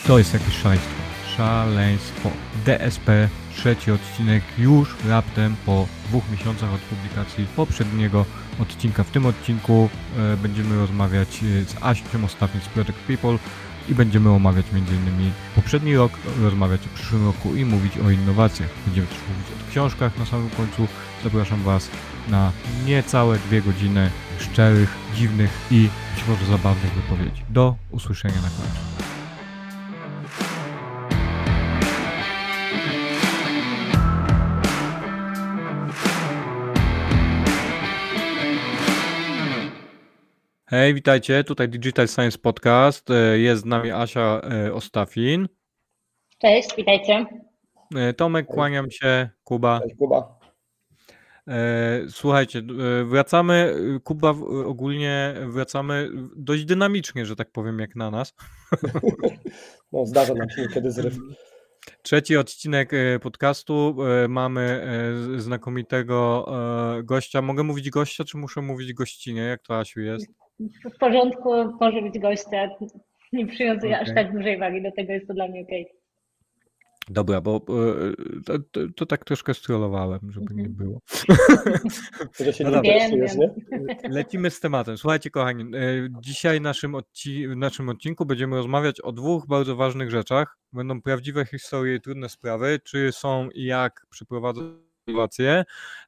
To jest jakieś szaleństwo. DSP, trzeci odcinek już raptem po 2 miesiącach od publikacji poprzedniego odcinka. W tym odcinku będziemy rozmawiać z Asią Ostafin z Project People i będziemy omawiać m.in. poprzedni rok, rozmawiać o przyszłym roku i mówić o innowacjach. Będziemy też mówić o książkach na samym końcu. Zapraszam Was na niecałe 2 godziny szczerych, dziwnych i być może zabawnych wypowiedzi. Do usłyszenia na końcu. Hej, witajcie, tutaj Digital Science Podcast, jest z nami Asia Ostafin. Cześć, witajcie. Tomek, kłaniam się, Kuba. Cześć, Kuba. Słuchajcie, wracamy, Kuba, ogólnie wracamy dość dynamicznie, że tak powiem, jak na nas. No, zdarza nam się niekiedy zryw. Trzeci odcinek podcastu, mamy znakomitego gościa. Mogę mówić gościa, czy muszę mówić gościnie? Jak to, Asiu, jest? W porządku, może być gościa. Nie przywiązuję aż tak dużej wagi do tego, jest to dla mnie okej. Dobra, bo to tak troszkę strollowałem, żeby nie było. To się No nie dobra. interesujesz, nie? Lecimy z tematem. Słuchajcie, kochani, dzisiaj w naszym odcinku będziemy rozmawiać o 2 bardzo ważnych rzeczach. Będą prawdziwe historie i trudne sprawy, czy są i jak przeprowadzać innowacje.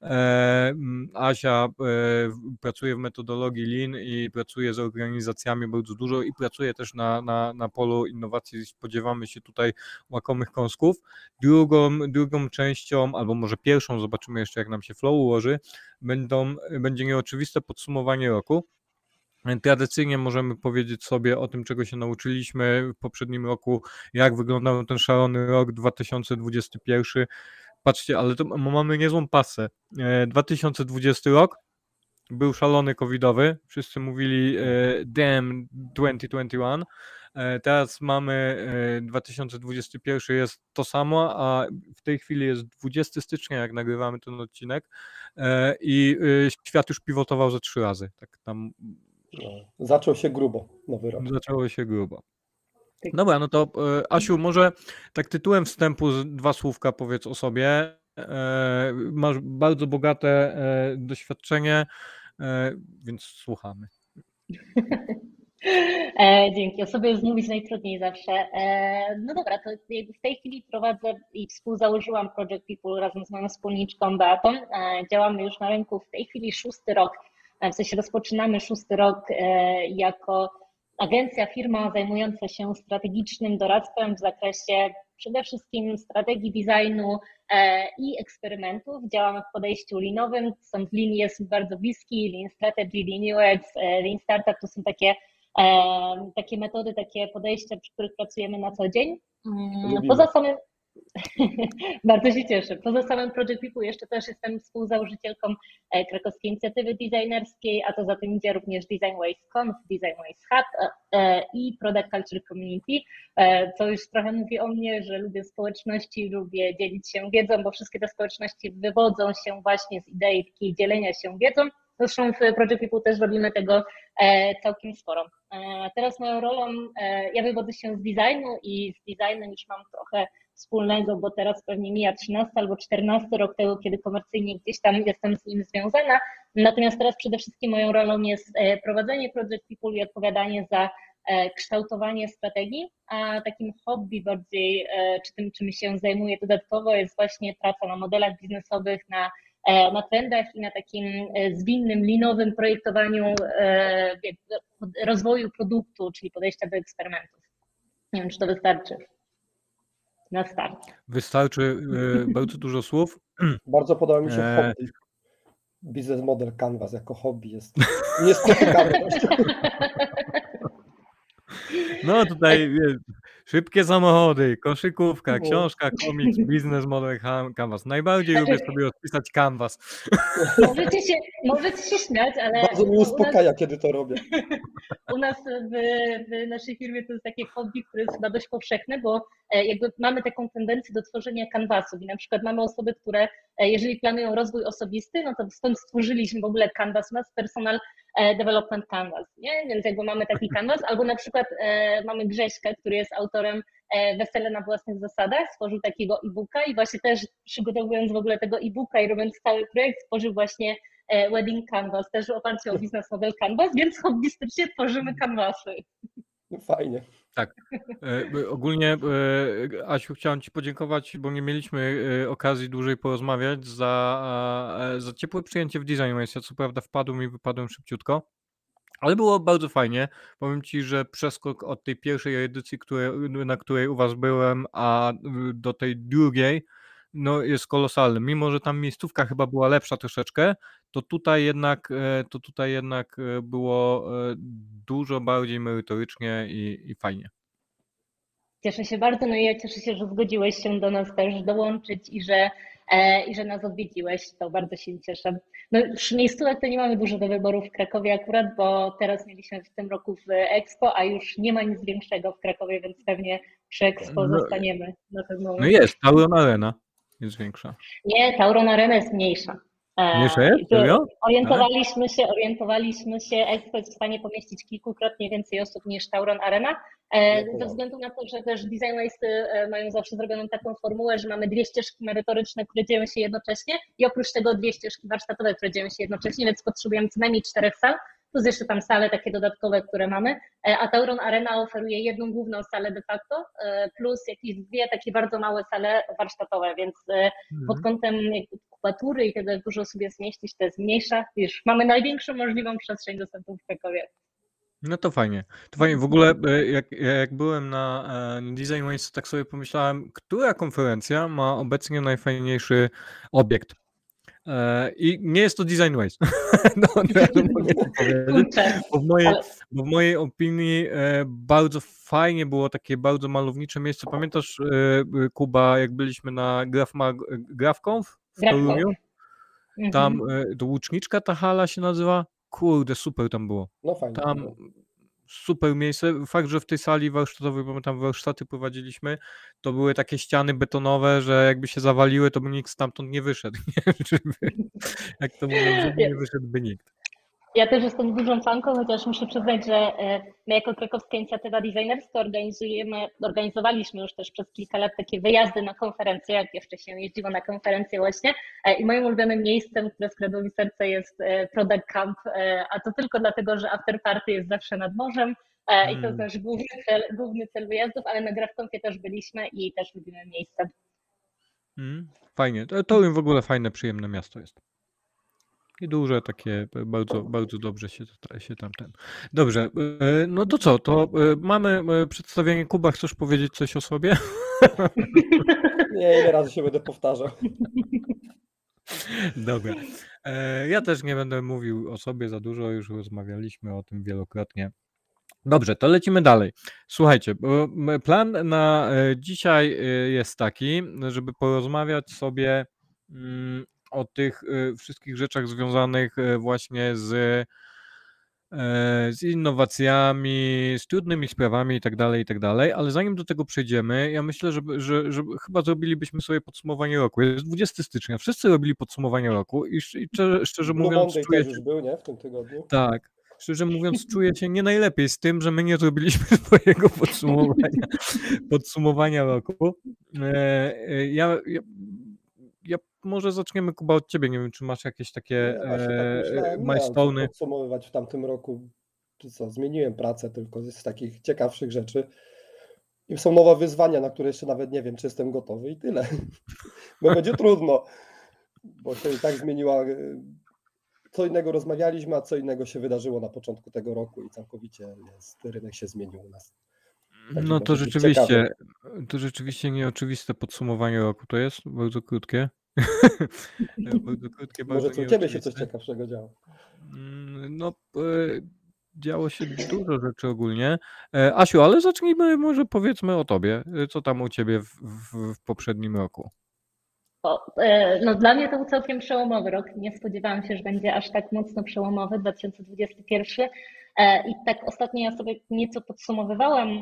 Asia pracuje w metodologii Lean i pracuje z organizacjami bardzo dużo i pracuje też na polu innowacji. Spodziewamy się tutaj łakomych kąsków. Drugą częścią, albo może pierwszą, zobaczymy jeszcze, jak nam się flow ułoży, będzie nieoczywiste podsumowanie roku. Tradycyjnie możemy powiedzieć sobie o tym, czego się nauczyliśmy w poprzednim roku, jak wyglądał ten szalony rok 2021. Patrzcie, ale to mamy niezłą pasę. 2020 rok był szalony covidowy, wszyscy mówili damn 2021. Teraz mamy 2021, jest to samo, a w tej chwili jest 20 stycznia, jak nagrywamy ten odcinek, i świat już pivotował ze 3 razy. Tak tam No, zaczął się grubo nowy rok. zaczęło się grubo. Dobra, no to Asiu, może tak tytułem wstępu 2 słówka powiedz o sobie. Masz bardzo bogate doświadczenie, więc słuchamy. Dzięki. O sobie jest mówić najtrudniej zawsze. No dobra, to w tej chwili prowadzę i współzałożyłam Project People razem z moją wspólniczką Beatą. Działamy już na rynku w tej chwili 6. rok. W sensie rozpoczynamy 6. rok jako agencja, firma zajmująca się strategicznym doradztwem w zakresie przede wszystkim strategii designu i eksperymentów. Działamy w podejściu leanowym, stąd Lean jest bardzo bliski, Lean Strategy, Lean UX, Lean Startup to są takie metody, takie podejścia, przy których pracujemy na co dzień. Poza samym bardzo się cieszę. Poza samym Project People jeszcze też jestem współzałożycielką krakowskiej inicjatywy designerskiej, a to za tym idzie również Design Ways Conf, Design Ways Hub i Product Culture Community, co już trochę mówi o mnie, że lubię społeczności, lubię dzielić się wiedzą, bo wszystkie te społeczności wywodzą się właśnie z idei takiej dzielenia się wiedzą. Zresztą w Project People też robimy tego całkiem sporo. Teraz moją rolą, ja wywodzę się z designu i z designem już mam trochę wspólnego, bo teraz pewnie mija 13 albo 14 rok tego, kiedy komercyjnie gdzieś tam jestem z nim związana. Natomiast teraz przede wszystkim moją rolą jest prowadzenie Project People i odpowiadanie za kształtowanie strategii, a takim hobby bardziej, czy tym, czym się zajmuję dodatkowo, jest właśnie praca na modelach biznesowych, na trendach i na takim zwinnym, linowym projektowaniu rozwoju produktu, czyli podejścia do eksperymentów. Nie wiem, czy to wystarczy na start. Wystarczy bardzo dużo słów. Bardzo podoba mi się hobby. Business model Canvas jako hobby jest niespotykany. No tutaj szybkie samochody, koszykówka, książka, komiks, biznes model Canvas. Najbardziej lubię sobie odpisać Canvas. Możecie się śmiać, ale... Bardzo mnie uspokaja, kiedy to robię. U nas w naszej firmie to jest takie hobby, które jest chyba dość powszechne, bo jakby mamy taką tendencję do tworzenia kanwasów i na przykład mamy osoby, które jeżeli planują rozwój osobisty, no to stąd stworzyliśmy w ogóle Canvas Mass Personal Development Canvas, nie? Więc jakby mamy taki canvas, albo na przykład mamy Grześka, który jest autorem Wesele na własnych zasadach, stworzył takiego e-booka i właśnie też przygotowując w ogóle tego e-booka i robiąc cały projekt, stworzył właśnie Wedding Canvas, też w oparciu o biznes model Canvas, więc hobbystycznie tworzymy canvasy. No fajnie. Tak. Ogólnie, Asiu, chciałem Ci podziękować, bo nie mieliśmy okazji dłużej porozmawiać za ciepłe przyjęcie w Design Race. Ja co prawda wpadłem i wypadłem szybciutko, ale było bardzo fajnie. Powiem Ci, że przeskok od tej pierwszej edycji, na której u Was byłem, a do tej drugiej, no jest kolosalny. Mimo że tam miejscówka chyba była lepsza troszeczkę, to tutaj jednak było dużo bardziej merytorycznie i fajnie. Cieszę się bardzo, no i ja cieszę się, że zgodziłeś się do nas też dołączyć i że nas odwiedziłeś, to bardzo się cieszę. No już miejscówek to nie mamy dużo do wyboru w Krakowie akurat, bo teraz mieliśmy w tym roku w Expo, a już nie ma nic większego w Krakowie, więc pewnie przy Expo No, zostaniemy na ten moment. no jest, Tauron Arena jest większa. Nie, Tauron Arena jest mniejsza. Mniejsza jest? Serio? Orientowaliśmy się, Expo jest w stanie pomieścić kilkukrotnie więcej osób niż Tauron Arena, ze względu na to, że też Design Waste mają zawsze zrobioną taką formułę, że mamy 2 ścieżki merytoryczne, które dzieją się jednocześnie i oprócz tego 2 ścieżki warsztatowe, które dzieją się jednocześnie, więc potrzebujemy co najmniej 4 sal, plus jeszcze tam sale takie dodatkowe, które mamy, a Tauron Arena oferuje 1 główną salę de facto, plus jakieś 2 takie bardzo małe sale warsztatowe, więc pod kątem kubatury i tego, jak dużo sobie zmieścić, to jest mniejsza, już mamy największą możliwą przestrzeń dostępu w Krakowie. No to fajnie. To fajnie. W ogóle jak byłem na Design Waste, tak sobie pomyślałem, która konferencja ma obecnie najfajniejszy obiekt. I nie jest to Design Waste. No, od razu mogę to powiedzieć. Bo w mojej opinii bardzo fajnie było takie bardzo malownicze miejsce. Pamiętasz, Kuba, jak byliśmy na GrafConf w Toruniu? Tam to Łuczniczka ta hala się nazywa. Kurde, super tam było. No fajnie. Tam super miejsce. Fakt, że w tej sali warsztatowej, bo my tam warsztaty prowadziliśmy, to były takie ściany betonowe, że jakby się zawaliły, to by nikt stamtąd nie wyszedł. Nie? Jak to mówią, żeby nie wyszedłby nikt. Ja też jestem dużą fanką, chociaż muszę przyznać, że my jako Krakowska Inicjatywa Designerska organizowaliśmy już też przez kilka lat takie wyjazdy na konferencje, jak jeszcze się jeździło na konferencje właśnie i moim ulubionym miejscem, które skradło mi serce, jest Product Camp, a to tylko dlatego, że after party jest zawsze nad morzem i to jest nasz główny cel wyjazdów, ale na GrafConfie też byliśmy i też lubimy miejsce. Fajnie. To w ogóle fajne, przyjemne miasto jest. I duże takie, bardzo, bardzo dobrze się tam ten. Dobrze, no to co, to mamy przedstawienie. Kuba, chcesz powiedzieć coś o sobie? Nie, ile razy się będę powtarzał. Dobra. Ja też nie będę mówił o sobie za dużo, już rozmawialiśmy o tym wielokrotnie. Dobrze, to lecimy dalej. Słuchajcie, plan na dzisiaj jest taki, żeby porozmawiać sobie o tych wszystkich rzeczach związanych właśnie z innowacjami, z trudnymi sprawami i tak dalej, ale zanim do tego przejdziemy, ja myślę, że chyba zrobilibyśmy sobie podsumowanie roku. Jest 20 stycznia, wszyscy robili podsumowanie roku i szczerze mówiąc czuję się... już był, nie? W tym tygodniu. Tak. Szczerze mówiąc, czuję się nie najlepiej z tym, że my nie zrobiliśmy swojego podsumowania roku. Ja może zaczniemy, Kuba, od ciebie. Nie wiem, czy masz jakieś takie milestone'y. Podsumowywać w tamtym roku, czy co, zmieniłem pracę tylko z takich ciekawszych rzeczy. I są nowe wyzwania, na które jeszcze nawet nie wiem, czy jestem gotowy i tyle. Bo będzie trudno, bo się i tak zmieniła. Co innego rozmawialiśmy, a co innego się wydarzyło na początku tego roku i całkowicie rynek się zmienił u nas. Także no to rzeczywiście nieoczywiste podsumowanie roku to jest, bardzo krótkie. Bardzo krótkie, może co u ciebie się coś ciekawszego działo? No, działo się dużo rzeczy ogólnie. Asiu, ale zacznijmy, może powiedzmy o tobie. Co tam u ciebie w poprzednim roku? No dla mnie to był całkiem przełomowy rok. Nie spodziewałam się, że będzie aż tak mocno przełomowy 2021. I tak ostatnio ja sobie nieco podsumowywałam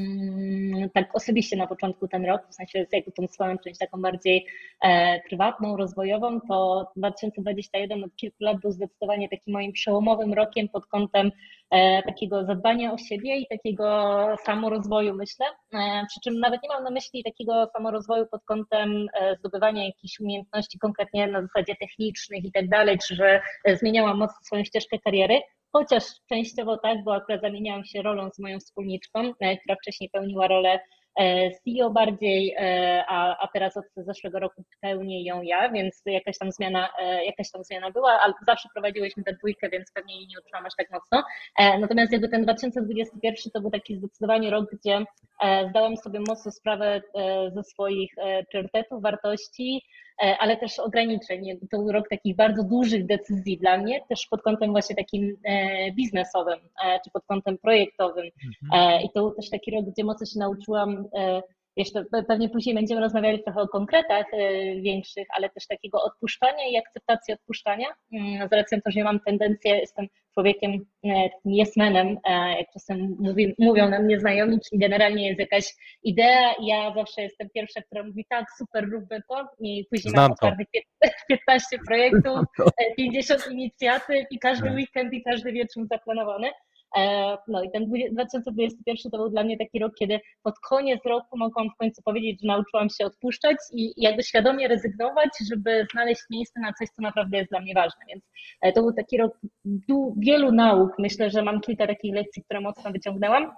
tak osobiście na początku ten rok, w sensie jakby tą swoją część taką bardziej prywatną, rozwojową, to 2021 od kilku lat był zdecydowanie takim moim przełomowym rokiem pod kątem takiego zadbania o siebie i takiego samorozwoju, myślę. Przy czym nawet nie mam na myśli takiego samorozwoju pod kątem zdobywania jakichś umiejętności konkretnie na zasadzie technicznych i tak dalej, czy że zmieniałam mocno swoją ścieżkę kariery, chociaż częściowo tak, bo akurat zamieniałam się rolą z moją wspólniczką, która wcześniej pełniła rolę CEO bardziej, a teraz od zeszłego roku pełnię ją ja, więc jakaś tam zmiana była, ale zawsze prowadziłyśmy tę dwójkę, więc pewnie jej nie uczyłam aż tak mocno. Natomiast jakby ten 2021 to był taki zdecydowanie rok, gdzie zdałam sobie mocno sprawę ze swoich priorytetów, wartości, ale też ograniczeń. To był rok takich bardzo dużych decyzji dla mnie, też pod kątem właśnie takim biznesowym, czy pod kątem projektowym. I to był też taki rok, gdzie mocno się nauczyłam, jeszcze pewnie później będziemy rozmawiali trochę o konkretach większych, ale też takiego odpuszczania i akceptacji odpuszczania. Z racji na to, że ja mam tendencję, jestem człowiekiem takim yes-manem, jak czasem mówią na mnie znajomi, czyli generalnie jest jakaś idea i ja zawsze jestem pierwsza, która mówi tak, super, róbmy to i później mam otwartych 15 projektów, 50 inicjatyw i każdy weekend i każdy wieczór zaplanowany. No i ten 2021 to był dla mnie taki rok, kiedy pod koniec roku mogłam w końcu powiedzieć, że nauczyłam się odpuszczać i jakby świadomie rezygnować, żeby znaleźć miejsce na coś, co naprawdę jest dla mnie ważne. Więc to był taki rok wielu nauk. Myślę, że mam kilka takich lekcji, które mocno wyciągnęłam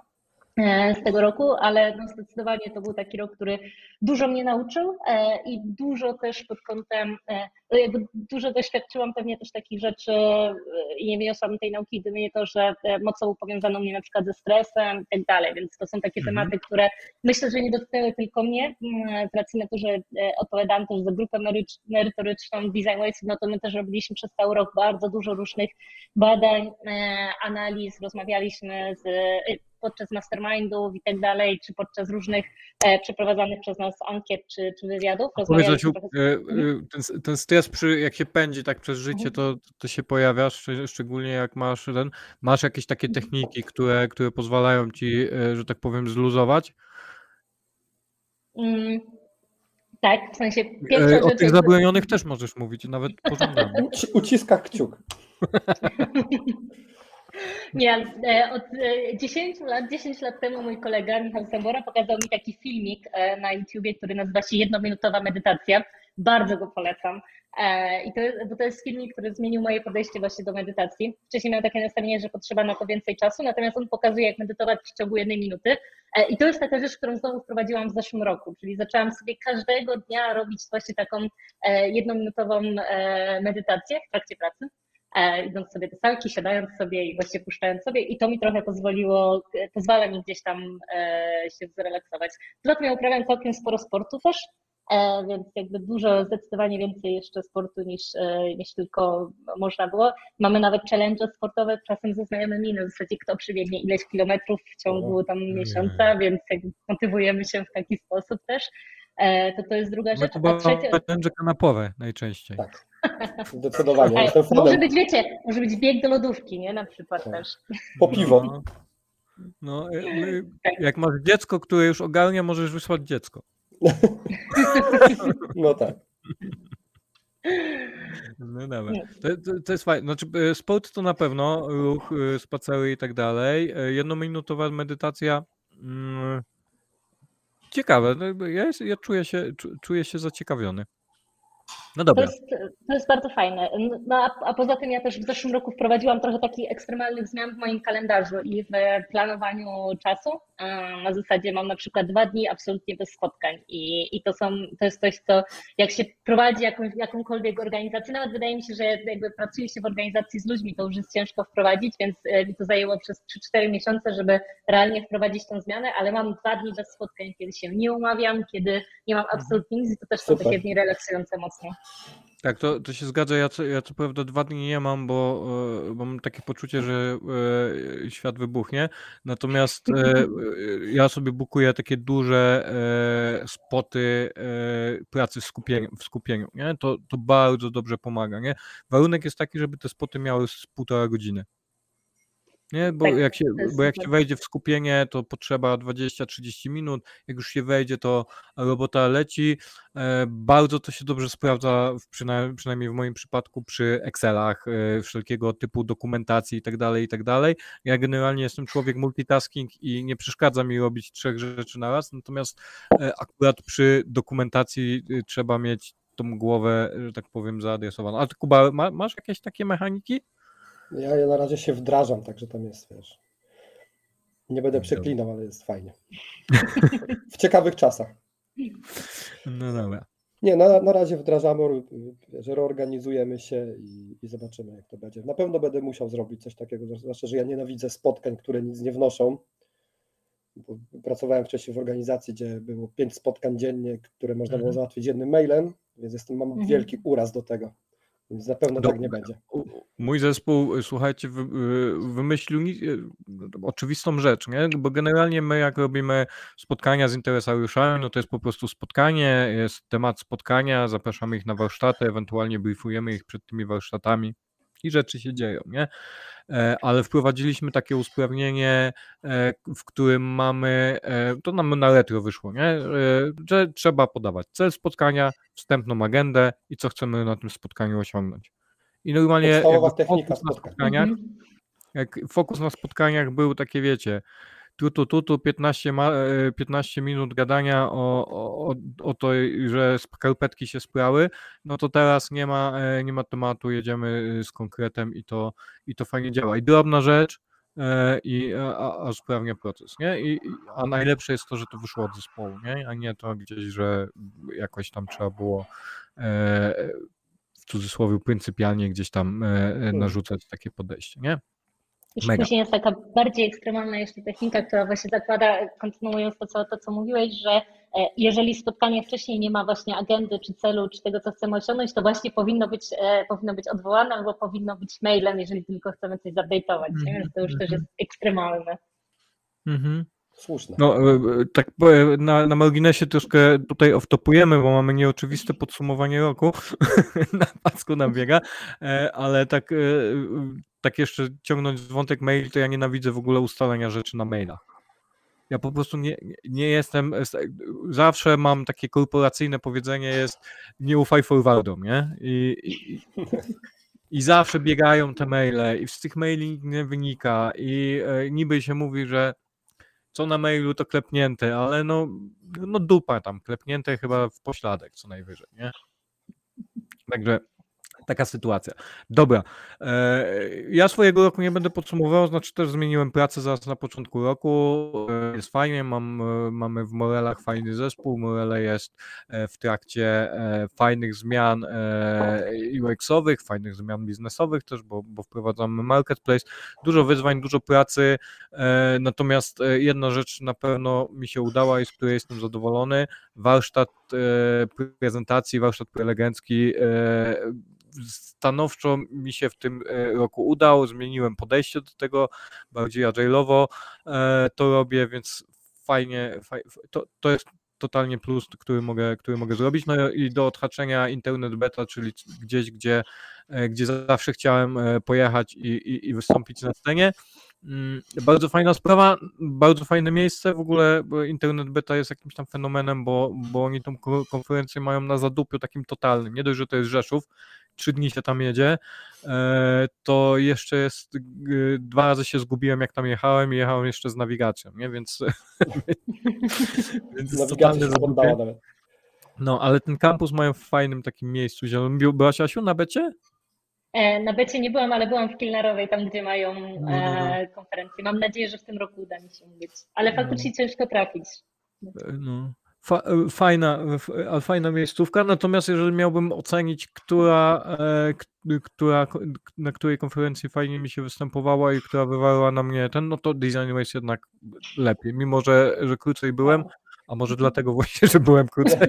z tego roku, ale no zdecydowanie to był taki rok, który dużo mnie nauczył i dużo też pod kątem, jakby dużo doświadczyłam pewnie też takich rzeczy i nie wyniosłam tej nauki, gdyby nie to, że mocno był powiązano mnie na przykład ze stresem i tak dalej, więc to są takie tematy, które myślę, że nie dotknęły tylko mnie, z racji na to, że odpowiadałam też za grupę merytoryczną Design Waves, no to my też robiliśmy przez cały rok bardzo dużo różnych badań, analiz, rozmawialiśmy podczas mastermindów i tak dalej, czy podczas różnych przeprowadzanych przez nas ankiet czy wywiadów. Powiedz, Asiu, ten stres, jak się pędzi tak przez życie, to się pojawia, szczególnie jak masz jakieś takie techniki, które pozwalają ci, że tak powiem, zluzować? Tak, w sensie pierwsza o rzecz... tych zabronionych też możesz mówić, nawet pożądane. Uciska kciuk. Nie, od 10 lat temu mój kolega Michał Sambora pokazał mi taki filmik na YouTubie, który nazywa się Jednominutowa medytacja. Bardzo go polecam. Bo to jest filmik, który zmienił moje podejście właśnie do medytacji. Wcześniej miałem takie nastawienie, że potrzeba na to więcej czasu, natomiast on pokazuje, jak medytować w ciągu 1 minuty. I to jest taka rzecz, którą znowu wprowadziłam w zeszłym roku, czyli zaczęłam sobie każdego dnia robić właśnie taką 1-minutową medytację w trakcie pracy. Idąc sobie do salki, siadając sobie i właśnie puszczając sobie i to mi trochę pozwala mi gdzieś tam się zrelaksować. Poza tym ja uprawiam całkiem sporo sportu też, więc jakby zdecydowanie więcej jeszcze sportu niż tylko można było. Mamy nawet challenge sportowe czasem ze znajomymi, na zasadzie kto przybiegnie ileś kilometrów w ciągu tam miesiąca, więc jakby motywujemy się w taki sposób też. To jest druga rzecz. A trzecia... challenge kanapowe najczęściej. Tak. Zdecydowanie. Może być bieg do lodówki, nie? Na przykład też. Po piwo. No, jak masz dziecko, które już ogarnia, możesz wysłać dziecko. No tak. No dobra. To jest fajne. Znaczy, sport to na pewno, ruch, spacery i tak dalej. 1-minutowa medytacja. Ciekawe. Ja czuję się zaciekawiony. No dobra. To jest bardzo fajne. No, a poza tym ja też w zeszłym roku wprowadziłam trochę takich ekstremalnych zmian w moim kalendarzu i w planowaniu czasu. Na zasadzie mam na przykład 2 dni absolutnie bez spotkań i to jest coś, co jak się prowadzi jakąkolwiek organizację, nawet wydaje mi się, że jakby pracuje się w organizacji z ludźmi, to już jest ciężko wprowadzić, więc mi to zajęło przez 3-4 miesiące, żeby realnie wprowadzić tą zmianę, ale mam 2 dni bez spotkań, kiedy się nie umawiam, kiedy nie mam absolutnie nic i to też są takie dni relaksujące mocno. Tak, to się zgadza. Ja co prawda 2 dni nie mam, bo mam takie poczucie, że świat wybuchnie. Natomiast ja sobie bukuję takie duże spoty pracy w skupieniu. Nie? To bardzo dobrze pomaga. Nie? Warunek jest taki, żeby te spoty miały z 1,5 godziny. Nie? Tak, to jest Bo jak się super. wejdzie w skupienie, to potrzeba 20-30 minut. Jak już się wejdzie, to robota leci. Bardzo to się dobrze sprawdza, przynajmniej w moim przypadku, przy Excelach, wszelkiego typu dokumentacji i tak dalej, i tak dalej. Ja generalnie jestem człowiek multitasking i nie przeszkadza mi robić 3 rzeczy na raz, natomiast akurat przy dokumentacji trzeba mieć tą głowę, że tak powiem, zaadresowaną. A ty, Kuba, masz jakieś takie mechaniki? Ja na razie się wdrażam, także tam jest, wiesz. Nie będę Dobra. przeklinał, ale jest fajnie. W ciekawych czasach. No dobra. Nie, na razie wdrażamy, że reorganizujemy się i zobaczymy, jak to będzie. Na pewno będę musiał zrobić coś takiego, zwłaszcza, że ja nienawidzę spotkań, które nic nie wnoszą. Bo pracowałem wcześniej w organizacji, gdzie było 5 spotkań dziennie, które można było załatwić jednym mailem, więc mam wielki uraz do tego. Więc na pewno tak nie będzie. Mój zespół, słuchajcie, wymyślił oczywistą rzecz, nie? Bo generalnie my, jak robimy spotkania z interesariuszami, no to jest po prostu spotkanie, jest temat spotkania, zapraszamy ich na warsztaty, ewentualnie briefujemy ich przed tymi warsztatami i rzeczy się dzieją, nie? Ale wprowadziliśmy takie usprawnienie, w którym mamy, to nam na retro wyszło, nie? Że trzeba podawać cel spotkania, wstępną agendę i co chcemy na tym spotkaniu osiągnąć. I normalnie Podstawowa jakby technika fokus na spotkań. spotkaniach, jak fokus na spotkaniach był takie, wiecie, tu 15 minut gadania o to, że skarpetki się sprały, no to teraz nie ma tematu, jedziemy z konkretem i to fajnie działa. I drobna rzecz, a usprawnia proces, nie? A najlepsze jest to, że to wyszło od zespołu, nie? A nie to gdzieś, że jakoś tam trzeba było w cudzysłowie pryncypialnie gdzieś tam narzucać takie podejście, nie? Już Mega. później jest taka bardziej ekstremalna jeszcze technika, która właśnie zakłada, kontynuując to, co mówiłeś, że jeżeli spotkanie wcześniej nie ma właśnie agendy, czy celu, czy tego, co chcemy osiągnąć, to właśnie powinno być odwołane albo powinno być mailem, jeżeli tylko chcemy coś zupdate'ować, nie? Więc to już też jest ekstremalne. Słuszne. No, tak na marginesie troszkę tutaj off-topujemy, bo mamy nieoczywiste podsumowanie roku, na pasku nam biega, ale tak jeszcze ciągnąć wątek mail, to ja nienawidzę w ogóle ustalania rzeczy na mailach. Ja po prostu nie jestem, zawsze mam takie korporacyjne powiedzenie jest nie ufaj forwardom, nie? I zawsze biegają te maile i z tych maili nie wynika i niby się mówi, że co na mailu to klepnięte, ale no dupa tam, klepnięte chyba w pośladek co najwyżej, nie? Także taka sytuacja. Dobra, ja swojego roku nie będę podsumowywał, znaczy też zmieniłem pracę zaraz na początku roku, jest fajnie, mamy w Morelach fajny zespół, Morele jest w trakcie fajnych zmian UX-owych, fajnych zmian biznesowych też, bo wprowadzamy marketplace, dużo wyzwań, dużo pracy, natomiast jedna rzecz na pewno mi się udała i z której jestem zadowolony, warsztat prezentacji, warsztat prelegencki, stanowczo mi się w tym roku udał, zmieniłem podejście do tego, bardziej agile'owo to robię, więc fajnie, to jest totalnie plus, który mogę zrobić. No i do odhaczenia internet beta, czyli gdzieś, gdzie zawsze chciałem pojechać i wystąpić na scenie. Bardzo fajna sprawa, bardzo fajne miejsce, w ogóle internet beta jest jakimś tam fenomenem, bo oni tą konferencję mają na zadupiu takim totalnym, nie dość, że to jest Rzeszów, 3 dni się tam jedzie, to jeszcze jest, 2 razy się zgubiłem jak tam jechałem i jechałem jeszcze z nawigacją, nie, więc jest Nawigacja się totalne poddała zadupię. nawet. No, ale ten kampus mają w fajnym takim miejscu zielonym. Byłaś, Asiu, na becie? Na becie nie byłam, ale byłam w Kilnarowej, tam gdzie mają No. konferencję. Mam nadzieję, że w tym roku uda mi się być, ale faktycznie ciężko trafić. No. Fajna miejscówka, natomiast jeżeli miałbym ocenić, na której konferencji fajnie mi się występowała i która wywarła na mnie no to Designways jednak lepiej, mimo że krócej byłem, a może dlatego właśnie, że byłem krócej.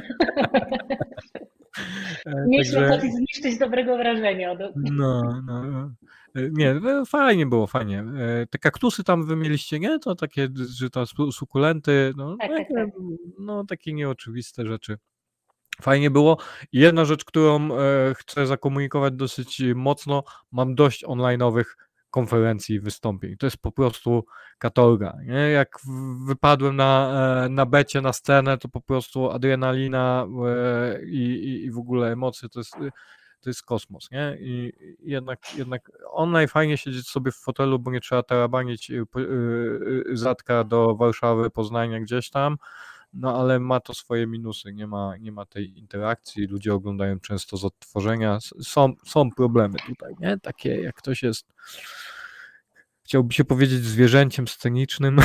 Mieliśmy okazję zniszczyć dobrego wrażenia. No. Nie, fajnie było, fajnie. Te kaktusy tam wy mieliście, nie? To takie, że to sukulenty, Tak. no takie nieoczywiste rzeczy. Fajnie było. I jedna rzecz, którą chcę zakomunikować dosyć mocno, mam dość online'owych konferencji i wystąpień. To jest po prostu katorga. Nie? Jak wypadłem na becie, na scenę, to po prostu adrenalina i w ogóle emocje to jest kosmos, nie? I jednak online fajnie siedzieć sobie w fotelu, bo nie trzeba tarabanić Zatka do Warszawy, Poznania gdzieś tam, no ale ma to swoje minusy, nie ma tej interakcji, ludzie oglądają często z odtworzenia, są problemy tutaj, nie? Takie jak ktoś jest, chciałby się powiedzieć, zwierzęciem scenicznym.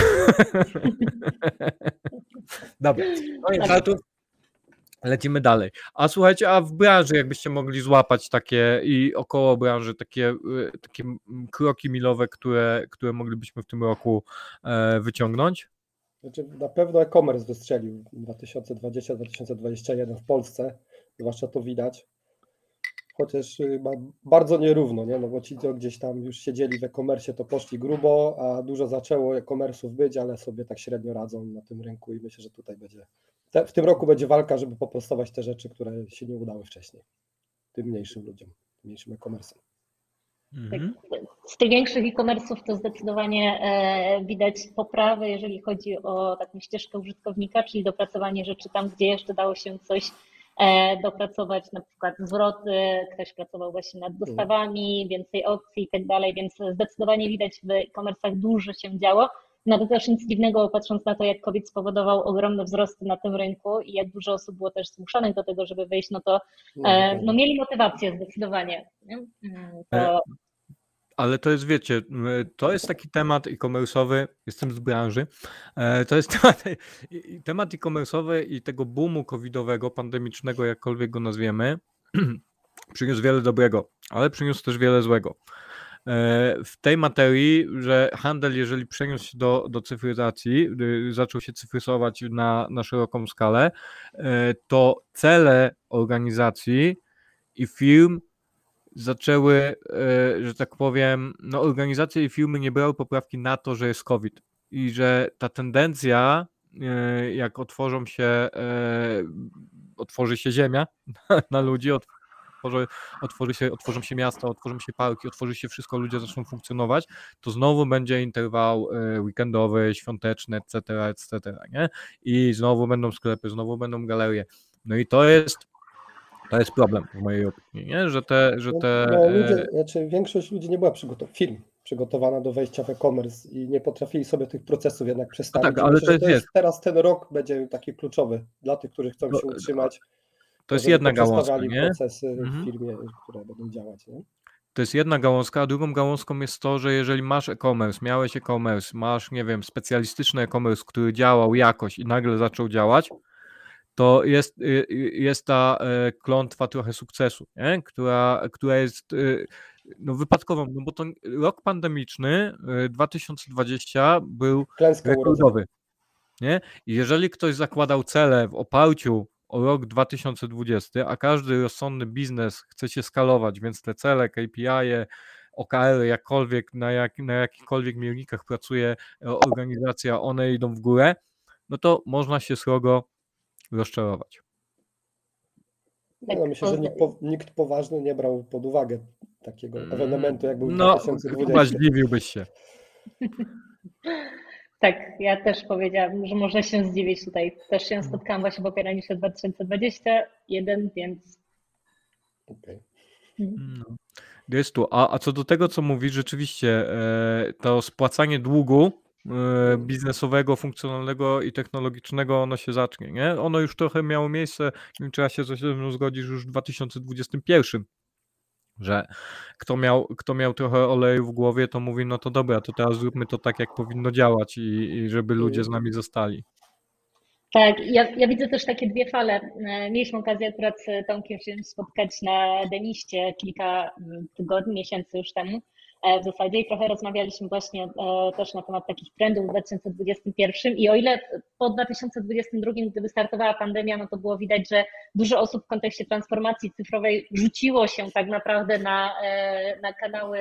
Dobra, koniec żartów. Lecimy dalej. A słuchajcie, a w branży jakbyście mogli złapać takie i około branży takie kroki milowe, które moglibyśmy w tym roku wyciągnąć? Znaczy, na pewno e-commerce wystrzelił 2020-2021 w Polsce, zwłaszcza to widać, chociaż bardzo nierówno, nie? No bo ci, co gdzieś tam już siedzieli w e-commerce, to poszli grubo, a dużo zaczęło e-commerce'ów być, ale sobie tak średnio radzą na tym rynku i myślę, że tutaj w tym roku będzie walka, żeby poprostować te rzeczy, które się nie udały wcześniej, tym mniejszym ludziom, mniejszym e-commerce'om. Z tych większych e-commerce'ów to zdecydowanie widać poprawę, jeżeli chodzi o taką ścieżkę użytkownika, czyli dopracowanie rzeczy tam, gdzie jeszcze dało się coś dopracować, na przykład zwroty, ktoś pracował właśnie nad dostawami, więcej opcji i tak dalej, więc zdecydowanie widać w e-commerce'ach dużo się działo. No to też nic dziwnego, patrząc na to, jak COVID spowodował ogromne wzrosty na tym rynku i jak dużo osób było też zmuszanych do tego, żeby wyjść, no to no mieli motywację zdecydowanie. Ale to jest, wiecie, to jest taki temat e-commerce'owy, jestem z branży, to jest temat e-commerce'owy i tego boomu covidowego, pandemicznego, jakkolwiek go nazwiemy, przyniósł wiele dobrego, ale przyniósł też wiele złego. W tej materii, że handel, jeżeli przeniósł się do cyfryzacji, zaczął się cyfryzować na szeroką skalę, to cele organizacji i firm zaczęły, że tak powiem, no organizacje i firmy nie brały poprawki na to, że jest COVID i że ta tendencja, jak otworzy się ziemia na ludzi, otworzą się miasta, otworzą się parki, otworzy się wszystko, ludzie zaczną funkcjonować, to znowu będzie interwał weekendowy, świąteczny, etc., nie? I znowu będą sklepy, znowu będą galerie. No i to jest problem w mojej opinii, nie? Większość ludzi nie była przygotowana do wejścia w e-commerce i nie potrafili sobie tych procesów jednak przestawić. No tak, ale myślę, że to jest teraz ten rok będzie taki kluczowy dla tych, którzy chcą się utrzymać. To jest jedna gałązka, nie? Procesy w firmie, które będą działać, nie? To jest jedna gałązka, a drugą gałązką jest to, że jeżeli masz e-commerce, miałeś e-commerce, masz, nie wiem, specjalistyczny e-commerce, który działał jakoś i nagle zaczął działać, to jest ta klątwa trochę sukcesu, nie? Która jest no, wypadkową, no bo to rok pandemiczny 2020 był rekordowy, nie? I jeżeli ktoś zakładał cele w oparciu o rok 2020, a każdy rozsądny biznes chce się skalować, więc te cele, KPI, OKR, jakkolwiek, na jakichkolwiek miernikach pracuje organizacja, one idą w górę, no to można się srogo rozczarować. No, myślę, że nikt poważny nie brał pod uwagę takiego ewenementu, jak był 2020. Chyba zdziwiłbyś się. Tak, ja też powiedziałam, że można się zdziwić tutaj. Też się spotkałam właśnie w opieraniu się 2021, więc... Okay. No. Jest tu. A co do tego, co mówisz, rzeczywiście to spłacanie długu biznesowego, funkcjonalnego i technologicznego, ono się zacznie, nie? Ono już trochę miało miejsce, trzeba się ze mną zgodzić, już w 2021, że kto miał trochę oleju w głowie, to mówi, no to dobra, to teraz zróbmy to tak, jak powinno działać i żeby ludzie z nami zostali. Tak, ja widzę też takie dwie fale. Mieliśmy okazję akurat z Tomkiem się spotkać na Demiście kilka tygodni, miesięcy już temu w zasadzie i trochę rozmawialiśmy właśnie też na temat takich trendów w 2021 i o ile po 2022, gdy wystartowała pandemia, no to było widać, że dużo osób w kontekście transformacji cyfrowej rzuciło się tak naprawdę na kanały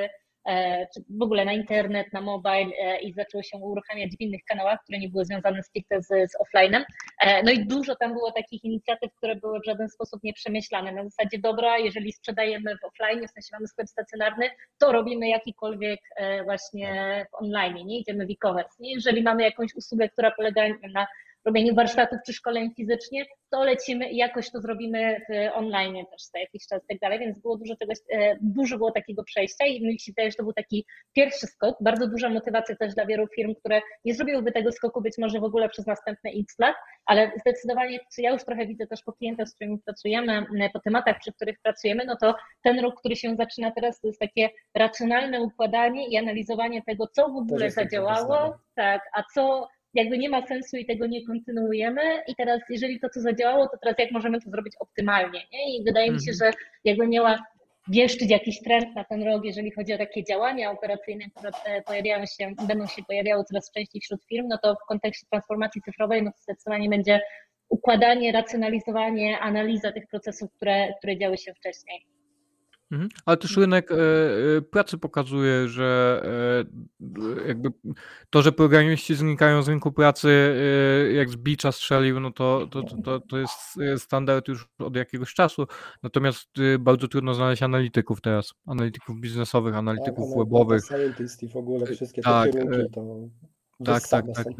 czy w ogóle na internet, na mobile i zaczęło się uruchamiać w innych kanałach, które nie były związane stricte z offline'em. No i dużo tam było takich inicjatyw, które były w żaden sposób nieprzemyślane. Na zasadzie, dobra, jeżeli sprzedajemy w offline, w sensie mamy sklep stacjonarny, to robimy jakikolwiek właśnie w online, nie idziemy w e-commerce. Nie? Jeżeli mamy jakąś usługę, która polega na robieniu warsztatów czy szkoleń fizycznie, to lecimy i jakoś to zrobimy w online też za jakiś czas i tak dalej, więc było dużo czegoś, dużo było takiego przejścia i mi się wydaje, że to był taki pierwszy skok, bardzo duża motywacja też dla wielu firm, które nie zrobiłyby tego skoku być może w ogóle przez następne x lat, ale zdecydowanie, czy ja już trochę widzę też po klientach, z którymi pracujemy, po tematach, przy których pracujemy, no to ten rok, który się zaczyna teraz, to jest takie racjonalne układanie i analizowanie tego, co w ogóle zadziałało, tak, a co jakby nie ma sensu i tego nie kontynuujemy i teraz jeżeli to, co zadziałało, to teraz jak możemy to zrobić optymalnie, nie? I wydaje mi się, że jakby miała wieszczyć jakiś trend na ten rok, jeżeli chodzi o takie działania operacyjne, które będą się pojawiały coraz częściej wśród firm, no to w kontekście transformacji cyfrowej, no to zdecydowanie będzie układanie, racjonalizowanie, analiza tych procesów, które działy się wcześniej. Ale też rynek pracy pokazuje, że jakby to, że programiści znikają z rynku pracy, jak z bicza strzelił, no to jest standard już od jakiegoś czasu. Natomiast bardzo trudno znaleźć analityków teraz, analityków biznesowych, analityków webowych. Data scientist i w ogóle wszystkie te Tak, kierunki to tak. są.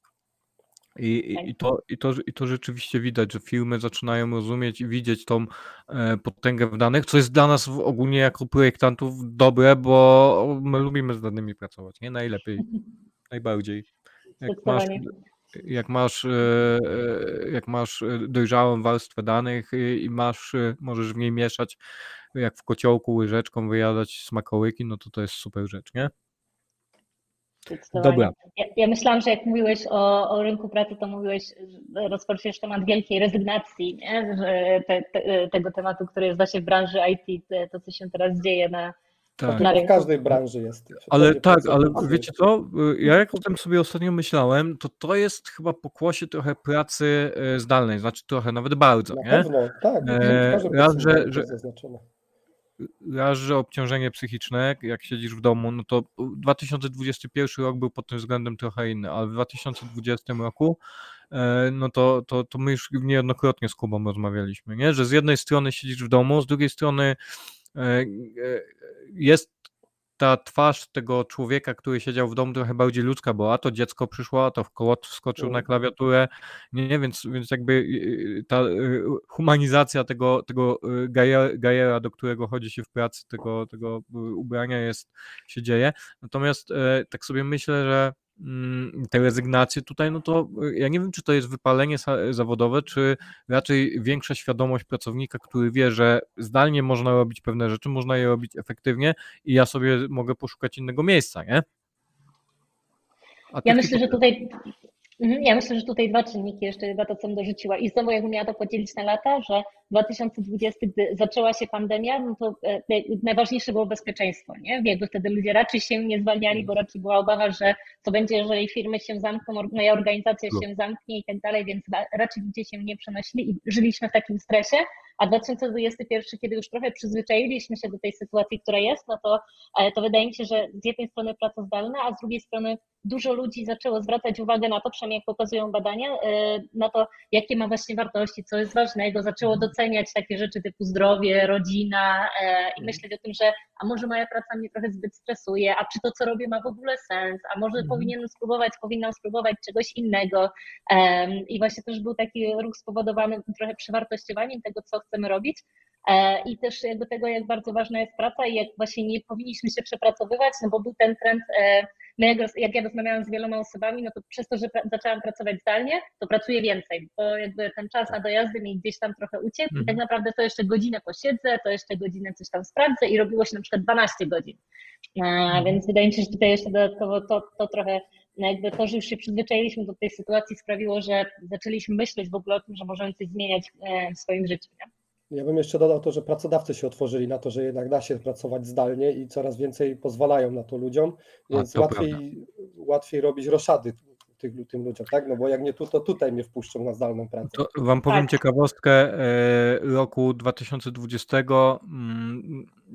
I to rzeczywiście widać, że firmy zaczynają rozumieć i widzieć tą potęgę w danych, co jest dla nas ogólnie jako projektantów dobre, bo my lubimy z danymi pracować, nie? Najlepiej, najbardziej. Jak masz dojrzałą warstwę danych i możesz w niej mieszać, jak w kociołku łyżeczką wyjadać smakołyki, no to jest super rzecz, nie? Dobra. Ja myślałam, że jak mówiłeś o rynku pracy, to rozpoczniesz temat wielkiej rezygnacji, nie? Tego tematu, który jest właśnie w branży IT, to co się teraz dzieje na rynku. W każdej branży jest. Ale wiecie co, ja jak o tym sobie ostatnio myślałem, to jest chyba pokłosie trochę pracy zdalnej, znaczy trochę, nawet bardzo, na nie? pewno, tak. Raz, że obciążenie psychiczne, jak siedzisz w domu, no to 2021 rok był pod tym względem trochę inny, ale w 2020 roku no to my już niejednokrotnie z Kubą rozmawialiśmy, nie? Że z jednej strony siedzisz w domu, z drugiej strony jest ta twarz tego człowieka, który siedział w domu, trochę bardziej ludzka, bo a to dziecko przyszło, a to w koło wskoczył na klawiaturę, nie, więc jakby ta humanizacja tego gajera, do którego chodzi się w pracy, tego ubrania się dzieje. Natomiast tak sobie myślę, że te rezygnacje tutaj, no to ja nie wiem, czy to jest wypalenie zawodowe, czy raczej większa świadomość pracownika, który wie, że zdalnie można robić pewne rzeczy, można je robić efektywnie i ja sobie mogę poszukać innego miejsca, nie? Ja myślę, że tutaj dwa czynniki jeszcze chyba to, co bym dorzuciła. I znowu jakbym miała to podzielić na lata, że 2020, gdy zaczęła się pandemia, no to najważniejsze było bezpieczeństwo, nie? Jakby wtedy ludzie raczej się nie zwalniali, bo raczej była obawa, że co będzie, jeżeli firmy się zamkną, moja organizacja się zamknie i tak dalej, więc raczej ludzie się nie przenosili i żyliśmy w takim stresie. A 2021, kiedy już trochę przyzwyczailiśmy się do tej sytuacji, która jest, no to wydaje mi się, że z jednej strony praca zdalna, a z drugiej strony dużo ludzi zaczęło zwracać uwagę na to, przynajmniej jak pokazują badania, na to, jakie ma właśnie wartości, co jest ważnego, zaczęło doceniać takie rzeczy typu zdrowie, rodzina i myśleć o tym, że a może moja praca mnie trochę zbyt stresuje, a czy to, co robię, ma w ogóle sens, a może powinnam spróbować czegoś innego. I właśnie też był taki ruch spowodowany trochę przewartościowaniem tego, co chcemy robić. I też jakby tego, jak bardzo ważna jest praca i jak właśnie nie powinniśmy się przepracowywać, no bo był ten trend, jak ja rozmawiałam z wieloma osobami, no to przez to, że zaczęłam pracować zdalnie, to pracuję więcej, bo jakby ten czas na dojazdy mi gdzieś tam trochę uciekł i tak naprawdę to jeszcze godzinę posiedzę, to jeszcze godzinę coś tam sprawdzę i robiło się na przykład 12 godzin. Więc wydaje mi się, że tutaj jeszcze dodatkowo to trochę, jakby to, że już się przyzwyczailiśmy do tej sytuacji sprawiło, że zaczęliśmy myśleć w ogóle o tym, że możemy coś zmieniać w swoim życiu. Nie? Ja bym jeszcze dodał to, że pracodawcy się otworzyli na to, że jednak da się pracować zdalnie i coraz więcej pozwalają na to ludziom, więc łatwiej robić roszady tym ludziom, tak? No bo jak nie tu, to tutaj mnie wpuszczą na zdalną pracę. To wam powiem ciekawostkę roku 2020.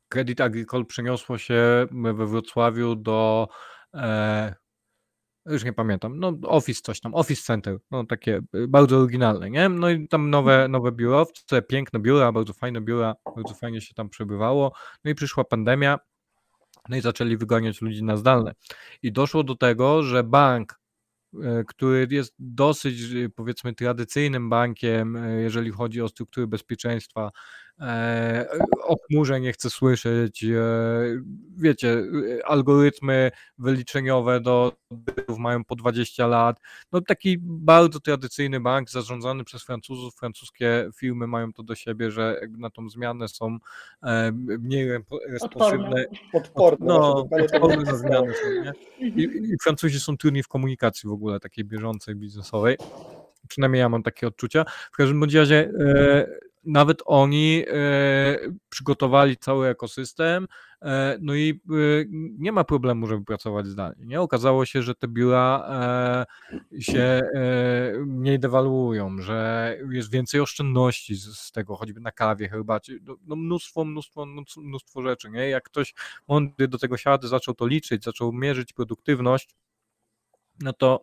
Credit Agricole przeniosło się we Wrocławiu do już nie pamiętam, no Office coś tam, Office Center, no takie bardzo oryginalne, nie? No i tam nowe biurowce, piękne biura, bardzo fajne biura, bardzo fajnie się tam przebywało, no i przyszła pandemia, no i zaczęli wyganiać ludzi na zdalne. I doszło do tego, że bank, który jest dosyć, powiedzmy, tradycyjnym bankiem, jeżeli chodzi o struktury bezpieczeństwa, o chmurze nie chcę słyszeć, wiecie, algorytmy wyliczeniowe do bytów mają po 20 lat, no taki bardzo tradycyjny bank zarządzany przez Francuzów, francuskie firmy mają to do siebie, że jakby na tą zmianę są mniej responsywne, Odporne. no, dokładnie to odporne na jest. zmiany są, nie? I Francuzi są trudni w komunikacji w ogóle takiej bieżącej, biznesowej. Przynajmniej ja mam takie odczucia. W każdym bądź razie nawet oni przygotowali cały ekosystem, no i nie ma problemu, żeby pracować zdalnie. Nie? Okazało się, że te biura się mniej dewaluują, że jest więcej oszczędności z tego, choćby na kawie, herbacie, no mnóstwo rzeczy. Nie? Jak ktoś mądry do tego siadł, zaczął to liczyć, zaczął mierzyć produktywność, no to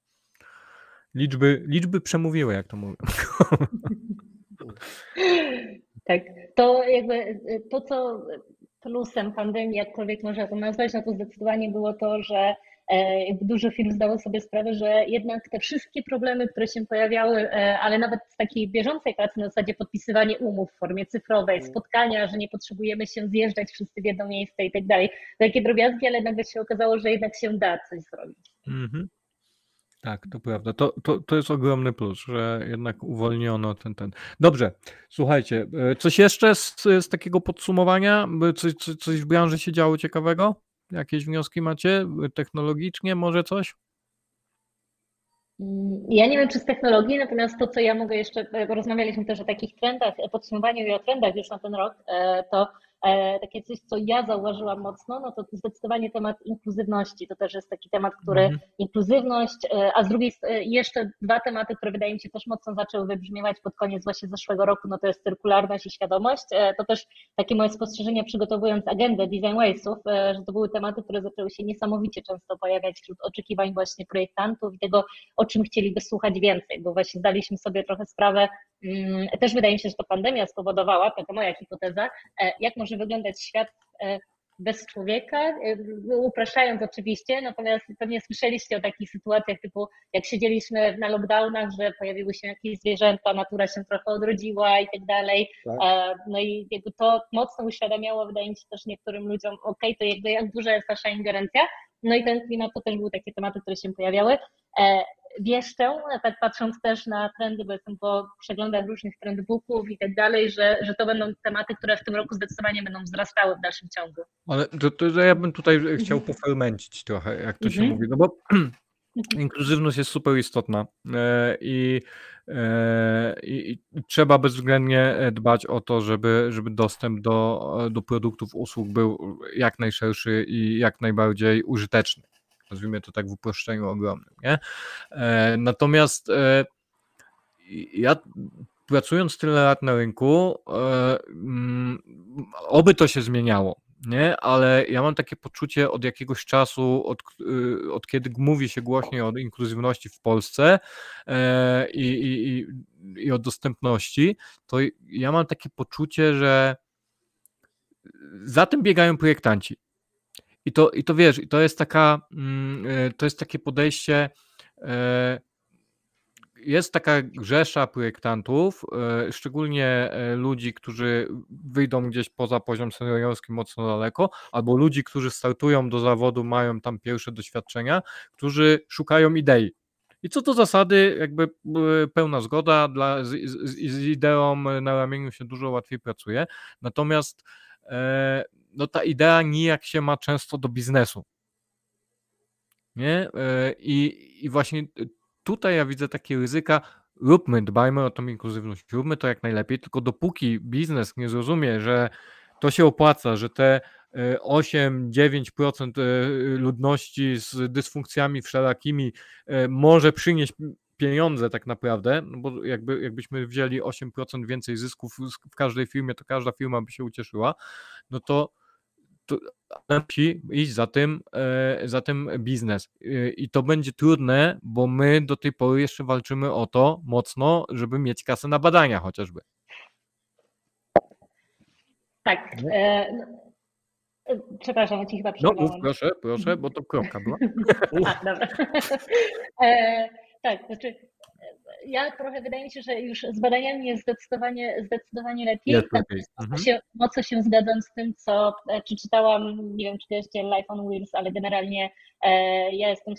liczby przemówiły, jak to mówią. Tak, to jakby to, co plusem pandemii, jakkolwiek można to nazwać, no to zdecydowanie było to, że jakby dużo firm zdało sobie sprawę, że jednak te wszystkie problemy, które się pojawiały, ale nawet z takiej bieżącej pracy na zasadzie podpisywanie umów w formie cyfrowej, spotkania, że nie potrzebujemy się zjeżdżać wszyscy w jedno miejsce i tak dalej, takie drobiazgi, ale nagle się okazało, że jednak się da coś zrobić. Mhm. Tak, to prawda. To jest ogromny plus, że jednak uwolniono ten. Dobrze, słuchajcie, coś jeszcze z takiego podsumowania? Coś w branży się działo ciekawego? Jakieś wnioski macie? Technologicznie może coś? Ja nie wiem, czy z technologii, natomiast to, co ja mogę jeszcze, rozmawialiśmy też o takich trendach, podsumowaniu i o trendach już na ten rok, to takie coś, co ja zauważyłam mocno, no to zdecydowanie temat inkluzywności. To też jest taki temat, który inkluzywność, a z drugiej jeszcze dwa tematy, które wydaje mi się też mocno zaczęły wybrzmiewać pod koniec właśnie zeszłego roku, no to jest cyrkularność i świadomość. To też takie moje spostrzeżenie, przygotowując agendę Design Waysów, że to były tematy, które zaczęły się niesamowicie często pojawiać wśród oczekiwań właśnie projektantów i tego, o czym chcieliby słuchać więcej, bo właśnie zdaliśmy sobie trochę sprawę, też wydaje mi się, że to pandemia spowodowała, taka moja hipoteza, jak może wyglądać świat bez człowieka, upraszczając oczywiście, natomiast pewnie słyszeliście o takich sytuacjach typu jak siedzieliśmy na lockdownach, że pojawiły się jakieś zwierzęta, natura się trochę odrodziła i tak dalej. No i jakby to mocno uświadamiało, wydaje mi się też niektórym ludziom, okej, to jakby jak duża jest nasza ingerencja. No i ten klimat to też były takie tematy, które się pojawiały. Wieszczę, tak patrząc też na trendy, bo jestem po przeglądach różnych trendbooków i tak dalej, że to będą tematy, które w tym roku zdecydowanie będą wzrastały w dalszym ciągu. Ale to ja bym tutaj chciał pofermencić trochę, jak to się mówi, no bo inkluzywność jest super istotna i trzeba bezwzględnie dbać o to, żeby dostęp do produktów, usług był jak najszerszy i jak najbardziej użyteczny. Nazwijmy to tak w uproszczeniu ogromnym, nie? Natomiast ja pracując tyle lat na rynku, oby to się zmieniało, nie? Ale ja mam takie poczucie od jakiegoś czasu, od kiedy mówi się głośniej o inkluzywności w Polsce i o dostępności, to ja mam takie poczucie, że za tym biegają projektanci. I to wiesz, to jest takie podejście, jest taka grzesza projektantów, szczególnie ludzi, którzy wyjdą gdzieś poza poziom seniorski mocno daleko, albo ludzi, którzy startują do zawodu, mają tam pierwsze doświadczenia, którzy szukają idei. I co do zasady, jakby pełna zgoda, z ideą na ramieniu się dużo łatwiej pracuje, natomiast no ta idea nijak się ma często do biznesu. Nie? I właśnie tutaj ja widzę takie ryzyka, dbajmy o tą inkluzywność, róbmy to jak najlepiej, tylko dopóki biznes nie zrozumie, że to się opłaca, że te 8-9% ludności z dysfunkcjami wszelakimi może przynieść pieniądze tak naprawdę, no bo jakbyśmy wzięli 8% więcej zysków w każdej firmie, to każda firma by się ucieszyła, no to musi iść za tym biznes. I to będzie trudne, bo my do tej pory jeszcze walczymy o to mocno, żeby mieć kasę na badania chociażby. Tak. Przepraszam, ci chyba No przerwałam. proszę, bo to kropka była. A, dobra. Tak, znaczy ja trochę wydaje mi się, że już z badaniami jest zdecydowanie lepiej. Jest lepiej. Mocno się zgadzam z tym, czy czytałam, nie wiem, czy wiecie Life on Wheels, ale generalnie ja jestem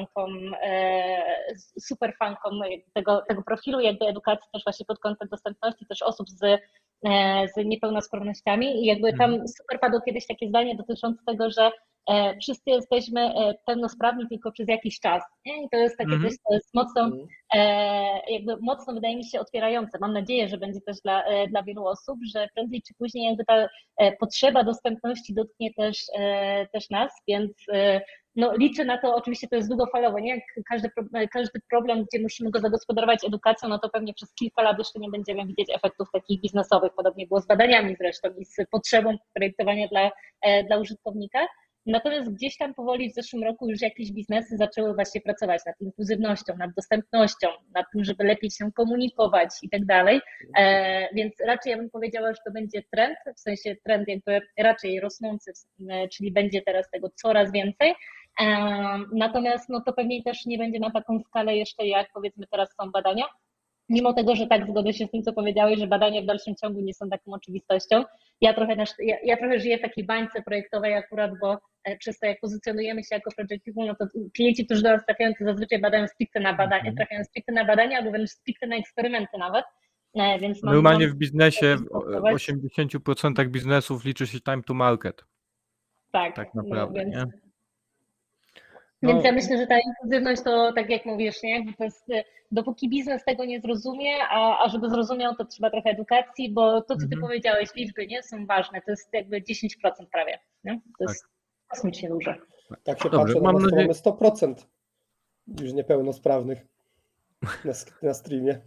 super fanką tego profilu, jakby edukacji też właśnie pod kątem dostępności też osób z niepełnosprawnościami i jakby tam super padło kiedyś takie zdanie dotyczące tego, że wszyscy jesteśmy pełnosprawni tylko przez jakiś czas. Nie? I to jest takie coś, co jest mocno wydaje mi się otwierające. Mam nadzieję, że będzie też dla wielu osób, że prędzej czy później jakby ta potrzeba dostępności dotknie też nas, więc no, liczę na to, oczywiście to jest długofalowo, nie? Jak każdy problem, gdzie musimy go zagospodarować edukacją, no to pewnie przez kilka lat jeszcze nie będziemy widzieć efektów takich biznesowych. Podobnie było z badaniami zresztą i z potrzebą projektowania dla użytkownika. Natomiast gdzieś tam powoli w zeszłym roku już jakieś biznesy zaczęły właśnie pracować nad inkluzywnością, nad dostępnością, nad tym, żeby lepiej się komunikować i tak dalej. Więc raczej ja bym powiedziała, że to będzie trend, w sensie trend jakby raczej rosnący, czyli będzie teraz tego coraz więcej. Natomiast no to pewnie też nie będzie na taką skalę jeszcze jak powiedzmy teraz są badania. Mimo tego, że tak zgodzę się z tym, co powiedziałeś, że badania w dalszym ciągu nie są taką oczywistością. Ja trochę żyję w takiej bańce projektowej akurat, bo przez to, jak pozycjonujemy się jako Project People, no to klienci, którzy do nas trafiają, to zazwyczaj trafiają stricte na badania, albo wręcz stricte na eksperymenty nawet. Więc normalnie w biznesie w 80% biznesów liczy się time to market. Tak naprawdę, no, nie? Więc ja myślę, że ta inkluzywność to tak jak mówisz, nie? To jest, dopóki biznes tego nie zrozumie, a żeby zrozumiał, to trzeba trochę edukacji, bo to, co ty powiedziałeś, liczby nie są ważne, to jest jakby 10% prawie, nie? To jest kosmicznie dużo. Tak się patrzę na nas, to mamy 100% już niepełnosprawnych na streamie.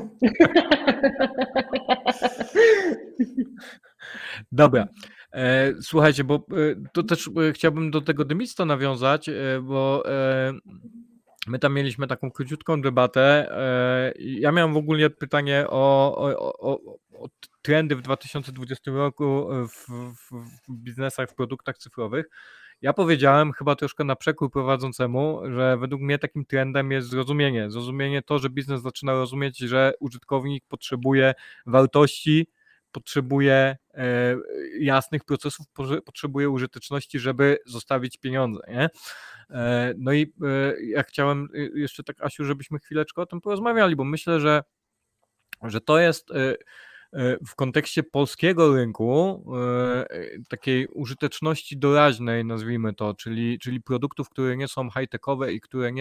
Dobra. Słuchajcie, bo to też chciałbym do tego Demisto nawiązać, bo my tam mieliśmy taką króciutką debatę. Ja miałem w ogóle pytanie o trendy w 2020 roku w biznesach, w produktach cyfrowych. Ja powiedziałem chyba troszkę na przekór prowadzącemu, że według mnie takim trendem jest zrozumienie to, że biznes zaczyna rozumieć, że użytkownik potrzebuje wartości, potrzebuje jasnych procesów, potrzebuje użyteczności, żeby zostawić pieniądze, nie? No i ja chciałem jeszcze tak, Asiu, żebyśmy chwileczkę o tym porozmawiali, bo myślę, że to jest w kontekście polskiego rynku takiej użyteczności doraźnej, nazwijmy to, czyli produktów, które nie są high-techowe i które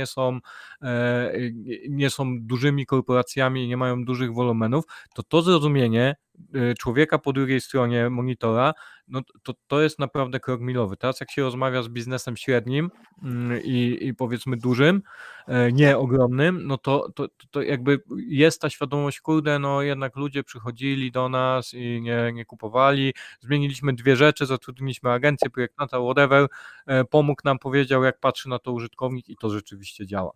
nie są dużymi korporacjami i nie mają dużych wolumenów, to zrozumienie człowieka po drugiej stronie monitora, no to jest naprawdę krok milowy. Teraz jak się rozmawia z biznesem średnim i powiedzmy dużym, nie ogromnym, no to jakby jest ta świadomość, kurde, no jednak ludzie przychodzili do nas i nie kupowali, zmieniliśmy dwie rzeczy, zatrudniliśmy agencję, projektanta, whatever, pomógł nam, powiedział, jak patrzy na to użytkownik i to rzeczywiście działa.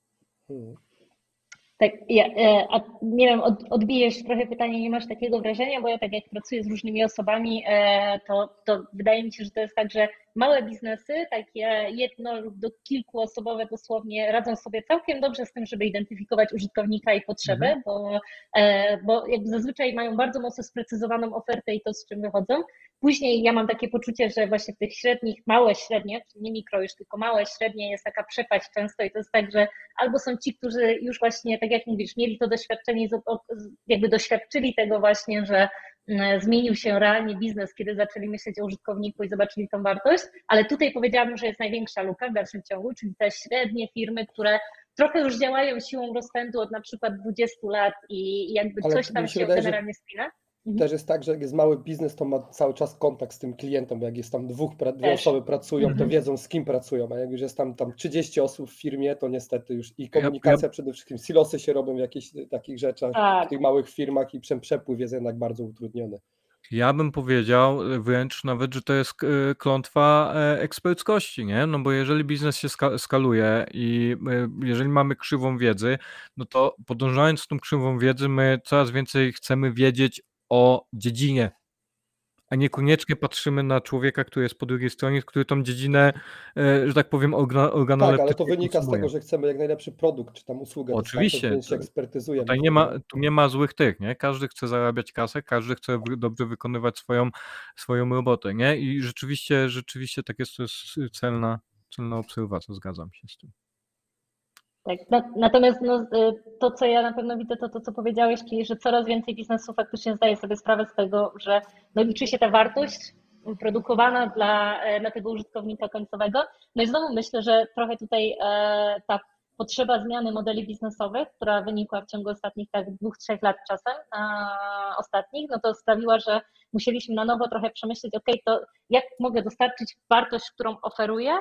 Tak, a nie wiem, odbijesz trochę pytanie, nie masz takiego wrażenia, bo ja tak jak pracuję z różnymi osobami, to wydaje mi się, że to jest tak, że małe biznesy, takie jedno lub do kilkuosobowe dosłownie radzą sobie całkiem dobrze z tym, żeby identyfikować użytkownika i potrzeby, bo jakby zazwyczaj mają bardzo mocno sprecyzowaną ofertę i to, z czym wychodzą. Później ja mam takie poczucie, że właśnie w tych średnich, małe, średnie, czyli nie mikro już, tylko małe, średnie jest taka przepaść często i to jest tak, że albo są ci, którzy już właśnie, tak jak mówisz, mieli to doświadczenie, jakby doświadczyli tego właśnie, że zmienił się realnie biznes, kiedy zaczęli myśleć o użytkowniku i zobaczyli tą wartość, ale tutaj powiedziałabym, że jest największa luka w dalszym ciągu, czyli te średnie firmy, które trochę już działają siłą rozpędu od na przykład 20 lat i jakby ale coś tam się generalnie spina. też jest tak, że jak jest mały biznes, to ma cały czas kontakt z tym klientem, bo jak jest tam dwie Też. osoby pracują, to Mhm. wiedzą, z kim pracują, a jak już jest tam 30 osób w firmie, to niestety już i Ja, komunikacja przede wszystkim, silosy się robią w jakichś takich rzeczach, w Tak. tych małych firmach i przepływ jest jednak bardzo utrudniony. ja bym powiedział wręcz nawet, że to jest klątwa eksperckości, nie? No bo jeżeli biznes się skaluje i jeżeli mamy krzywą wiedzy, no to podążając tą krzywą wiedzy, my coraz więcej chcemy wiedzieć o dziedzinie, a niekoniecznie patrzymy na człowieka, który jest po drugiej stronie, który tą dziedzinę, że tak powiem, Tak, ale to organoleptycznie wynika z konsumuje. tego, że chcemy jak najlepszy produkt czy tam usługę dostarczyć, Oczywiście, więc się ekspertyzujemy tutaj w nie tym, ma, nie? tu nie ma złych tych, nie? Każdy chce zarabiać kasę, każdy chce dobrze wykonywać swoją robotę, nie? I rzeczywiście tak jest, to jest celna obserwacja, zgadzam się z tym. Tak. Natomiast no, to, co ja na pewno widzę, to co powiedziałeś, czyli że coraz więcej biznesów faktycznie zdaje sobie sprawę z tego, że no, liczy się ta wartość produkowana dla tego użytkownika końcowego. No i znowu myślę, że trochę tutaj ta potrzeba zmiany modeli biznesowych, która wynikła w ciągu ostatnich tak 2-3 lat czasem, ostatnich, no to sprawiła, że musieliśmy na nowo trochę przemyśleć, ok, to jak mogę dostarczyć wartość, którą oferuję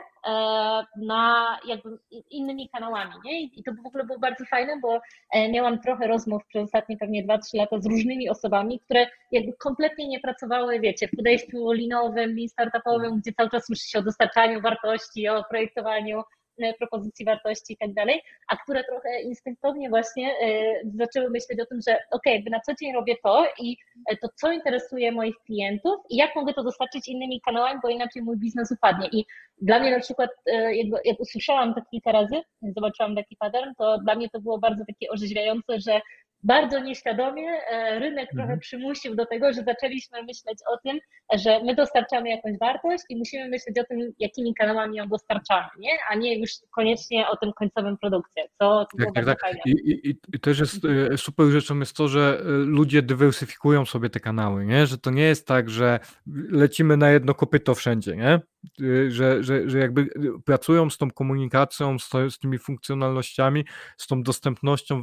na jakby innymi kanałami, nie? I to w ogóle było bardzo fajne, bo miałam trochę rozmów przez ostatnie pewnie 2-3 lata z różnymi osobami, które jakby kompletnie nie pracowały, wiecie, w podejściu linowym, lean startupowym, gdzie cały czas słyszy się o dostarczaniu wartości, o projektowaniu propozycji wartości i tak dalej, a które trochę instynktownie właśnie zaczęły myśleć o tym, że okej, na co dzień robię to i to, co interesuje moich klientów i jak mogę to dostarczyć innymi kanałami, bo inaczej mój biznes upadnie. I dla mnie na przykład, jak usłyszałam to kilka razy, zobaczyłam taki pattern, to dla mnie to było bardzo takie orzeźwiające, że bardzo nieświadomie rynek trochę przymusił do tego, że zaczęliśmy myśleć o tym, że my dostarczamy jakąś wartość i musimy myśleć o tym, jakimi kanałami ją dostarczamy, nie? A nie już koniecznie o tym końcowym produkcie, co było bardzo fajne. I też jest super rzeczą jest to, że ludzie dywersyfikują sobie te kanały, nie? Że to nie jest tak, że lecimy na jedno kopyto wszędzie, nie? Że jakby pracują z tą komunikacją, z tymi funkcjonalnościami, z tą dostępnością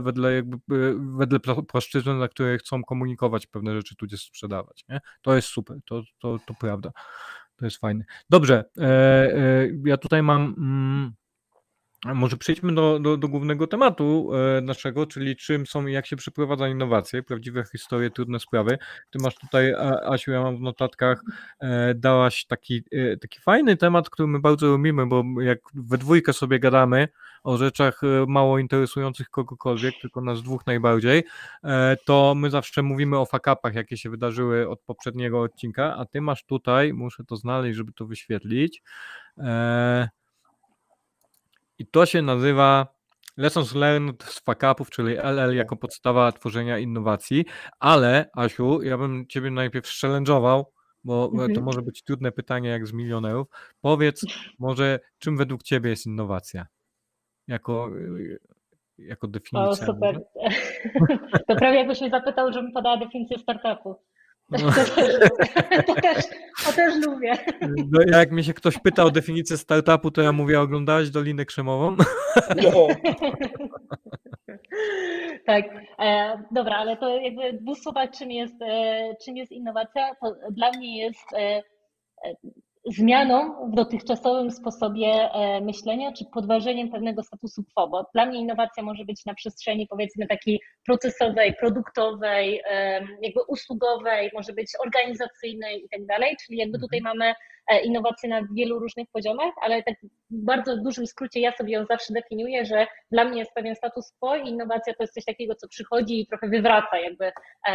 wedle płaszczyzny, na której chcą komunikować pewne rzeczy, tudzież sprzedawać, nie? To jest super, to prawda. To jest fajne. Dobrze, ja tutaj mam... Może przejdźmy do głównego tematu naszego, czyli czym są i jak się przeprowadza innowacje, prawdziwe historie, trudne sprawy. Ty masz tutaj, Asiu, ja mam w notatkach, dałaś taki fajny temat, który my bardzo lubimy, bo jak we dwójkę sobie gadamy o rzeczach mało interesujących kogokolwiek, tylko nas dwóch najbardziej, to my zawsze mówimy o fuck-upach, jakie się wydarzyły od poprzedniego odcinka, a ty masz tutaj, muszę to znaleźć, żeby to wyświetlić, i to się nazywa Lessons Learned z fuck-upów, czyli LL jako podstawa tworzenia innowacji, ale Asiu, ja bym ciebie najpierw challenge'ował, bo to może być trudne pytanie jak z milionerów. Powiedz może, czym według ciebie jest innowacja? Jako definicja. O, super. To prawie jakbyś mnie zapytał, żebym podała definicję startupu. No. To też lubię. No, jak mnie się ktoś pyta o definicję startupu, to ja mówię, oglądałeś Dolinę Krzemową? No. Tak, dobra, ale to jakby w dwóch słowach, czym jest innowacja, to dla mnie jest zmianą w dotychczasowym sposobie myślenia, czy podważeniem pewnego statusu quo, bo dla mnie innowacja może być na przestrzeni powiedzmy takiej procesowej, produktowej, jakby usługowej, może być organizacyjnej i tak dalej, czyli jakby tutaj mamy innowacje na wielu różnych poziomach, ale tak w bardzo dużym skrócie ja sobie ją zawsze definiuję, że dla mnie jest pewien status quo i innowacja to jest coś takiego, co przychodzi i trochę wywraca jakby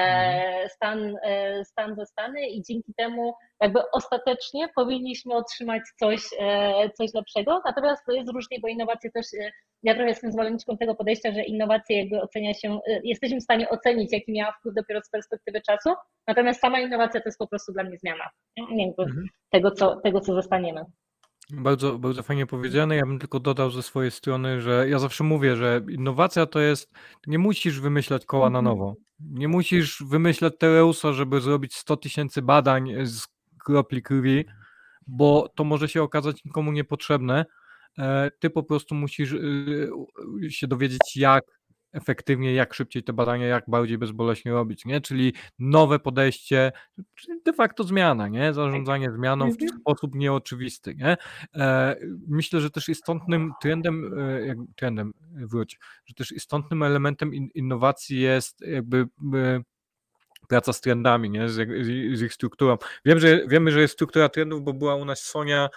stan zastany i dzięki temu jakby ostatecznie powinniśmy otrzymać coś lepszego, natomiast to jest różnie, bo innowacje też, ja trochę jestem zwolenniczką tego podejścia, że innowacje jakby ocenia się, jesteśmy w stanie ocenić, jaki miała wpływ dopiero z perspektywy czasu, natomiast sama innowacja to jest po prostu dla mnie zmiana jakby tego, co zostaniemy. Bardzo, bardzo fajnie powiedziane. Ja bym tylko dodał ze swojej strony, że ja zawsze mówię, że innowacja to jest, nie musisz wymyślać koła na nowo. Nie musisz wymyślać Tereusa, żeby zrobić 100 000 badań z kropli krwi, bo to może się okazać nikomu niepotrzebne. Ty po prostu musisz się dowiedzieć, jak efektywniej, jak szybciej te badania, jak bardziej bezboleśnie robić, nie? Czyli nowe podejście, czyli de facto zmiana, nie? Zarządzanie zmianą w sposób nieoczywisty, nie? Myślę, że też istotnym że też istotnym elementem innowacji jest jakby praca z trendami, nie? Z ich strukturą. Wiemy, że jest struktura trendów, bo była u nas Sonia,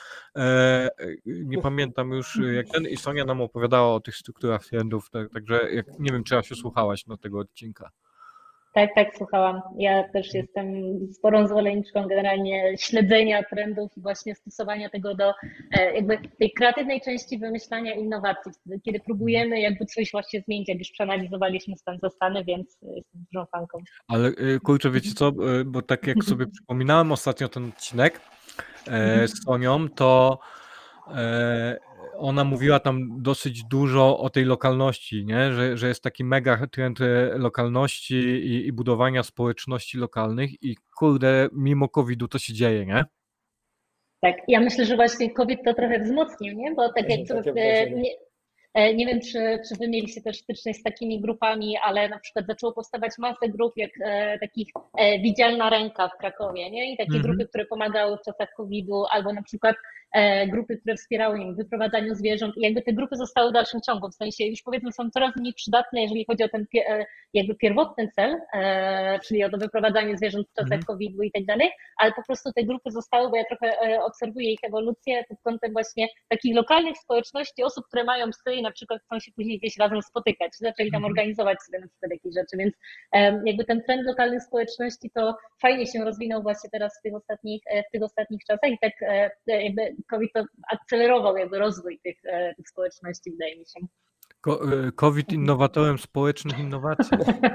nie pamiętam już jak i Sonia nam opowiadała o tych strukturach trendów, także nie wiem, czy Asiu słuchałaś do tego odcinka. Tak, słuchałam. Ja też jestem sporą zwolenniczką generalnie śledzenia trendów i właśnie stosowania tego do jakby tej kreatywnej części wymyślania innowacji, kiedy próbujemy jakby coś właśnie zmienić, jak już przeanalizowaliśmy stan zastany, więc jestem dużą fanką. Ale kurczę, wiecie co, bo tak jak sobie przypominałem ostatnio ten odcinek z Sonią, to ona mówiła tam dosyć dużo o tej lokalności, nie? Że jest taki mega trend lokalności i budowania społeczności lokalnych i kurde, mimo COVID-u to się dzieje, nie? Tak, ja myślę, że właśnie COVID to trochę wzmocnił, nie? Bo tak jak nie wiem, czy wy mieliście też styczność z takimi grupami, ale na przykład zaczęło powstawać masę grup jak takich Widzialna Ręka w Krakowie, nie? I takie grupy, które pomagały w czasach COVID-u, albo na przykład grupy, które wspierały im w wyprowadzaniu zwierząt i jakby te grupy zostały w dalszym ciągu, w sensie już powiedzmy są coraz mniej przydatne, jeżeli chodzi o ten jakby pierwotny cel, czyli o to wyprowadzanie zwierząt w czasach COVID-u i tak dalej, ale po prostu te grupy zostały, bo ja trochę obserwuję ich ewolucję pod kątem właśnie takich lokalnych społeczności, osób, które mają psy i na przykład chcą się później gdzieś razem spotykać, zaczęli tam organizować sobie na przykład jakieś rzeczy, więc jakby ten trend lokalnych społeczności to fajnie się rozwinął właśnie teraz w tych ostatnich czasach i tak jakby COVID to akcelerował jakby rozwój tych społeczności, wydaje mi się. COVID innowatorem społecznych innowacji.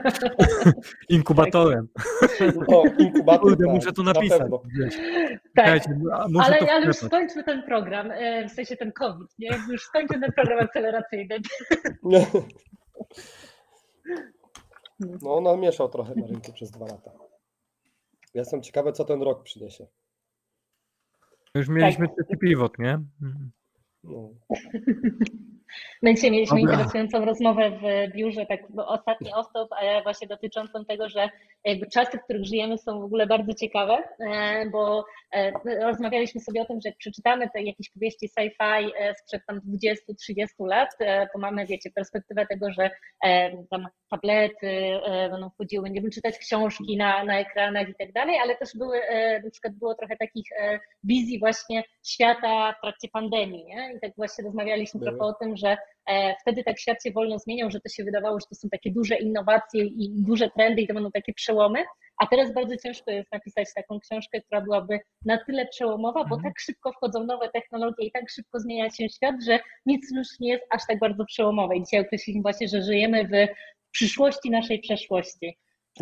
Inkubatorem. O, inkubator, Kurde, muszę to napisać. Tak, ale już skończmy ten program, w sensie ten COVID, nie? Już skończmy ten program akceleracyjny. No ona mieszał trochę na rynku przez 2 lata. Ja jestem ciekawy, co ten rok przyniesie. Już mieliśmy taki pivot, nie? No. My dzisiaj mieliśmy interesującą rozmowę w biurze, tak ostatni off-top, właśnie dotyczącą tego, że jakby czasy, w których żyjemy, są w ogóle bardzo ciekawe, bo rozmawialiśmy sobie o tym, że jak przeczytamy te jakieś powieści sci-fi sprzed tam 20-30 lat, to mamy, wiecie, perspektywę tego, że tam tablety będą wchodziły, będziemy czytać książki na ekranach i tak dalej, ale też na przykład było trochę takich wizji właśnie świata w trakcie pandemii, nie? I tak właśnie rozmawialiśmy trochę o tym, że wtedy tak świat się wolno zmieniał, że to się wydawało, że to są takie duże innowacje i duże trendy i to będą takie przełomy, a teraz bardzo ciężko jest napisać taką książkę, która byłaby na tyle przełomowa, bo tak szybko wchodzą nowe technologie i tak szybko zmienia się świat, że nic już nie jest aż tak bardzo przełomowe. I dzisiaj określiliśmy właśnie, że żyjemy w przyszłości naszej przeszłości.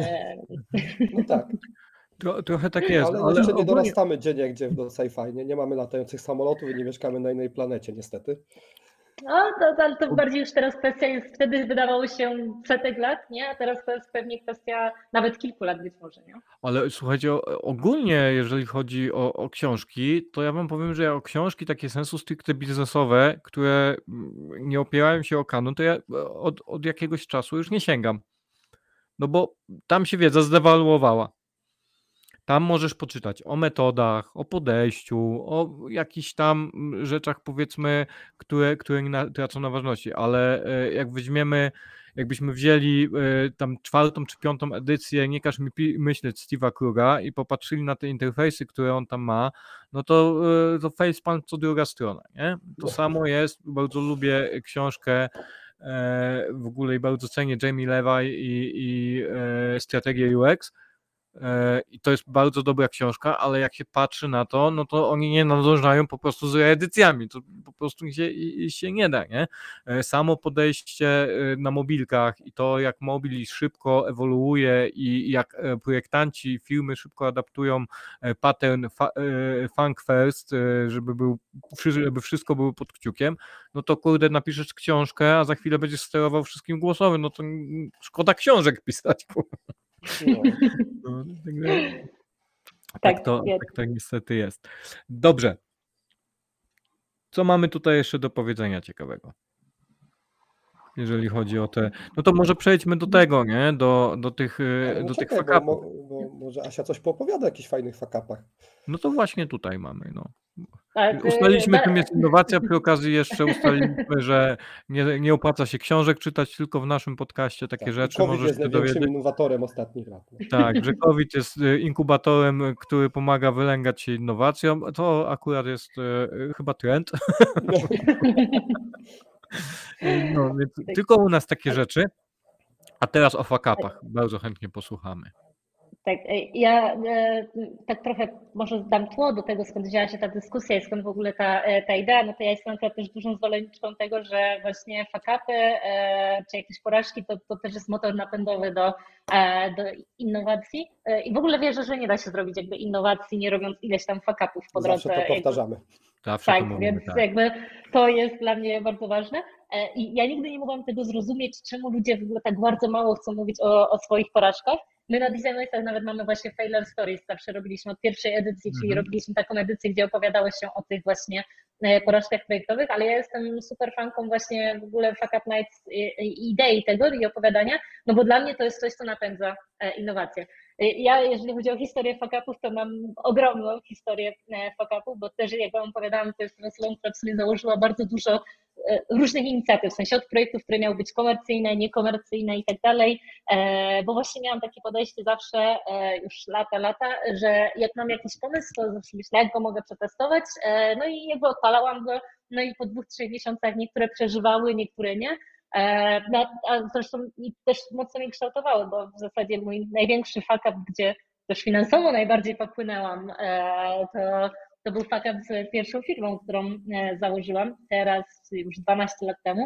No tak. Trochę tak jest. Ale jeszcze nie dorastamy gdzie do sci-fi. Nie mamy latających samolotów i nie mieszkamy na innej planecie, niestety. No, to bardziej już teraz kwestia jest, wtedy wydawało się setek lat, nie? A teraz to jest pewnie kwestia nawet kilku lat być może, nie? Ale słuchajcie, ogólnie jeżeli chodzi o książki, to ja wam powiem, że ja o książki takie sensu stricte biznesowe, które nie opierają się o kanon, to ja od jakiegoś czasu już nie sięgam. No bo tam się wiedza zdewaluowała. Tam możesz poczytać o metodach, o podejściu, o jakichś tam rzeczach, powiedzmy, które nie tracą na ważności, ale jakbyśmy wzięli tam 4. czy 5. edycję Nie każ mi myśleć Steve'a Kruga i popatrzyli na te interfejsy, które on tam ma, no to facepalm co druga strona, nie? To samo jest, bardzo lubię książkę w ogóle i bardzo cenię Jamie Levy i strategię UX. I to jest bardzo dobra książka, ale jak się patrzy na to, no to oni nie nadążają po prostu z reedycjami, to po prostu się nie da, nie? Samo podejście na mobilkach i to, jak mobil szybko ewoluuje i jak projektanci firmy szybko adaptują pattern funk first, żeby wszystko było pod kciukiem, no to kurde, napiszesz książkę, a za chwilę będziesz sterował wszystkim głosowym, no to szkoda książek pisać, Tak to niestety jest. Dobrze. Co mamy tutaj jeszcze do powiedzenia ciekawego? jeżeli chodzi o te... No to może przejdźmy do tego, nie? Do tych, Ale no do tych czekaj, fuck-upów. bo może Asia coś poopowiada o jakichś fajnych fuck-upach. No to właśnie tutaj mamy, no. Tak, Ustaliliśmy, czym jest innowacja, przy okazji jeszcze ustaliliśmy, że nie opłaca się książek czytać, tylko w naszym podcaście takie Tak. rzeczy COVID możesz jest się największym dowiedzieć. innowatorem ostatnich lat. No. Tak, że COVID jest inkubatorem, który pomaga wylęgać się innowacjom. To akurat jest chyba trend. No. No, więc tylko u nas takie rzeczy. A teraz o fuck-upach bardzo chętnie posłuchamy. Tak, ja tak trochę może dam tło do tego, skąd wzięła się ta dyskusja i skąd w ogóle ta idea. No to ja jestem akurat też dużą zwolenniczką tego, że właśnie fuck-upy czy jakieś porażki to też jest motor napędowy do innowacji. I w ogóle wierzę, że nie da się zrobić jakby innowacji, nie robiąc ileś tam fuck-upów po drodze. Zawsze to powtarzamy. Zawsze to Tak, mówimy, więc tak. jakby to jest dla mnie bardzo ważne. I ja nigdy nie mogłam tego zrozumieć, czemu ludzie w ogóle tak bardzo mało chcą mówić o swoich porażkach. My na Designwaysach nawet mamy właśnie failure stories, zawsze robiliśmy od pierwszej edycji, czyli robiliśmy taką edycję, gdzie opowiadałeś się o tych właśnie porażkach projektowych, ale ja jestem super fanką właśnie w ogóle Fuck Up Nights i idei tego i opowiadania, no bo dla mnie to jest coś, co napędza innowacje. Ja, jeżeli chodzi o historię fuck-upów, to mam ogromną historię fuck-upów, bo też jak wam opowiadałam, to jest osobą, która w sumie założyła bardzo dużo różnych inicjatyw, w sensie od projektów, które miały być komercyjne, niekomercyjne i tak dalej, bo właśnie miałam takie podejście zawsze, już lata, że jak mam jakiś pomysł, to zawsze myślę, jak go mogę przetestować, no i jakby odpalałam go, no i po 2-3 miesiącach niektóre przeżywały, niektóre nie. A zresztą też mocno mnie kształtowały, bo w zasadzie mój największy fuck up, gdzie też finansowo najbardziej popłynęłam, to był fuck up z pierwszą firmą, którą założyłam teraz już 12 lat temu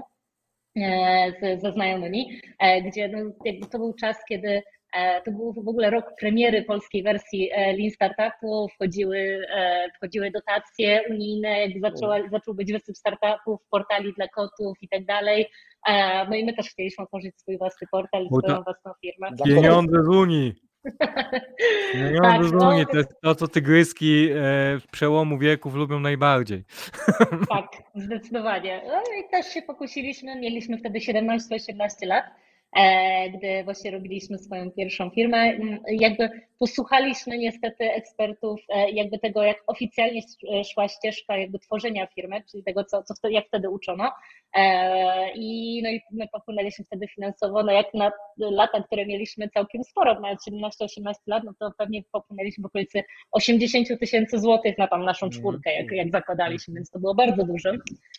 ze znajomymi, gdzie no, jakby to był czas, kiedy to był w ogóle rok premiery polskiej wersji Lean Startupu, wchodziły dotacje unijne, jak zaczął być wysyp startupów, portali dla kotów i tak dalej. No i my też chcieliśmy otworzyć swój własny portal i swoją własną firmę. Pieniądze z Unii. Pieniądze z Tak, Unii, to jest to, co tygryski z przełomu wieków lubią najbardziej. Tak, zdecydowanie. No i też się pokusiliśmy, mieliśmy wtedy 17-18 lat, gdy właśnie robiliśmy swoją pierwszą firmę. Jakby posłuchaliśmy niestety ekspertów, jakby tego, jak oficjalnie szła ścieżka jakby tworzenia firmy, czyli tego, jak wtedy uczono. I no i my popłynęliśmy wtedy finansowo, no jak na lata, które mieliśmy całkiem sporo, mając 17-18 lat, no to pewnie popłynęliśmy w okolicy 80 000 złotych na tam naszą czwórkę, jak zakładaliśmy, więc to było bardzo dużo,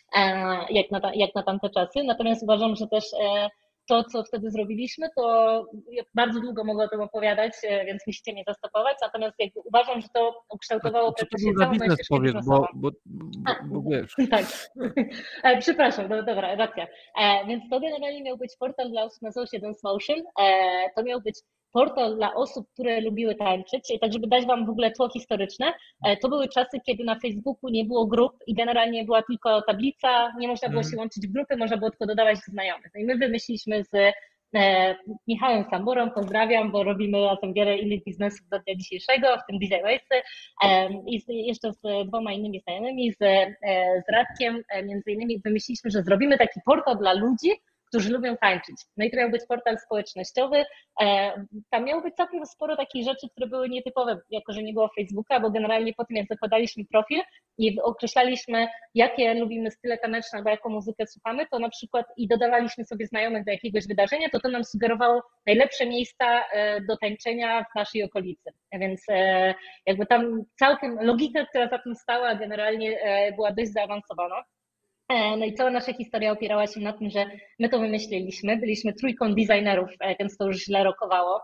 jak na tamte czasy. Natomiast uważam, że też to, co wtedy zrobiliśmy, to bardzo długo mogę o tym opowiadać, więc musicie mnie zastopować, natomiast jakby uważam, że to ukształtowało całą moją ścieżkę biznesową. Bo wiesz. Tak, przepraszam, no dobra, racja. Więc to generalnie miał być portal dla osób, nazywał się Dance Motion. To miał być portal dla osób, które lubiły tańczyć, tak żeby dać wam w ogóle tło historyczne. To były czasy, kiedy na Facebooku nie było grup i generalnie była tylko tablica, nie można było się łączyć w grupy, można było tylko dodawać znajomych. No i my wymyśliliśmy z Michałem Samburą, pozdrawiam, bo robimy razem wiele innych biznesów do dnia dzisiejszego, w tym Designwaysy, i jeszcze z 2 innymi znajomymi, z Radkiem, między innymi wymyśliliśmy, że zrobimy taki portal dla ludzi, którzy lubią tańczyć. No i to miał być portal społecznościowy. Tam miało być całkiem sporo takich rzeczy, które były nietypowe, jako że nie było Facebooka, bo generalnie po tym, jak zakładaliśmy profil i określaliśmy, jakie lubimy style taneczne albo jaką muzykę słuchamy, to na przykład i dodawaliśmy sobie znajomych do jakiegoś wydarzenia, to nam sugerowało najlepsze miejsca do tańczenia w naszej okolicy. Więc jakby tam całkiem logika, która za tym stała, generalnie była dość zaawansowana. No i cała nasza historia opierała się na tym, że my to wymyśliliśmy, byliśmy trójką designerów, więc to już źle rokowało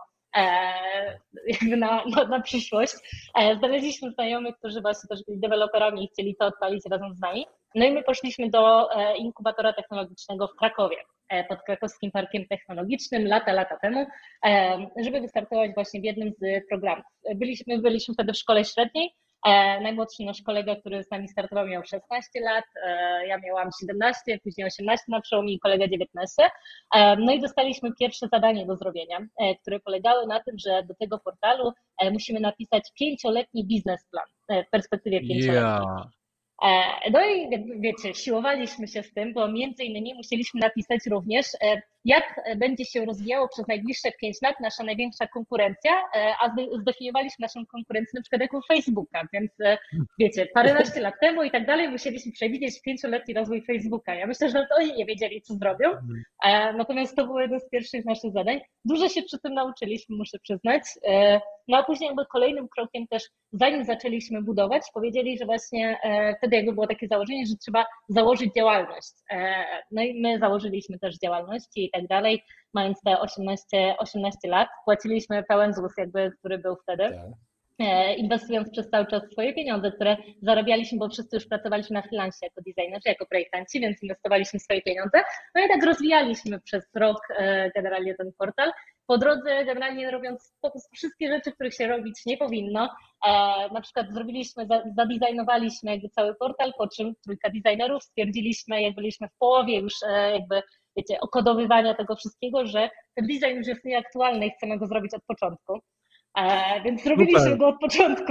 jakby na przyszłość. Znaleźliśmy znajomych, którzy właśnie też byli deweloperami i chcieli to odpalić razem z nami. No i my poszliśmy do inkubatora technologicznego w Krakowie, pod Krakowskim Parkiem Technologicznym lata temu, żeby wystartować właśnie w jednym z programów. Byliśmy wtedy w szkole średniej. Najmłodszy nasz kolega, który z nami startował, miał 16 lat, ja miałam 17, później 18 na przełomie i kolega 19. No i dostaliśmy pierwsze zadanie do zrobienia, które polegało na tym, że do tego portalu musimy napisać 5-letni biznesplan w perspektywie 5-letniej. No i wiecie, siłowaliśmy się z tym, bo między innymi musieliśmy napisać również, jak będzie się rozwijało przez najbliższe 5 lat nasza największa konkurencja, a zdefiniowaliśmy naszą konkurencję na przykład jako Facebooka, więc wiecie, paręnaście lat temu i tak dalej musieliśmy przewidzieć 5-letni rozwój Facebooka. Ja myślę, że to oni nie wiedzieli, co zrobią, natomiast to było jedno z pierwszych naszych zadań. Dużo się przy tym nauczyliśmy, muszę przyznać. No a później jakby kolejnym krokiem też, zanim zaczęliśmy budować, powiedzieli, że właśnie wtedy jakby było takie założenie, że trzeba założyć działalność. No i my założyliśmy też działalność i tak dalej, mając te 18 lat, płaciliśmy pełen ZUS jakby, który był wtedy. Inwestując przez cały czas swoje pieniądze, które zarabialiśmy, bo wszyscy już pracowaliśmy na freelancie jako designerzy, jako projektanci, więc inwestowaliśmy swoje pieniądze. No i tak rozwijaliśmy przez rok generalnie ten portal. Po drodze generalnie robiąc po prostu wszystkie rzeczy, których się robić nie powinno. Na przykład zadesignowaliśmy jakby cały portal, po czym trójka designerów stwierdziliśmy, jak byliśmy w połowie już jakby, wiecie, okodowywania tego wszystkiego, że ten design już jest nieaktualny i chcemy go zrobić od początku. Więc zrobiliśmy go od początku.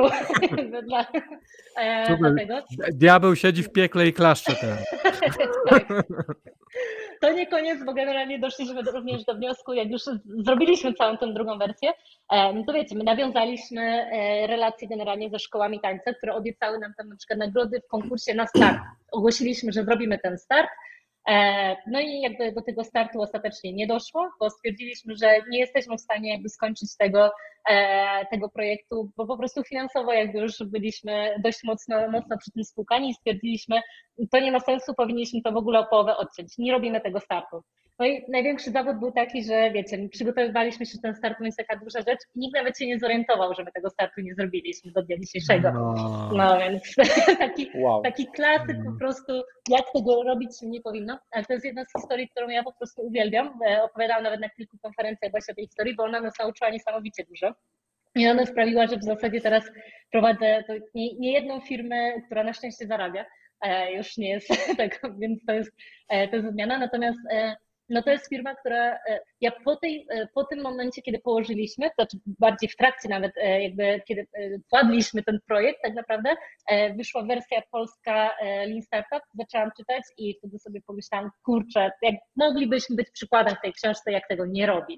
Dlatego. Diabeł siedzi w piekle i klaszcze teraz. Tak. To nie koniec, bo generalnie doszliśmy również do wniosku, jak już zrobiliśmy całą tę drugą wersję, to wiecie, my nawiązaliśmy relacje generalnie ze szkołami tańca, które obiecały nam tam na przykład nagrody w konkursie na start. Ogłosiliśmy, że zrobimy ten start. No i jakby do tego startu ostatecznie nie doszło, bo stwierdziliśmy, że nie jesteśmy w stanie jakby skończyć tego projektu, bo po prostu finansowo jakby już byliśmy dość mocno przy tym spłukani i stwierdziliśmy, to nie ma sensu, powinniśmy to w ogóle o połowę odciąć, nie robimy tego startu. No i największy zawód był taki, że wiecie, przygotowywaliśmy się, ten start to jest taka duża rzecz i nikt nawet się nie zorientował, że my tego startu nie zrobiliśmy do dnia dzisiejszego. No więc taki klasyk po prostu, jak tego robić się nie powinno, ale to jest jedna z historii, którą ja po prostu uwielbiam. Opowiadałam nawet na kilku konferencjach właśnie o tej historii, bo ona nas nauczyła niesamowicie dużo. I ona sprawiła, że w zasadzie teraz prowadzę nie jedną firmę, która na szczęście zarabia. Już nie jest tego, więc to jest zmiana. Natomiast no to jest firma, która ja po tym momencie, kiedy położyliśmy, to znaczy bardziej w trakcie nawet jakby, kiedy kładliśmy ten projekt, tak naprawdę wyszła wersja polska Lean Startup, zaczęłam czytać i wtedy sobie pomyślałam, kurczę, jak moglibyśmy być przykładem w tej książce, jak tego nie robić.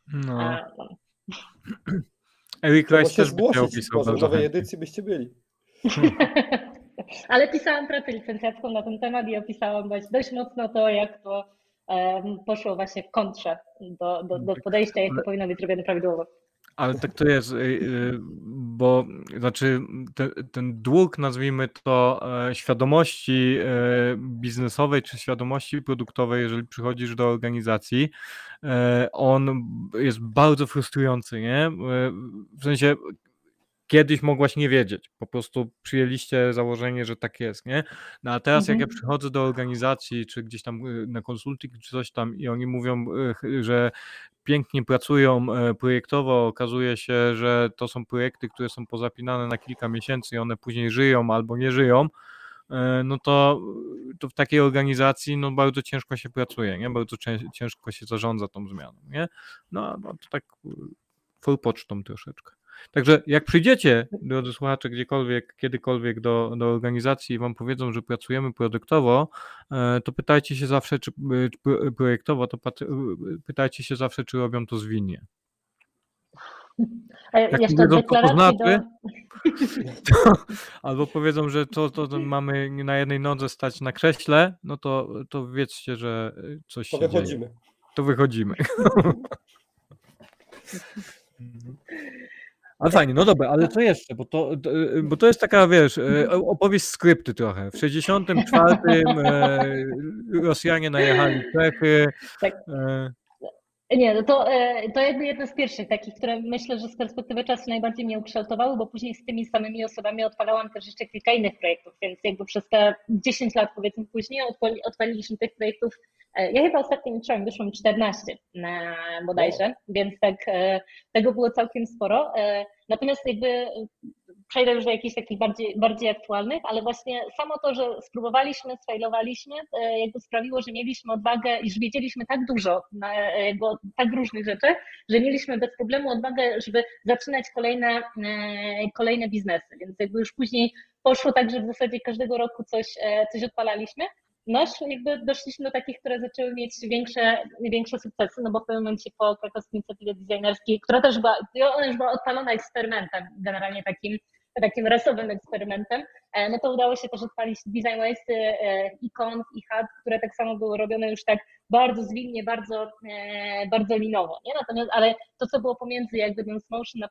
Eric Rice też by zgłosić, opisał może w bardzo nowej chętnie. edycji byście byli. Ale pisałam pracę licencjacką na ten temat i opisałam dość mocno to, jak to poszło właśnie w kontrze do podejścia, jak to powinno być zrobione prawidłowo. Ale tak to jest, bo znaczy ten dług, nazwijmy to, świadomości biznesowej czy świadomości produktowej, jeżeli przychodzisz do organizacji, on jest bardzo frustrujący, nie? W sensie kiedyś mogłaś nie wiedzieć, po prostu przyjęliście założenie, że tak jest, nie? No a teraz jak ja przychodzę do organizacji, czy gdzieś tam na konsulting, czy coś tam i oni mówią, że pięknie pracują projektowo, okazuje się, że to są projekty, które są pozapinane na kilka miesięcy i one później żyją albo nie żyją, no to w takiej organizacji no bardzo ciężko się pracuje, nie? Bardzo ciężko się zarządza tą zmianą, nie? No to tak forpocztą troszeczkę. Także jak przyjdziecie, drodzy słuchacze, gdziekolwiek, kiedykolwiek do organizacji i wam powiedzą, że pracujemy produktowo, to pytajcie się zawsze, czy projektowo, to pytajcie się zawsze, czy robią to zwinnie. Jak powiedzą, co to znaczy, albo powiedzą, że to mamy na jednej nodze stać na krześle, no to wiedzcie, że coś się wychodzimy. dzieje. To wychodzimy. Ale fajnie, no dobra, ale co jeszcze? Bo to jest taka, wiesz, opowieść skrypty trochę. W 64 Rosjanie najechali Czechy. Tak. Nie, no to jakby jedno z pierwszych takich, które myślę, że z perspektywy czasu najbardziej mnie ukształtowały, bo później z tymi samymi osobami odpalałam też jeszcze kilka innych projektów, więc jakby przez te 10 lat powiedzmy później odpaliliśmy tych projektów. Ja chyba ostatnim liczyłam, wyszło mi 14 bodajże, więc tak tego było całkiem sporo. Natomiast jakby przejdę już do jakichś takich bardziej aktualnych, ale właśnie samo to, że spróbowaliśmy, sfailowaliśmy, jakby sprawiło, że mieliśmy odwagę i że wiedzieliśmy tak dużo jakby o tak różnych rzeczach, że mieliśmy bez problemu odwagę, żeby zaczynać kolejne biznesy, więc jakby już później poszło tak, że w zasadzie każdego roku coś odpalaliśmy. No, jakby doszliśmy do takich, które zaczęły mieć większe sukcesy, no bo w pewnym momencie po krakowskiej inicjatywie designerskiej, która też ona już była odpalona eksperymentem, generalnie takim rasowym eksperymentem, no to udało się też odpalić Design Waste, Icon i Hub, które tak samo były robione już tak bardzo zwinnie, bardzo linowo, nie? Natomiast, ale to, co było pomiędzy jakby Dance Motion, a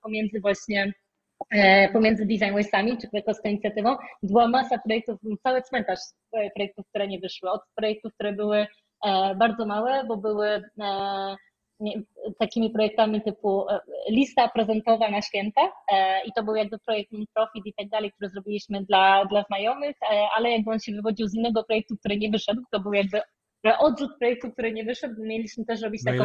pomiędzy Design Waste'ami czy krakowską inicjatywą, była masa projektów, cały cmentarz projektów, które nie wyszły. Od projektów, które były bardzo małe, bo były takimi projektami typu lista prezentowa na święta i to był jakby projekt non-profit i tak dalej, który zrobiliśmy dla znajomych, ale jakby on się wywodził z innego projektu, który nie wyszedł, to był jakby odrzut projektu, który nie wyszedł. Mieliśmy też robić taką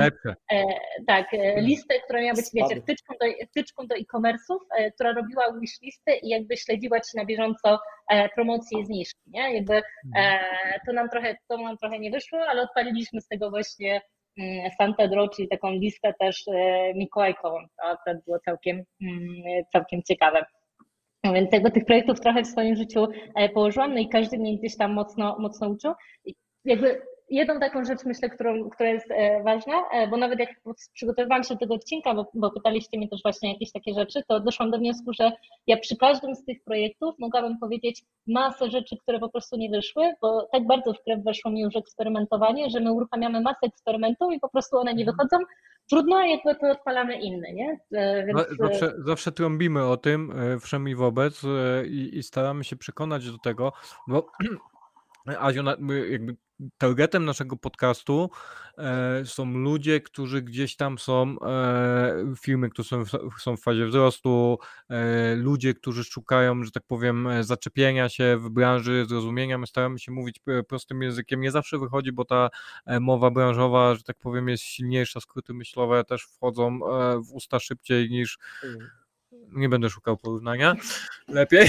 listę, która miała być, wiecie, wtyczką do e-commerce'ów, która robiła wishlisty i jakby śledziła ci na bieżąco promocje i zniżki, nie? Jakby to nam trochę nie wyszło, ale odpaliliśmy z tego właśnie Santa Draw, czyli taką listę też mikołajkową. To akurat było całkiem ciekawe. Więc tych projektów trochę w swoim życiu położyłam, no i każdy mnie gdzieś tam mocno uczył. Jakby jedną taką rzecz, myślę, która jest ważna, bo nawet jak przygotowywałam się do tego odcinka, bo pytaliście mnie też właśnie jakieś takie rzeczy, to doszłam do wniosku, że ja przy każdym z tych projektów mogłabym powiedzieć masę rzeczy, które po prostu nie wyszły, bo tak bardzo w krew weszło mi już eksperymentowanie, że my uruchamiamy masę eksperymentów i po prostu one nie wychodzą. Trudno, jakby to odpalamy inne, nie? Więc... Zawsze trąbimy o tym wszem i wobec i staramy się przekonać do tego, bo Aziu, jakby targetem naszego podcastu są ludzie, którzy gdzieś tam są, firmy, które są w fazie wzrostu, ludzie, którzy szukają, że tak powiem, zaczepienia się w branży, zrozumienia. My staramy się mówić prostym językiem. Nie zawsze wychodzi, bo ta mowa branżowa, że tak powiem, jest silniejsza, skróty myślowe też wchodzą w usta szybciej niż... Nie będę szukał porównania. Lepiej.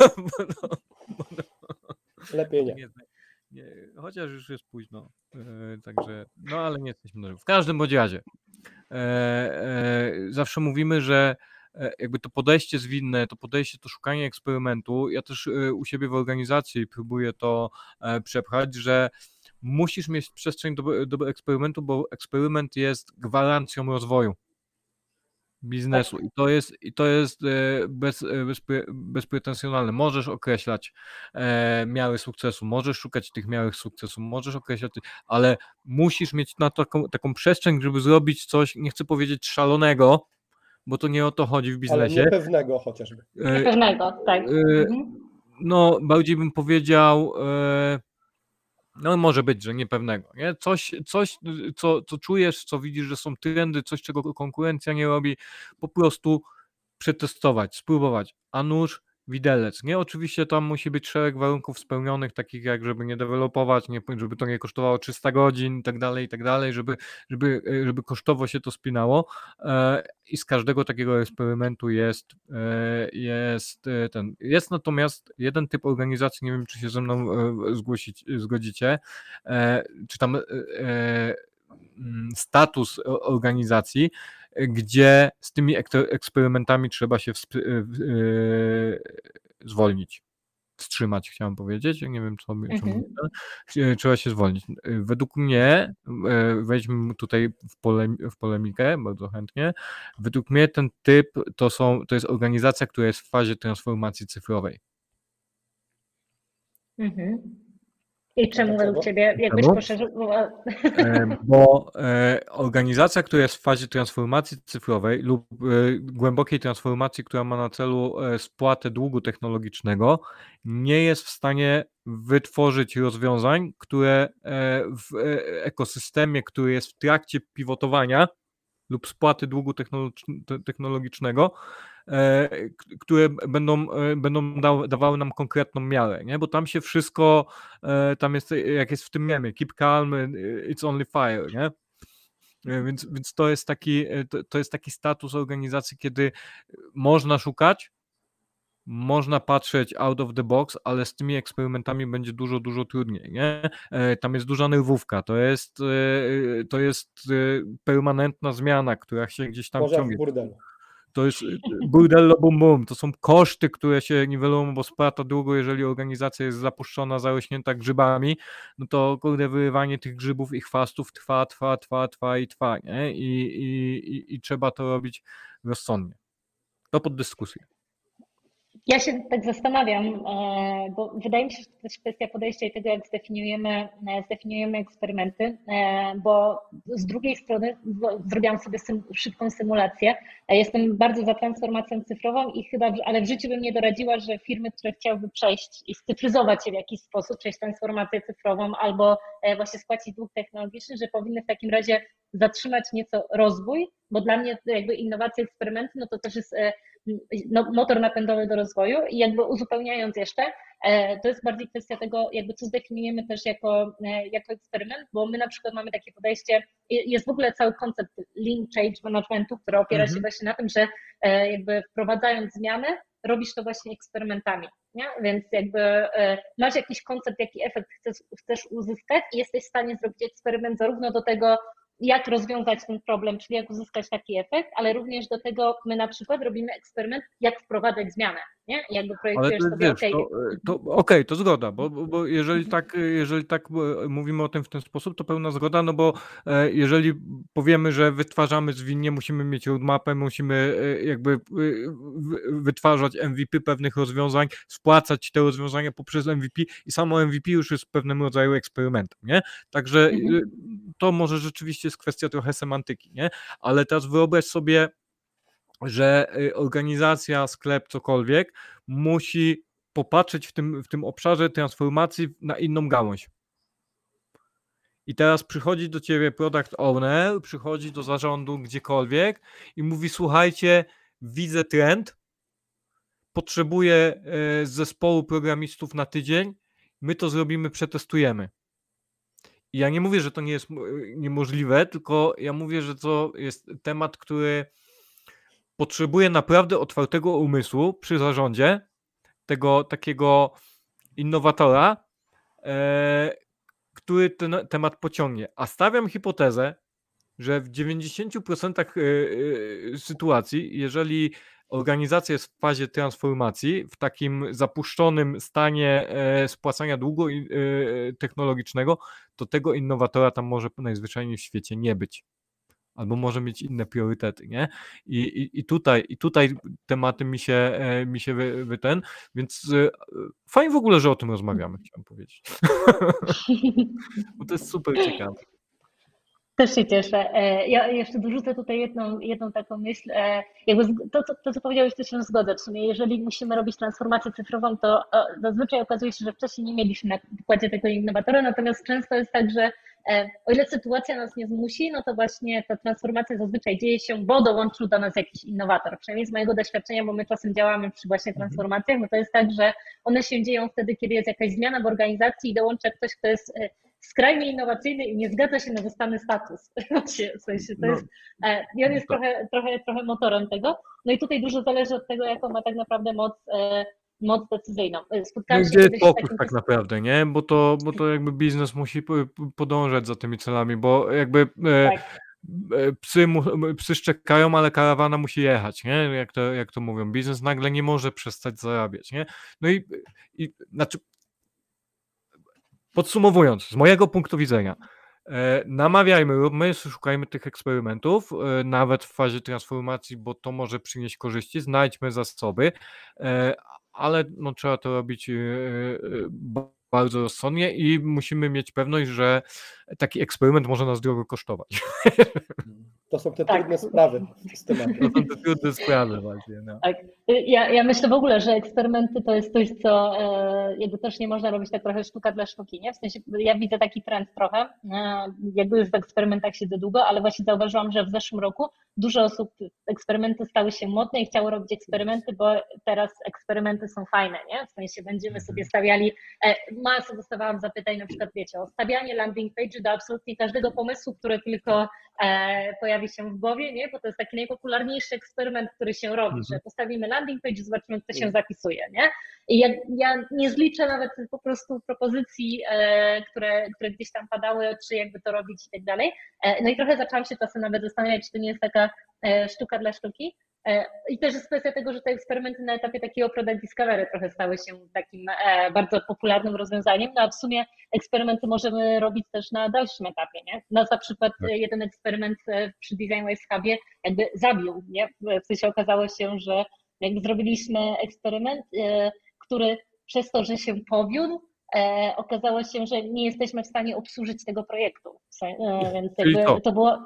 Lepiej nie. Chociaż już jest późno, także, no ale nie jesteśmy nowi. W każdym bądź razie zawsze mówimy, że jakby to podejście zwinne, to podejście, to szukanie eksperymentu, ja też u siebie w organizacji próbuję to przepchać, że musisz mieć przestrzeń do eksperymentu, bo eksperyment jest gwarancją rozwoju biznesu i to jest bezpretensjonalne. Możesz określać miary sukcesu, możesz szukać tych miar sukcesu, możesz określać, ale musisz mieć na taką przestrzeń, żeby zrobić coś, nie chcę powiedzieć szalonego, bo to nie o to chodzi w biznesie. Ale niepewnego chociażby. Niepewnego, tak. No, bardziej bym powiedział... No może być, że niepewnego, nie? Coś co czujesz, co widzisz, że są trendy, coś, czego konkurencja nie robi, po prostu przetestować, spróbować, a nuż widelec, nie? Oczywiście tam musi być szereg warunków spełnionych, takich jak, żeby nie dewelopować, żeby to nie kosztowało 300 godzin i tak dalej, żeby kosztowo się to spinało i z każdego takiego eksperymentu jest natomiast jeden typ organizacji, nie wiem, czy się ze mną zgodzicie, czy tam status organizacji, gdzie z tymi eksperymentami trzeba się zwolnić, wstrzymać, chciałem powiedzieć, nie wiem, co trzeba się zwolnić. Według mnie, wejdźmy tutaj w polemikę, bardzo chętnie, według mnie ten typ to jest organizacja, która jest w fazie transformacji cyfrowej. I czemu według Ciebie jakbyś poszerzył? Bo organizacja, która jest w fazie transformacji cyfrowej lub głębokiej transformacji, która ma na celu spłatę długu technologicznego, nie jest w stanie wytworzyć rozwiązań, które w ekosystemie, który jest w trakcie pivotowania lub spłaty długu technologicznego, które będą dawały nam konkretną miarę, nie? Bo tam się wszystko, tam jest, jak jest w tym memie, keep calm, it's only fire, nie? Więc to jest taki status organizacji, kiedy można szukać, można patrzeć out of the box, ale z tymi eksperymentami będzie dużo, dużo trudniej, nie? Tam jest duża nerwówka, to jest permanentna zmiana, która się gdzieś tam Może jak w ciągnie. burdelu. To jest burdello bum bum, to są koszty, które się niwelują, bo spłata długo, jeżeli organizacja jest zapuszczona, zarośnięta grzybami, no to kurde, wyrywanie tych grzybów i chwastów trwa, nie? I trzeba to robić rozsądnie. To pod dyskusję. Ja się tak zastanawiam, bo wydaje mi się, że to jest kwestia podejścia i tego, jak zdefiniujemy eksperymenty, bo z drugiej strony zrobiłam sobie szybką symulację. Jestem bardzo za transformacją cyfrową i ale w życiu bym nie doradziła, że firmy, które chciałyby przejść i scyfryzować się w jakiś sposób, przejść transformację cyfrową albo właśnie spłacić dług technologiczny, że powinny w takim razie zatrzymać nieco rozwój, bo dla mnie jakby innowacje, eksperymenty, no to też jest motor napędowy do rozwoju i jakby uzupełniając jeszcze, to jest bardziej kwestia tego, jakby co zdefiniujemy też jako eksperyment, bo my na przykład mamy takie podejście, jest w ogóle cały koncept Lean Change Managementu, który opiera się właśnie na tym, że jakby wprowadzając zmiany, robisz to właśnie eksperymentami, nie? Więc jakby masz jakiś koncept, jaki efekt chcesz uzyskać i jesteś w stanie zrobić eksperyment zarówno do tego, jak rozwiązać ten problem, czyli jak uzyskać taki efekt, ale również do tego my na przykład robimy eksperyment, jak wprowadzać zmianę, nie? I jakby projektujesz Ale sobie, wiesz, okej, to zgoda, bo jeżeli tak mówimy o tym w ten sposób, to pełna zgoda, no bo jeżeli powiemy, że wytwarzamy zwinnie, musimy mieć roadmapę, musimy jakby wytwarzać MVP pewnych rozwiązań, spłacać te rozwiązania poprzez MVP i samo MVP już jest pewnym rodzaju eksperymentem, nie? Także to może rzeczywiście jest kwestia trochę semantyki, nie? Ale teraz wyobraź sobie, że organizacja, sklep, cokolwiek musi popatrzeć w tym obszarze transformacji na inną gałąź. I teraz przychodzi do ciebie product owner, przychodzi do zarządu gdziekolwiek i mówi: słuchajcie, widzę trend, potrzebuję zespołu programistów na tydzień, my to zrobimy, przetestujemy. I ja nie mówię, że to nie jest niemożliwe, tylko ja mówię, że to jest temat, który potrzebuje naprawdę otwartego umysłu przy zarządzie, tego takiego innowatora, który ten temat pociągnie. A stawiam hipotezę, że w 90% sytuacji, jeżeli organizacja jest w fazie transformacji, w takim zapuszczonym stanie spłacania długu technologicznego, to tego innowatora tam może najzwyczajniej w świecie nie być. Albo może mieć inne priorytety, nie? I tutaj tematy mi się więc fajnie w ogóle, że o tym rozmawiamy, chciałem powiedzieć. Bo to jest super ciekawe. Też się cieszę. Ja jeszcze dorzucę tutaj jedną taką myśl. Jakby to, co powiedziałeś, to się zgodzę. W sumie, jeżeli musimy robić transformację cyfrową, to zazwyczaj okazuje się, że wcześniej nie mieliśmy na pokładzie tego innowatora, natomiast często jest tak, że o ile sytuacja nas nie zmusi, no to właśnie ta transformacja zazwyczaj dzieje się, bo dołączył do nas jakiś innowator. Przynajmniej z mojego doświadczenia, bo my czasem działamy przy właśnie transformacjach, no to jest tak, że one się dzieją wtedy, kiedy jest jakaś zmiana w organizacji i dołącza ktoś, kto jest skrajnie innowacyjny i nie zgadza się na dostany status. W sensie to jest, i on jest trochę motorem tego. No i tutaj dużo zależy od tego, jaką ma tak naprawdę moc decyzyjną. No gdzie jest fokus tak naprawdę, nie? Bo to jakby biznes musi podążać za tymi celami, bo jakby psy szczekają, ale karawana musi jechać, nie? Jak to mówią. Biznes nagle nie może przestać zarabiać, nie? No i znaczy podsumowując, z mojego punktu widzenia, namawiajmy, róbmy, szukajmy tych eksperymentów, nawet w fazie transformacji, bo to może przynieść korzyści, znajdźmy zasoby, ale no, trzeba to robić bardzo rozsądnie i musimy mieć pewność, że taki eksperyment może nas drogo kosztować. To są te trudne sprawy z tematem. To są te trudne sprawy właśnie. No. Tak. Ja myślę w ogóle, że eksperymenty to jest coś, co jakby też nie można robić tak trochę sztuka dla sztuki, nie? W sensie ja widzę taki trend trochę, jakby już w eksperymentach siedzę długo, ale właśnie zauważyłam, że w zeszłym roku dużo osób, eksperymenty stały się modne i chciało robić eksperymenty, bo teraz eksperymenty są fajne, nie? W sensie będziemy sobie stawiali, masę dostawałam zapytań, na przykład wiecie, o stawianie landing page się do absolutnie każdego pomysłu, który tylko pojawi się w głowie, nie? Bo to jest taki najpopularniejszy eksperyment, który się robi, że postawimy landing page, zobaczymy, kto się zapisuje, nie? I ja nie zliczę nawet po prostu propozycji, które gdzieś tam padały, czy jakby to robić i tak dalej. No i trochę zaczęłam się czasem nawet zastanawiać, czy to nie jest taka sztuka dla sztuki. I też jest kwestia tego, że te eksperymenty na etapie takiego product discovery trochę stały się takim bardzo popularnym rozwiązaniem, no a w sumie eksperymenty możemy robić też na dalszym etapie, nie? Nas na przykład jeden eksperyment przy DesignWise Hubie jakby zabił, nie? W sensie okazało się, że jakby zrobiliśmy eksperyment, który przez to, że się powiódł, okazało się, że nie jesteśmy w stanie obsłużyć tego projektu, więc jakby to było...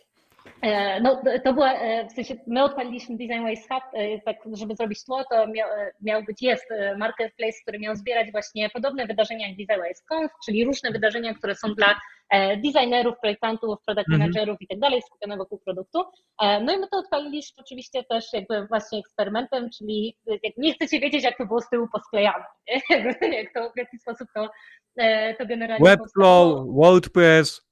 No, to była, w sensie my odpaliliśmy DesignWise Hub, tak żeby zrobić tło, to jest marketplace, który miał zbierać właśnie podobne wydarzenia jak DesignWise Conf, czyli różne wydarzenia, które są dla designerów, projektantów, product managerów i tak dalej, skupione wokół produktu. No i my to odpaliliśmy oczywiście też jakby właśnie eksperymentem, czyli jak nie chcecie wiedzieć, jak to było z tyłu posklejane, w jaki sposób to generalnie Webflow, WordPress.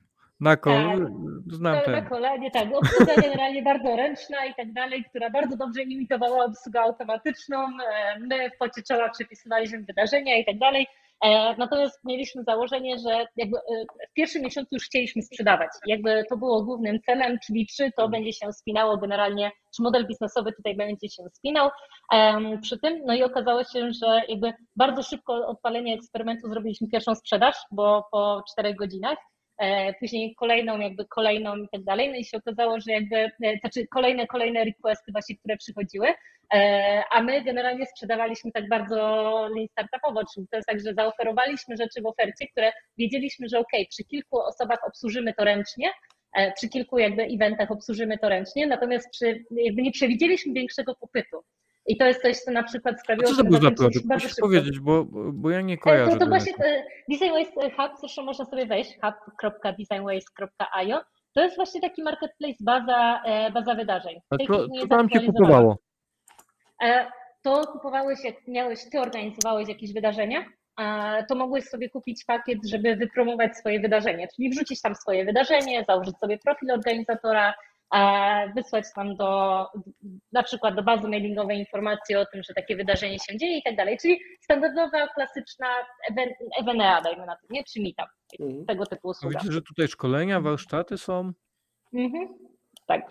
Znam na kolanie, tak. Obsługa generalnie bardzo ręczna i tak dalej, która bardzo dobrze imitowała obsługę automatyczną. My w pocie czoła przepisywaliśmy wydarzenia i tak dalej. Natomiast mieliśmy założenie, że jakby w pierwszym miesiącu już chcieliśmy sprzedawać. Jakby to było głównym celem, czyli czy to będzie się spinało generalnie, czy model biznesowy tutaj będzie się spinał przy tym. No i okazało się, że jakby bardzo szybko odpalenie eksperymentu zrobiliśmy pierwszą sprzedaż, bo po 4 godzinach. Później kolejną i tak dalej, no i się okazało, że jakby, znaczy kolejne requesty właśnie, które przychodziły, a my generalnie sprzedawaliśmy tak bardzo lean startupowo, czyli to jest tak, że zaoferowaliśmy rzeczy w ofercie, które wiedzieliśmy, że przy kilku osobach obsłużymy to ręcznie, przy kilku jakby eventach obsłużymy to ręcznie, natomiast jakby nie przewidzieliśmy większego popytu. I to jest coś, co na przykład sprawiło, że... Co to był za produkt? Musisz szybko powiedzieć, bo ja nie kojarzę. To właśnie DesignWise Hub, zresztą można sobie wejść, hub.designwise.io. To jest właśnie taki marketplace, baza wydarzeń. Co tam się kupowało? To kupowałeś, jak ty organizowałeś jakieś wydarzenia, to mogłeś sobie kupić pakiet, żeby wypromować swoje wydarzenie, czyli wrzucić tam swoje wydarzenie, założyć sobie profil organizatora, wysłać tam na przykład do bazy mailingowej informacje o tym, że takie wydarzenie się dzieje i tak dalej, czyli standardowa, klasyczna Evenea, dajmy na to, nie? Czy Meetup, tego typu usługa. Widzicie, że tutaj szkolenia, warsztaty są? Tak.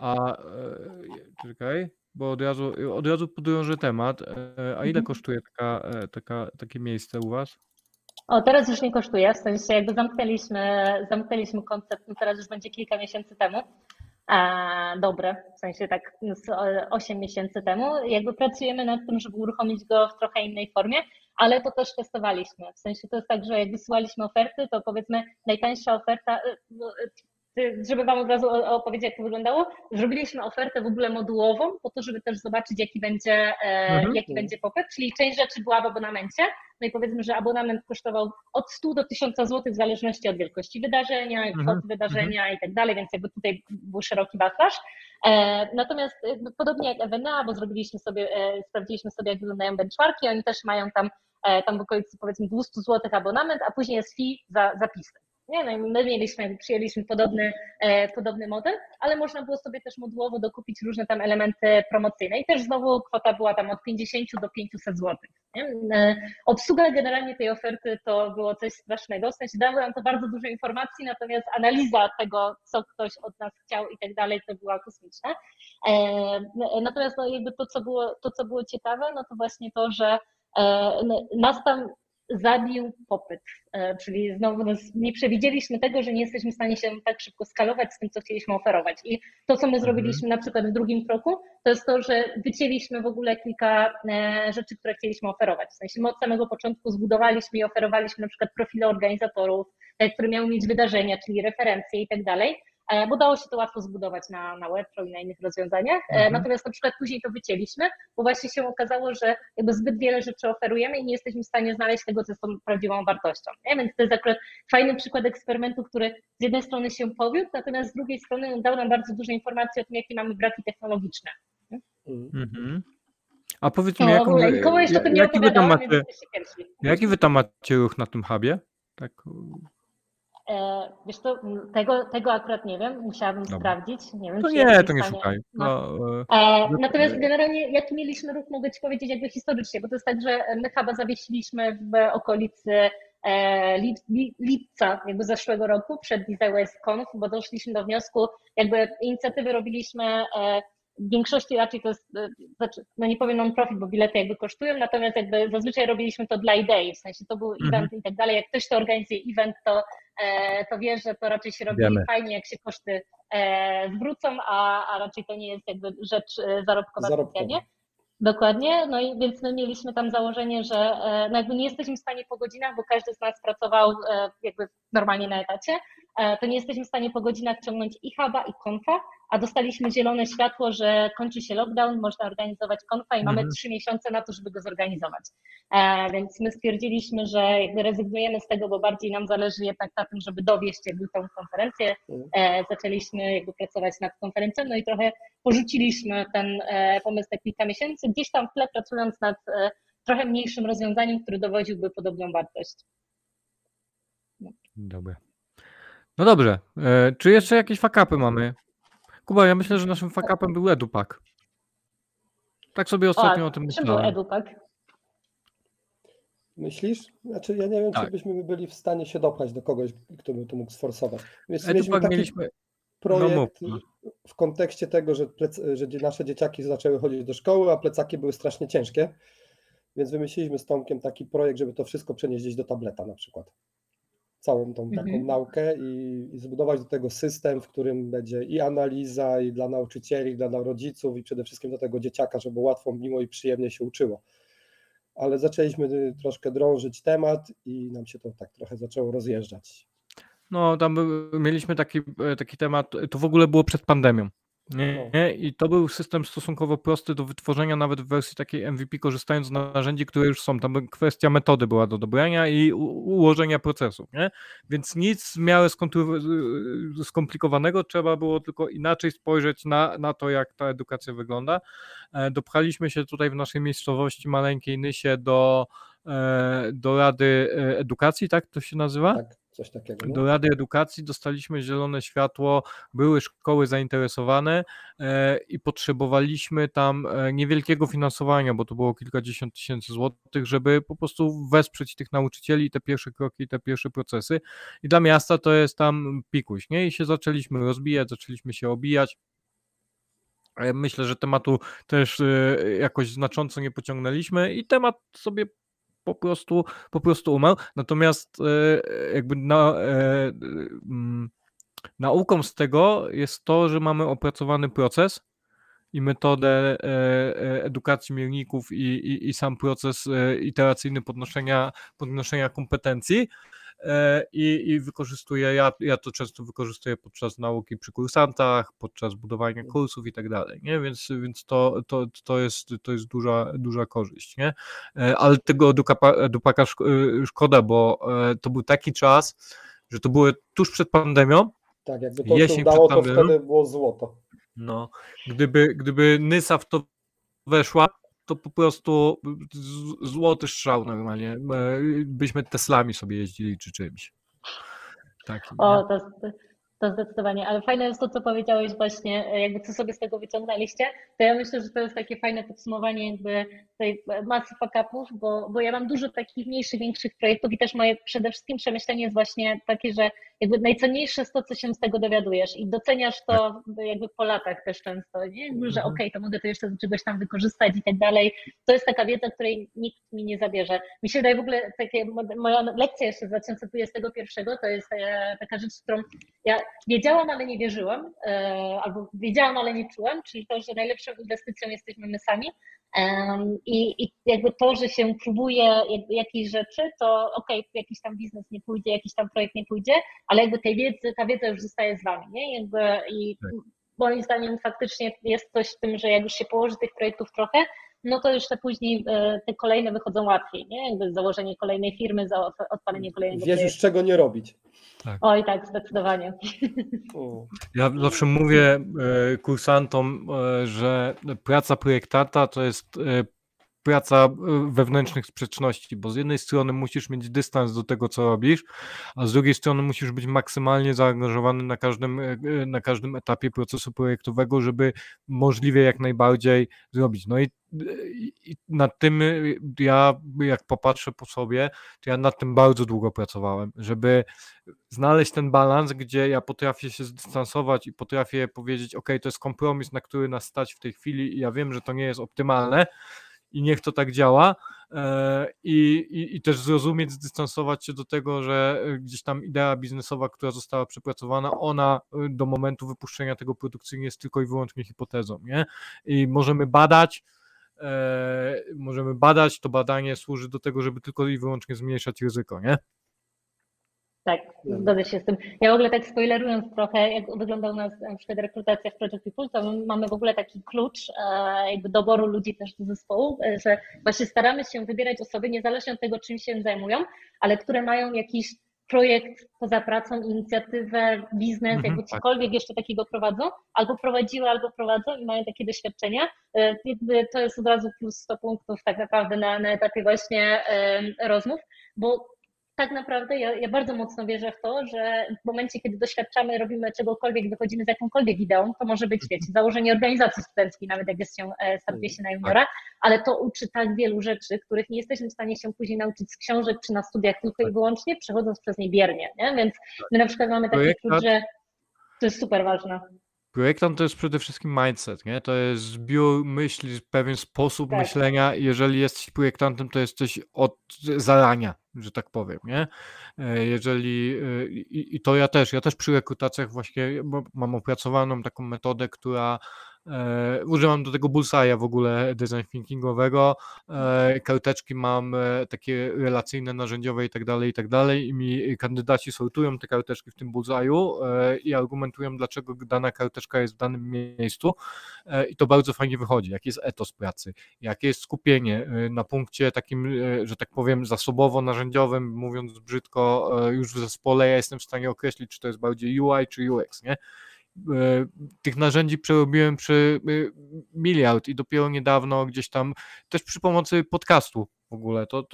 Czekaj, bo od razu podrążę temat. A ile kosztuje takie miejsce u was? Teraz już nie kosztuje, w sensie jakby zamknęliśmy koncept, no teraz już będzie kilka miesięcy temu. Dobre, w sensie tak 8 miesięcy temu. Jakby pracujemy nad tym, żeby uruchomić go w trochę innej formie, ale to też testowaliśmy. W sensie to jest tak, że jak wysyłaliśmy oferty, to powiedzmy najtańsza oferta, żeby wam od razu opowiedzieć, jak to wyglądało, zrobiliśmy ofertę w ogóle modułową, po to, żeby też zobaczyć, jaki będzie popyt, czyli część rzeczy była w abonamencie, no i powiedzmy, że abonament kosztował od 100 do 1000 zł w zależności od wielkości wydarzenia, kwoty wydarzenia i tak dalej, więc jakby tutaj był szeroki wachlarz. Natomiast podobnie jak Evenea, bo sprawdziliśmy sobie, jak wyglądają benchmarki, oni też mają tam w okolicy powiedzmy 200 zł abonament, a później jest fee za zapisy. Nie, no i my przyjęliśmy podobny model, ale można było sobie też modułowo dokupić różne tam elementy promocyjne i też znowu kwota była tam od 50 do 500 zł. Nie? Obsługa generalnie tej oferty to było coś strasznego, w sensie dało nam to bardzo dużo informacji, natomiast analiza tego, co ktoś od nas chciał i tak dalej, to była kosmiczna. Natomiast no jakby to, co było ciekawe, no to właśnie to, że nas tam zabił popyt, czyli znowu nie przewidzieliśmy tego, że nie jesteśmy w stanie się tak szybko skalować z tym, co chcieliśmy oferować. I to, co my zrobiliśmy na przykład w drugim kroku, to jest to, że wycięliśmy w ogóle kilka rzeczy, które chcieliśmy oferować. W sensie my od samego początku zbudowaliśmy i oferowaliśmy na przykład profile organizatorów, które miały mieć wydarzenia, czyli referencje i tak dalej, bo dało się to łatwo zbudować na Webflow i na innych rozwiązaniach. Natomiast na przykład później to wycięliśmy, bo właśnie się okazało, że jakby zbyt wiele rzeczy oferujemy i nie jesteśmy w stanie znaleźć tego, co jest tą prawdziwą wartością. Nie? Więc to jest akurat fajny przykład eksperymentu, który z jednej strony się powiódł, natomiast z drugiej strony dał nam bardzo dużo informacji o tym, jakie mamy braki technologiczne. A powiedz mi, jaki wy tam macie ruch na tym hubie? Tak. Wiesz co, tego akurat nie wiem, musiałabym Dobra. sprawdzić. Nie wiem, To czy nie, jestem to w nie stanie. szukaj. No. No, Natomiast generalnie jaki mieliśmy ruch, mogę Ci powiedzieć jakby historycznie, bo to jest tak, że my chyba zawiesiliśmy w okolicy lipca jakby zeszłego roku przed DesignWest.conf, bo doszliśmy do wniosku, jakby inicjatywy robiliśmy w większości raczej to jest, znaczy, no nie powiem non-profit, bo bilety jakby kosztują, natomiast jakby zazwyczaj robiliśmy to dla idei, w sensie to był event i tak dalej. Jak ktoś to organizuje event, to wie, że to raczej się robi Wiemy. fajnie, jak się koszty zwrócą, a raczej to nie jest jakby rzecz zarobkowa specjalnie. Dokładnie, no i więc my mieliśmy tam założenie, że no jakby nie jesteśmy w stanie po godzinach, bo każdy z nas pracował jakby normalnie na etacie, to nie jesteśmy w stanie po godzinach ciągnąć i huba, i konfa, a dostaliśmy zielone światło, że kończy się lockdown, można organizować konfa i mamy 3 miesiące na to, żeby go zorganizować. Więc my stwierdziliśmy, że jakby rezygnujemy z tego, bo bardziej nam zależy jednak na tym, żeby dowieść jakby tą konferencję. Zaczęliśmy jakby pracować nad konferencją, no i trochę porzuciliśmy ten pomysł te kilka miesięcy, gdzieś tam w tle pracując nad trochę mniejszym rozwiązaniem, który dowodziłby podobną wartość. Dobra. No dobrze. Czy jeszcze jakieś fuck-upy mamy? Kuba, ja myślę, że naszym fuck-upem był EduPack. Tak sobie ostatnio o tym Czym był myślałem. EduPack? Myślisz? Znaczy ja nie wiem, Tak. czy byśmy byli w stanie się dopchać do kogoś, kto by to mógł sforsować. Mieliśmy EduPack taki mieliśmy... projekt No, w kontekście tego, że nasze dzieciaki zaczęły chodzić do szkoły, a plecaki były strasznie ciężkie, więc wymyśliliśmy z Tomkiem taki projekt, żeby to wszystko przenieść gdzieś do tableta na przykład. Całą tą taką naukę i zbudować do tego system, w którym będzie i analiza, i dla nauczycieli, i dla rodziców, i przede wszystkim do tego dzieciaka, żeby łatwo, miło i przyjemnie się uczyło. Ale zaczęliśmy troszkę drążyć temat i nam się to tak trochę zaczęło rozjeżdżać. No, tam mieliśmy taki temat, to w ogóle było przed pandemią. Nie? I to był system stosunkowo prosty do wytworzenia, nawet w wersji takiej MVP, korzystając z narzędzi, które już są. Tam kwestia metody była do dobrania i ułożenia procesów. Nie? Więc nic w miarę skomplikowanego, trzeba było tylko inaczej spojrzeć na to, jak ta edukacja wygląda. Dopchaliśmy się tutaj w naszej miejscowości maleńkiej Nysie do Rady Edukacji, tak to się nazywa? Tak, coś takiego. No. Do Rady Edukacji dostaliśmy zielone światło, były szkoły zainteresowane i potrzebowaliśmy tam niewielkiego finansowania, bo to było kilkadziesiąt tysięcy złotych, żeby po prostu wesprzeć tych nauczycieli, te pierwsze kroki, te pierwsze procesy. I dla miasta to jest tam pikuś, nie? I się zaczęliśmy rozbijać, zaczęliśmy się obijać. Myślę, że tematu też jakoś znacząco nie pociągnęliśmy i temat sobie po prostu umarł. Natomiast jakby nauką z tego jest to, że mamy opracowany proces i metodę edukacji mierników i sam proces iteracyjny podnoszenia kompetencji. I wykorzystuję, ja to często wykorzystuję podczas nauki przy kursantach, podczas budowania kursów i tak dalej, nie? Więc to jest duża korzyść, nie? Ale tego edupaka szkoda, bo to był taki czas, że to było tuż przed pandemią. Tak, jakby to się udało, to wtedy było złoto. No, gdyby Nysa w to weszła, to po prostu złoty strzał normalnie. Byśmy Teslami sobie jeździli czy czymś. Takim, to zdecydowanie, ale fajne jest to, co powiedziałeś właśnie, jakby co sobie z tego wyciągnęliście, to ja myślę, że to jest takie fajne podsumowanie jakby tej masy fuck-upów, bo ja mam dużo takich mniejszych, większych projektów i też moje przede wszystkim przemyślenie jest właśnie takie, że jakby najcenniejsze jest to, co się z tego dowiadujesz i doceniasz to jakby po latach też często, nie? Że okej, to mogę to jeszcze do czegoś tam wykorzystać i tak dalej. To jest taka wiedza, której nikt mi nie zabierze. Mi się wydaje w ogóle moja lekcja jeszcze z 2021 to jest taka rzecz, którą ja wiedziałam, ale nie wierzyłam, albo wiedziałam, ale nie czułam, czyli to, że najlepszą inwestycją jesteśmy my sami. I jakby to, że się próbuje jakby jakiejś rzeczy, to okej, jakiś tam biznes nie pójdzie, jakiś tam projekt nie pójdzie, ale jakby ta wiedza już zostaje z wami, nie? I moim zdaniem faktycznie jest coś w tym, że jak już się położy tych projektów trochę, no to jeszcze później te kolejne wychodzą łatwiej, nie? Jakby założenie kolejnej firmy, odpalenie kolejnego projektu. Wiesz już czego nie robić. Tak. Oj, tak, zdecydowanie. Ja zawsze mówię kursantom, że praca projektanta to jest praca wewnętrznych sprzeczności, bo z jednej strony musisz mieć dystans do tego, co robisz, a z drugiej strony musisz być maksymalnie zaangażowany na każdym etapie procesu projektowego, żeby możliwie jak najbardziej zrobić. No i nad tym ja, jak popatrzę po sobie, to ja nad tym bardzo długo pracowałem, żeby znaleźć ten balans, gdzie ja potrafię się zdystansować i potrafię powiedzieć, ok, to jest kompromis, na który nas stać w tej chwili i ja wiem, że to nie jest optymalne i niech to tak działa i też zrozumieć, zdystansować się do tego, że gdzieś tam idea biznesowa, która została przepracowana, ona do momentu wypuszczenia tego produkcyjnie jest tylko i wyłącznie hipotezą, nie? I możemy badać, to badanie służy do tego, żeby tylko i wyłącznie zmniejszać ryzyko, nie? Tak, zgodzę się z tym. Ja w ogóle tak spoilerując trochę, jak wygląda u nas na przykład rekrutacja w Project People, to my mamy w ogóle taki klucz jakby doboru ludzi też do zespołu, że właśnie staramy się wybierać osoby, niezależnie od tego, czym się zajmują, ale które mają jakiś projekt poza pracą, inicjatywę, biznes, jakby cokolwiek jeszcze takiego prowadzą, albo prowadziły, albo prowadzą i mają takie doświadczenia. Jakby to jest od razu plus 100 punktów tak naprawdę na etapie właśnie rozmów, bo tak naprawdę ja bardzo mocno wierzę w to, że w momencie, kiedy doświadczamy, robimy czegokolwiek, wychodzimy z jakąkolwiek ideą, to może być, wiecie, założenie organizacji studenckiej, nawet jak startuje się na juniora, ale to uczy tak wielu rzeczy, których nie jesteśmy w stanie się później nauczyć z książek czy na studiach tylko i wyłącznie, przechodząc przez nie biernie, nie? Więc my na przykład mamy taki klucz, że to jest super ważne. Projektant to jest przede wszystkim mindset, nie? To jest zbiór myśli, pewien sposób myślenia. Jeżeli jesteś projektantem, to jesteś od zarania, że tak powiem, nie? I to ja też przy rekrutacjach właśnie mam opracowaną taką metodę, która używam do tego bullseye'a w ogóle design thinkingowego, karteczki mam takie relacyjne, narzędziowe i tak dalej i mi kandydaci sortują te karteczki w tym bullseye'u i argumentują, dlaczego dana karteczka jest w danym miejscu i to bardzo fajnie wychodzi, jaki jest etos pracy, jakie jest skupienie na punkcie takim, że tak powiem zasobowo-narzędziowym, mówiąc brzydko, już w zespole ja jestem w stanie określić, czy to jest bardziej UI czy UX, nie? Tych narzędzi przerobiłem przy miliard i dopiero niedawno gdzieś tam, też przy pomocy podcastu w ogóle, to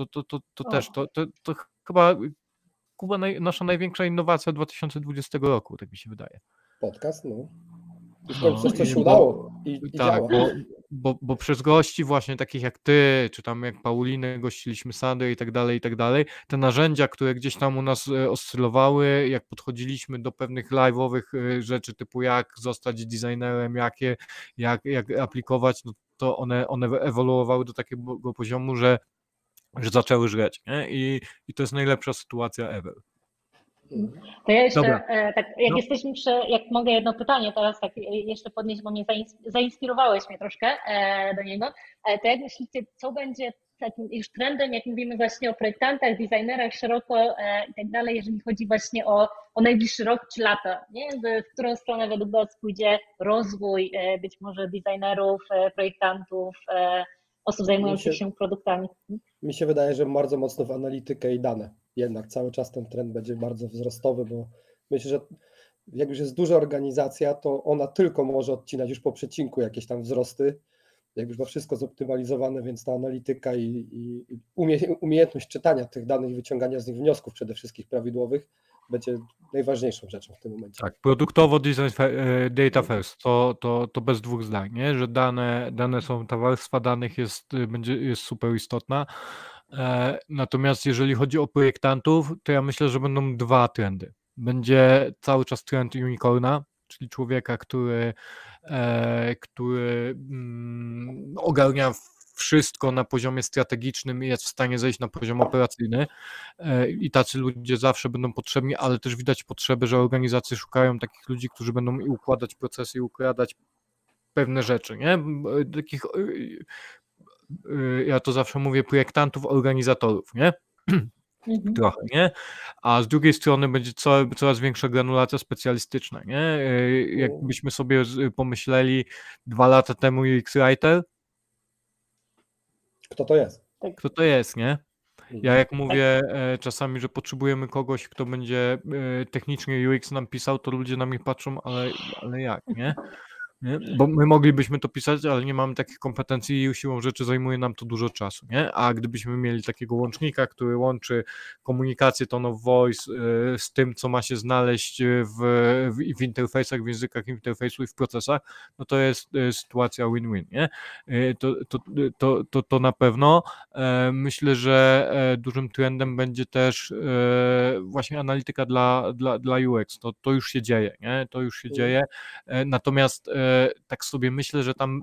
chyba Kuba, nasza największa innowacja 2020 roku, tak mi się wydaje. Podcast, no. I w końcu coś się udało i działa. Bo przez gości właśnie takich jak ty, czy tam jak Paulinę, gościliśmy Sandrę i tak dalej, te narzędzia, które gdzieś tam u nas oscylowały, jak podchodziliśmy do pewnych live'owych rzeczy typu jak zostać designerem, jak aplikować, no to one ewoluowały do takiego poziomu, że zaczęły żreć, nie? I to jest najlepsza sytuacja ever. To ja jeszcze, tak, jak jesteśmy jak mogę jedno pytanie teraz tak jeszcze podnieść, bo mnie zainspirowałeś mnie troszkę do niego, to jak myślicie, co będzie takim już trendem, jak mówimy właśnie o projektantach, designerach szeroko i tak dalej, jeżeli chodzi właśnie o najbliższy rok czy lata, nie? W którą stronę według Was pójdzie rozwój być może designerów, projektantów, osób zajmujących się produktami? Mi się wydaje, że bardzo mocno w analitykę i dane. Jednak cały czas ten trend będzie bardzo wzrostowy, bo myślę, że jak już jest duża organizacja, to ona tylko może odcinać już po przecinku jakieś tam wzrosty, jak już ma wszystko zoptymalizowane, więc ta analityka i umiejętność czytania tych danych i wyciągania z nich wniosków przede wszystkim prawidłowych będzie najważniejszą rzeczą w tym momencie. Tak, produktowo design data first, to bez dwóch zdań, nie? Że dane są, ta warstwa danych jest super istotna. Natomiast jeżeli chodzi o projektantów, to ja myślę, że będą dwa trendy. Będzie cały czas trend unicorna, czyli człowieka, który ogarnia wszystko na poziomie strategicznym i jest w stanie zejść na poziom operacyjny i tacy ludzie zawsze będą potrzebni, ale też widać potrzeby, że organizacje szukają takich ludzi, którzy będą i układać procesy i układać pewne rzeczy, nie? Takich, ja to zawsze mówię, projektantów, organizatorów, nie? Trochę, nie? A z drugiej strony będzie coraz większa granulacja specjalistyczna, nie? Jakbyśmy sobie pomyśleli 2 lata temu UX Writer, kto to jest? Kto to jest, nie? Ja jak mówię czasami, że potrzebujemy kogoś, kto będzie technicznie UX nam pisał, to ludzie na mnie patrzą, ale jak, nie? Nie? Bo my moglibyśmy to pisać, ale nie mamy takich kompetencji i siłą rzeczy zajmuje nam to dużo czasu, nie? A gdybyśmy mieli takiego łącznika, który łączy komunikację tone of voice z tym, co ma się znaleźć w interfejsach, w językach interfejsu i w procesach, no to jest sytuacja win-win, nie? To na pewno. Myślę, że dużym trendem będzie też właśnie analityka dla UX. To już się dzieje, nie? To już się dzieje. Natomiast tak sobie myślę, że tam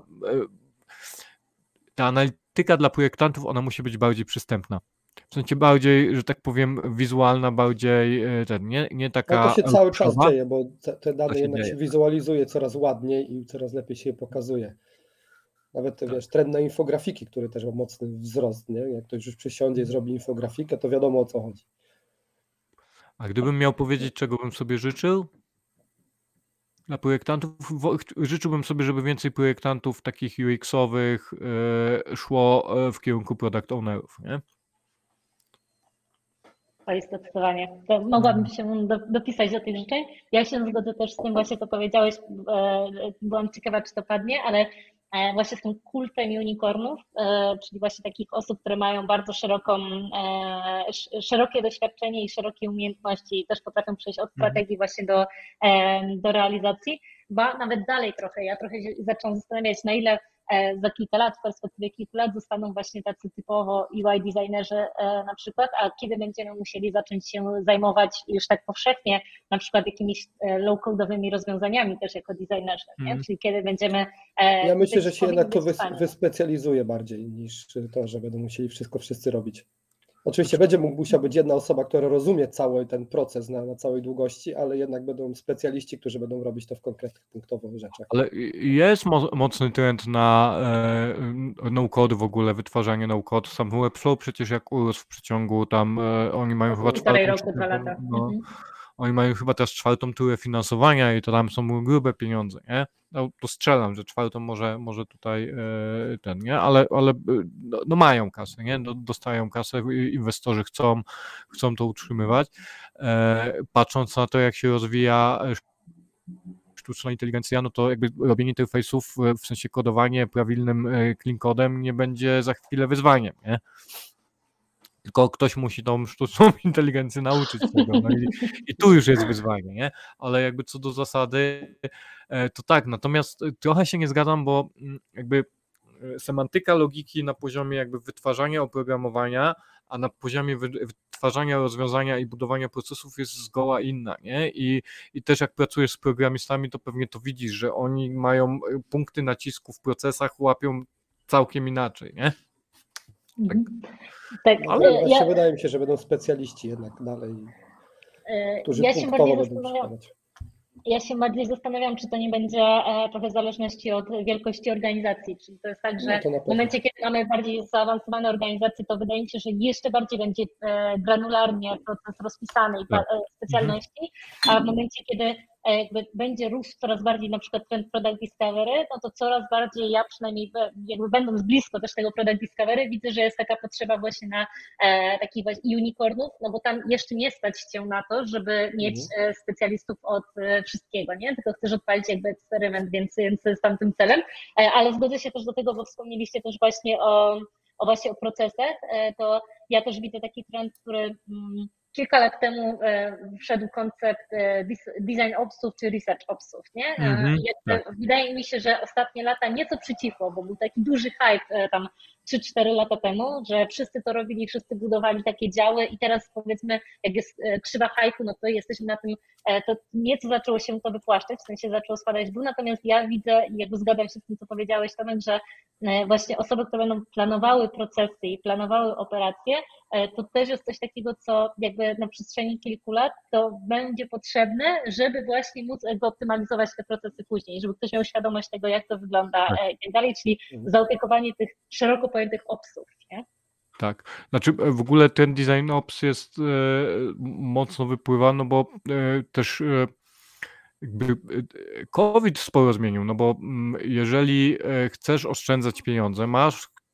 ta analityka dla projektantów, ona musi być bardziej przystępna. W sensie bardziej, że tak powiem, wizualna, bardziej nie No taka to się cały czas luksusowa. dzieje, bo te dane się jednak dzieje. się wizualizuje coraz ładniej i coraz lepiej się je pokazuje. Nawet Tak. wiesz, trend na infografiki, który też ma mocny wzrost, nie? Jak ktoś już przysiądzie i zrobi infografikę, to wiadomo, o co chodzi. A gdybym miał powiedzieć, czego bym sobie życzył dla projektantów, życzyłbym sobie, żeby więcej projektantów takich UX-owych szło w kierunku product ownerów, nie? To jest zdecydowanie. To mogłabym się dopisać do tych życzeń. Ja się zgodzę też z tym, właśnie to powiedziałeś, byłam ciekawa, czy to padnie, ale właśnie z tym kultem unicornów, czyli właśnie takich osób, które mają bardzo szerokie doświadczenie i szerokie umiejętności i też potrafią przejść od strategii właśnie do realizacji, ba nawet dalej trochę. Ja trochę się zaczęłam zastanawiać, na ile za kilka lat, w perspektywie kilku lat zostaną właśnie tacy typowo UI designerzy na przykład, a kiedy będziemy musieli zacząć się zajmować już tak powszechnie na przykład jakimiś low-codowymi rozwiązaniami też jako designerzy, nie? Czyli kiedy będziemy... Ja myślę, że się jednak to powinny być wyspecjalizuje bardziej niż to, że będą musieli wszystko wszyscy robić. Oczywiście będzie musiała być jedna osoba, która rozumie cały ten proces na całej długości, ale jednak będą specjaliści, którzy będą robić to w konkretnych punktowych rzeczach. Ale jest mocny trend na no-code w ogóle, wytwarzanie no-code. Sam Webflow przecież jak urósł w przeciągu tam, oni mają chyba półtorej czwartą, roku, 2 lata. no, oni mają chyba teraz czwartą turę finansowania i to tam są grube pieniądze, nie? No, to strzelam, że czwartą może tutaj nie? Ale no mają kasę, nie? Dostają kasę, inwestorzy chcą to utrzymywać. Patrząc na to, jak się rozwija sztuczna inteligencja, no to jakby robienie interfejsów, w sensie kodowanie prawilnym clean codem nie będzie za chwilę wyzwaniem, nie? Tylko ktoś musi tą sztuczną inteligencję nauczyć tego, no i tu już jest wyzwanie, nie? Ale jakby co do zasady, to tak, natomiast trochę się nie zgadzam, bo jakby semantyka logiki na poziomie jakby wytwarzania oprogramowania, a na poziomie wytwarzania rozwiązania i budowania procesów jest zgoła inna, nie? I też jak pracujesz z programistami, to pewnie to widzisz, że oni mają punkty nacisku w procesach, łapią całkiem inaczej, nie? Tak. Ale właśnie wydaje mi się, że będą specjaliści jednak dalej, którzy punktowo będą przykładać. Ja się bardziej zastanawiam, czy to nie będzie trochę w zależności od wielkości organizacji. Czyli to jest tak, że w momencie, kiedy mamy bardziej zaawansowane organizacje, to wydaje mi się, że jeszcze bardziej będzie granularnie proces rozpisany i specjalności, a w momencie, kiedy jakby będzie rósł coraz bardziej na przykład trend product discovery, no to coraz bardziej ja przynajmniej jakby będąc blisko też tego product discovery widzę, że jest taka potrzeba właśnie na takich właśnie unicornów, no bo tam jeszcze nie stać cię na to, żeby mieć specjalistów od wszystkiego, nie? Tylko chcesz odpalić jakby eksperyment, więc z tamtym celem, ale zgodzę się też do tego, bo wspomnieliście też właśnie o procesach, to ja też widzę taki trend, który kilka lat temu wszedł koncept design opsów czy research opsów, nie? Tak. Wydaje mi się, że ostatnie lata nieco przycichło, bo był taki duży hype tam 3-4 lata temu, że wszyscy to robili, wszyscy budowali takie działy i teraz powiedzmy, jak jest krzywa hype'u, no to jesteśmy na tym, to nieco zaczęło się to wypłaszczać, w sensie zaczęło spadać w dół, natomiast ja widzę, jakby zgadzam się z tym, co powiedziałeś, Tomek, że właśnie osoby, które będą planowały procesy i planowały operacje, to też jest coś takiego, co jakby na przestrzeni kilku lat to będzie potrzebne, żeby właśnie móc optymalizować te procesy później, żeby ktoś miał świadomość tego, jak to wygląda i tak dalej, czyli zaopiekowanie tych szeroko pojętych opsów, nie? Tak, znaczy w ogóle ten design ops jest mocno wypływa, no bo też jakby COVID sporo zmienił, no bo jeżeli chcesz oszczędzać pieniądze, masz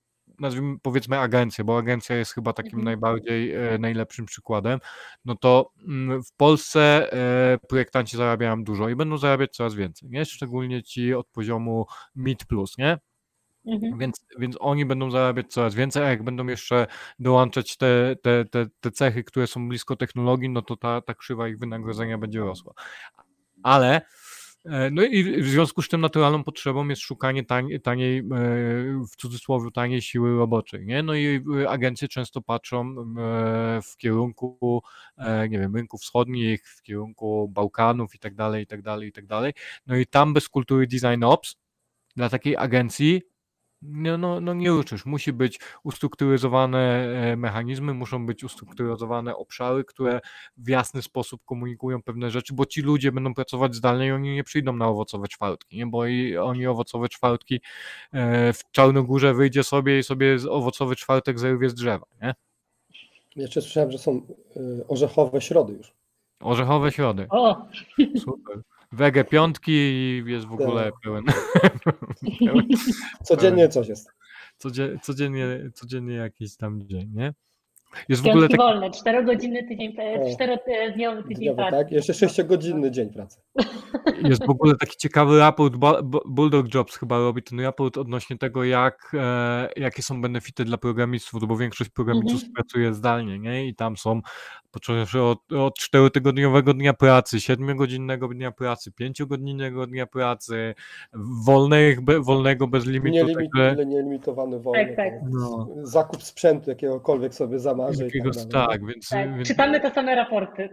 nazwijmy, powiedzmy agencję, bo agencja jest chyba takim najbardziej najlepszym przykładem, no to w Polsce projektanci zarabiają dużo i będą zarabiać coraz więcej, nie? Szczególnie ci od poziomu mid plus, nie? Więc oni będą zarabiać coraz więcej, a jak będą jeszcze dołączać te cechy, które są blisko technologii, no to ta krzywa ich wynagrodzenia będzie rosła. Ale no i w związku z tym naturalną potrzebą jest szukanie taniej, w cudzysłowie taniej siły roboczej, nie? No i agencje często patrzą w kierunku, nie wiem, rynków wschodnich, w kierunku Bałkanów i tak dalej, i tak dalej, i tak dalej. No i tam bez kultury design ops dla takiej agencji no nie ruszysz. Musi być ustrukturyzowane mechanizmy, muszą być ustrukturyzowane obszary, które w jasny sposób komunikują pewne rzeczy, bo ci ludzie będą pracować zdalnie i oni nie przyjdą na owocowe czwartki, nie? Bo oni owocowe czwartki w Czarnogórze wyjdzie sobie i sobie owocowy czwartek zerwie z drzewa, nie? Jeszcze słyszałem, że są orzechowe środy już. Orzechowe środy. O, Super. Wege piątki i jest w ogóle pełen. Codziennie coś jest. Codziennie jakiś tam dzień, nie? Jest w ogóle piątki taki... wolne, 4-godzinny tydzień, 4-dniowy tydzień pracy. Tak? Jeszcze 6-godzinny dzień pracy. Jest w ogóle taki ciekawy raport, Bulldog Jobs chyba robi ten raport odnośnie tego, jakie są benefity dla programistów, bo większość programistów pracuje zdalnie, nie? I tam są, począwszy od 4-tygodniowego dnia pracy, 7-godzinnego dnia pracy, 5-godzinnego dnia pracy, wolnego bez limitu. Nielimitowany wolny. Tak. No. Zakup sprzętu jakiegokolwiek sobie zamarzy. Tak, więc... Czytamy te same raporty.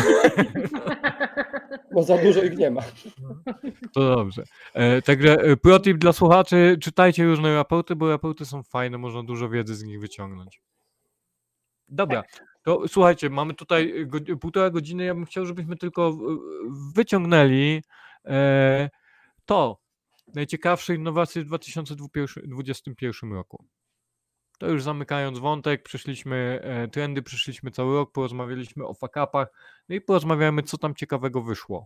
Bo za dużo ich nie ma. To dobrze. Także protip dla słuchaczy, czytajcie różne raporty, bo raporty są fajne, można dużo wiedzy z nich wyciągnąć. Dobra, to słuchajcie, mamy tutaj 1,5 godziny, ja bym chciał, żebyśmy tylko wyciągnęli to najciekawsze innowacje w 2021 roku. To już zamykając wątek, przeszliśmy trendy, przeszliśmy cały rok, porozmawialiśmy o fuck-upach, no i porozmawiamy, co tam ciekawego wyszło.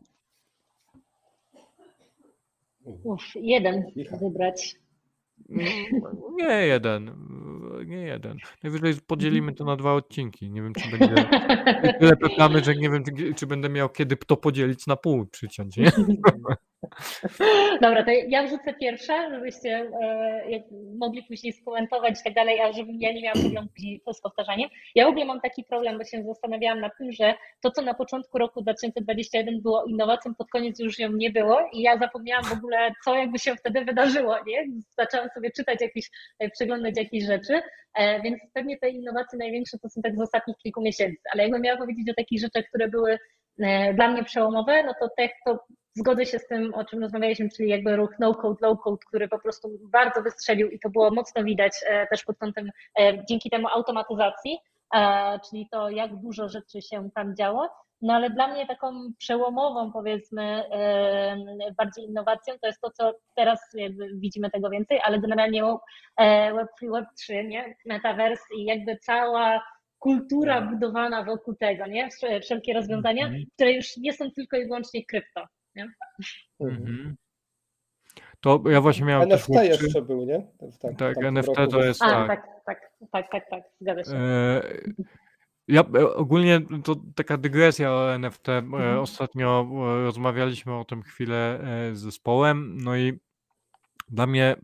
Jeden wybrać. Nie jeden. Najwyżej podzielimy to na 2 odcinki. Nie wiem, czy będzie tyle reklamy, że nie wiem, czy będę miał kiedy to podzielić na pół, przyciąć, nie? Dobra, to ja wrzucę pierwsze, żebyście mogli później skomentować i tak dalej, a żebym ja nie miała problemu później z powtarzaniem. Ja w ogóle mam taki problem, bo się zastanawiałam nad tym, że to, co na początku roku 2021 było innowacją, pod koniec już ją nie było i ja zapomniałam w ogóle, co jakby się wtedy wydarzyło, nie? Zaczęłam sobie czytać przeglądać jakieś rzeczy, więc pewnie te innowacje największe to są tak z ostatnich kilku miesięcy, ale jakbym miała powiedzieć o takich rzeczach, które były dla mnie przełomowe, no to to zgodzę się z tym, o czym rozmawialiśmy, czyli jakby ruch no-code, low-code, który po prostu bardzo wystrzelił i to było mocno widać też pod kątem dzięki temu automatyzacji, czyli to, jak dużo rzeczy się tam działo. No ale dla mnie taką przełomową, powiedzmy, bardziej innowacją to jest to, co teraz jakby widzimy tego więcej, ale generalnie Web3, Web3, nie? Metaverse i jakby cała kultura budowana wokół tego, nie? Wszelkie rozwiązania, które już nie są tylko i wyłącznie krypto. Nie? To ja właśnie miałem NFT też jeszcze był, nie? Tak, NFT to jest tak, zgadza się. Ja ogólnie to taka dygresja o NFT. Ostatnio rozmawialiśmy o tym chwilę z zespołem, no i dla mnie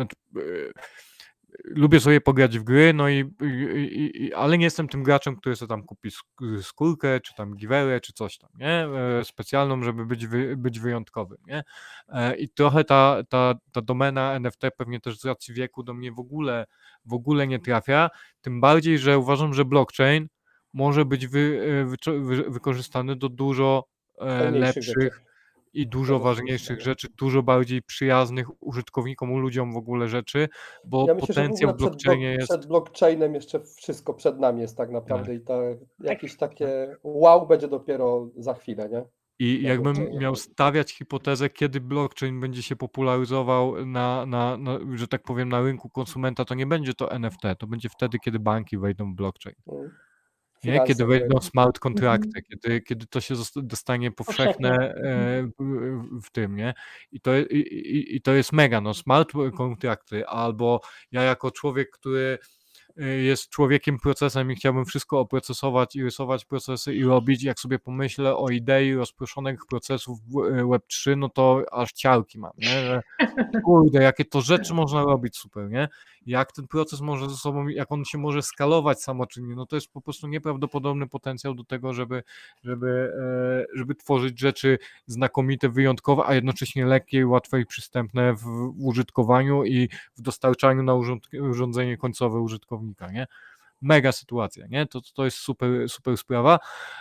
lubię sobie pograć w gry, no ale nie jestem tym graczem, który sobie tam kupi skórkę, czy tam giwerę, czy coś tam, nie? Specjalną, żeby być wyjątkowym, nie? I trochę ta domena NFT pewnie też z racji wieku do mnie w ogóle nie trafia, tym bardziej, że uważam, że blockchain może być wykorzystany do dużo lepszych i dużo ważniejszych rzeczy, dużo bardziej przyjaznych użytkownikom, ludziom w ogóle rzeczy, bo ja myślę, potencjał w blockchainie jest... Przed blockchainem jeszcze wszystko przed nami jest tak naprawdę i jakieś takie wow będzie dopiero za chwilę, nie? I jakbym miał stawiać hipotezę, kiedy blockchain będzie się popularyzował że tak powiem, na rynku konsumenta, to nie będzie to NFT, to będzie wtedy, kiedy banki wejdą w blockchain. Nie? Kiedy finansach. wejdą smart kontrakty, kiedy to się dostanie powszechne w tym, nie? I to jest mega, no smart kontrakty, albo ja jako człowiek, który jest człowiekiem procesem i chciałbym wszystko oprocesować i rysować procesy i robić, jak sobie pomyślę o idei rozproszonych procesów Web3, no to aż ciarki mam, nie? Że kurde, jakie to rzeczy można robić super, nie? Jak ten proces może ze sobą, jak on się może skalować samoczynnie, no to jest po prostu nieprawdopodobny potencjał do tego, żeby tworzyć rzeczy znakomite, wyjątkowe, a jednocześnie lekkie i łatwe i przystępne w użytkowaniu i w dostarczaniu na urządzenie końcowe użytkownika, nie? Mega sytuacja, nie? To jest super sprawa.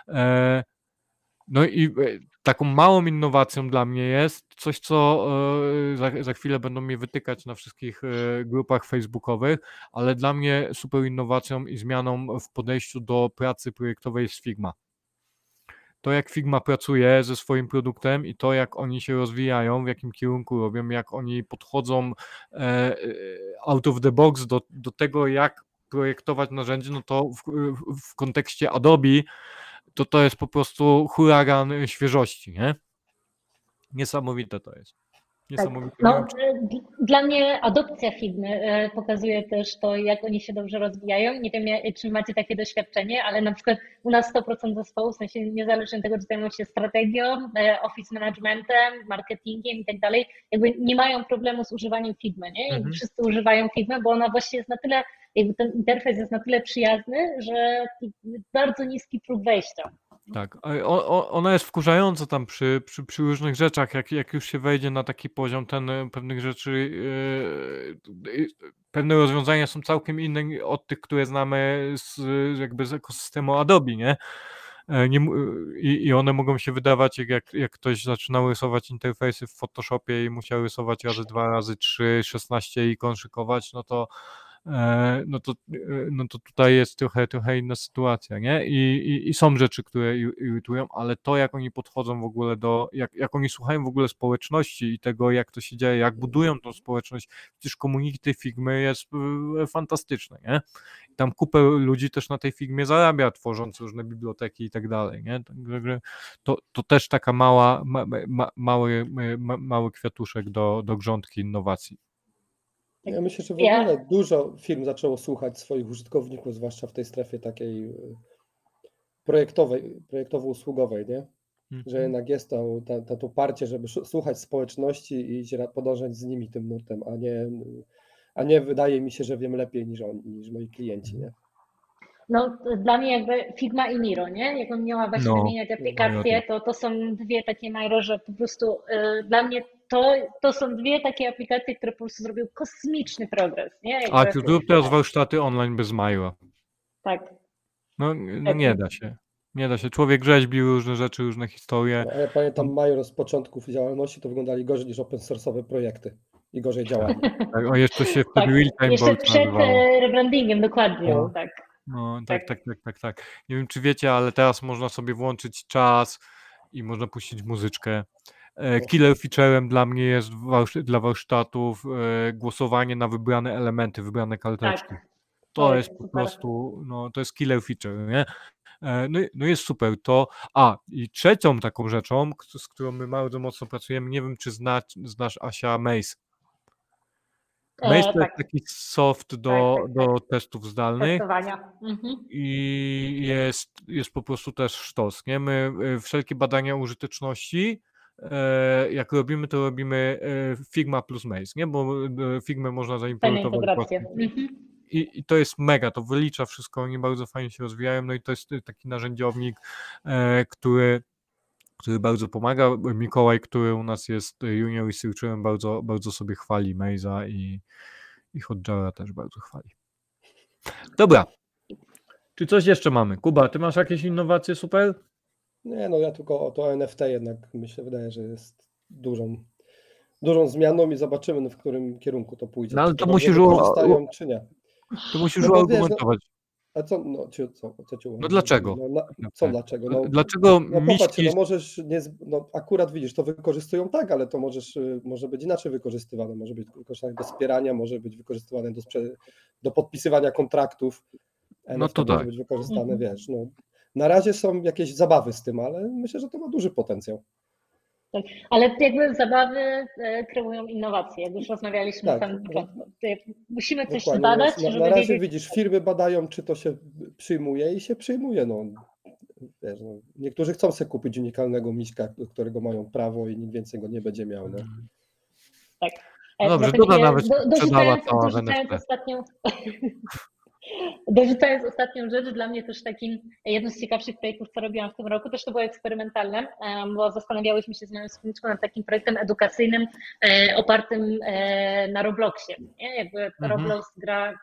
No i taką małą innowacją dla mnie jest coś, co za chwilę będą mnie wytykać na wszystkich grupach facebookowych, ale dla mnie super innowacją i zmianą w podejściu do pracy projektowej jest Figma. To, jak Figma pracuje ze swoim produktem i to, jak oni się rozwijają, w jakim kierunku robią, jak oni podchodzą out of the box do tego, jak projektować narzędzie, no to w kontekście Adobe to jest po prostu huragan świeżości, nie? Niesamowite to jest. Niesamowite. No, dla mnie adopcja Figmy pokazuje też to, jak oni się dobrze rozwijają. Nie wiem, czy macie takie doświadczenie, ale na przykład u nas 100% zespołu, w sensie niezależnie od tego, czy zajmują się strategią, office managementem, marketingiem i tak dalej, jakby nie mają problemu z używaniem Figmy, nie? Jakby wszyscy używają Figmy, bo ona właśnie jest na tyle, jakby ten interfejs jest na tyle przyjazny, że bardzo niski próg wejścia. Tak, ona jest wkurzająca tam przy różnych rzeczach, jak już się wejdzie na taki poziom pewnych rzeczy, pewne rozwiązania są całkiem inne od tych, które znamy jakby z ekosystemu Adobe, nie? I one mogą się wydawać, jak ktoś zaczynał rysować interfejsy w Photoshopie i musiał rysować razy 2, razy 3, 16 ikon szykować, no to tutaj jest trochę inna sytuacja, nie? I są rzeczy, które irytują, ale to, jak oni podchodzą w ogóle jak oni słuchają w ogóle społeczności i tego, jak to się dzieje, jak budują tą społeczność, przecież community Figmy jest fantastyczne, nie? I tam kupę ludzi też na tej Figmie zarabia, tworząc różne biblioteki i tak dalej, nie? Także to też taka mały kwiatuszek do grządki innowacji. Ja myślę, że w ogóle dużo firm zaczęło słuchać swoich użytkowników, zwłaszcza w tej strefie takiej projektowo-usługowej, nie? Że jednak jest to parcie, żeby słuchać społeczności i podążać z nimi tym nurtem, a nie wydaje mi się, że wiem lepiej niż moi klienci, nie? No, dla mnie jakby Figma i Miro, nie? Jak on miała właśnie wymieniać aplikacje, to są dwie takie Miro, że po prostu dla mnie to są dwie takie aplikacje, które po prostu zrobiły kosmiczny progres, nie? Jakby, A, zrób teraz warsztaty online bez Miro. Tak. No nie da się. Nie da się. Człowiek rzeźbi różne rzeczy, różne historie. Ja pamiętam Miro z początków działalności, to wyglądali gorzej niż open source'owe projekty i gorzej działali. Tak, jeszcze się wtedy real-time jeszcze przed rebrandingiem, dokładnie, tak. No, tak. Nie wiem, czy wiecie, ale teraz można sobie włączyć czas i można puścić muzyczkę. Killer featurem dla mnie jest dla warsztatów głosowanie na wybrane elementy, wybrane karteczki. Tak. To jest po prostu, to jest killer feature, nie? No jest super. I trzecią taką rzeczą, z którą my bardzo mocno pracujemy, nie wiem, czy znasz, Asia, Maze. Maze to jest taki soft do testów zdalnych. Testowania. I jest po prostu też sztos, nie? My wszelkie badania użyteczności, jak robimy, to robimy Figma plus Maze, nie? Bo Figmę można zaimplementować. I to jest mega, to wylicza wszystko, oni bardzo fajnie się rozwijają, no i to jest taki narzędziownik, który bardzo pomaga. Mikołaj, który u nas jest junior researcherem, bardzo, bardzo sobie chwali Maze'a i Hotjara też bardzo chwali. Dobra. Czy coś jeszcze mamy? Kuba, ty masz jakieś innowacje super? Nie, ja tylko to NFT jednak wydaje, że jest dużą zmianą i zobaczymy, w którym kierunku to pójdzie. No ale to musisz czy nie. To musisz uargumentować. A co ci No dlaczego? Dlaczego? Dlaczego możesz akurat widzisz, to wykorzystują tak, ale to może być inaczej wykorzystywane. Może być wykorzystane do wspierania, może być wykorzystywane do podpisywania kontraktów No to może tak. być wykorzystane, wiesz, no. Na razie są jakieś zabawy z tym, ale myślę, że to ma duży potencjał. Tak. Ale jakby zabawy kreują innowacje, jak już rozmawialiśmy na Tak, samym początku. Musimy coś dokładnie. zbadać, Na żeby razie wiedzieć. widzisz, firmy badają, czy to się przyjmuje i się przyjmuje. No. Wiesz, no. Niektórzy chcą sobie kupić unikalnego miśka, do którego mają prawo i nikt więcej go nie będzie miał. No. Tak. No dobrze, Dlatego Duda nawet sprzedała dorzucając, cała w dorzucając NFT. Dorzucając ostatnią rzecz, dla mnie też takim jednym z ciekawszych projektów, co robiłam w tym roku, też to było eksperymentalne, bo zastanawiałyśmy się z moją wspólniczką nad takim projektem edukacyjnym opartym na Robloxie. Nie? Jakby Roblox gra.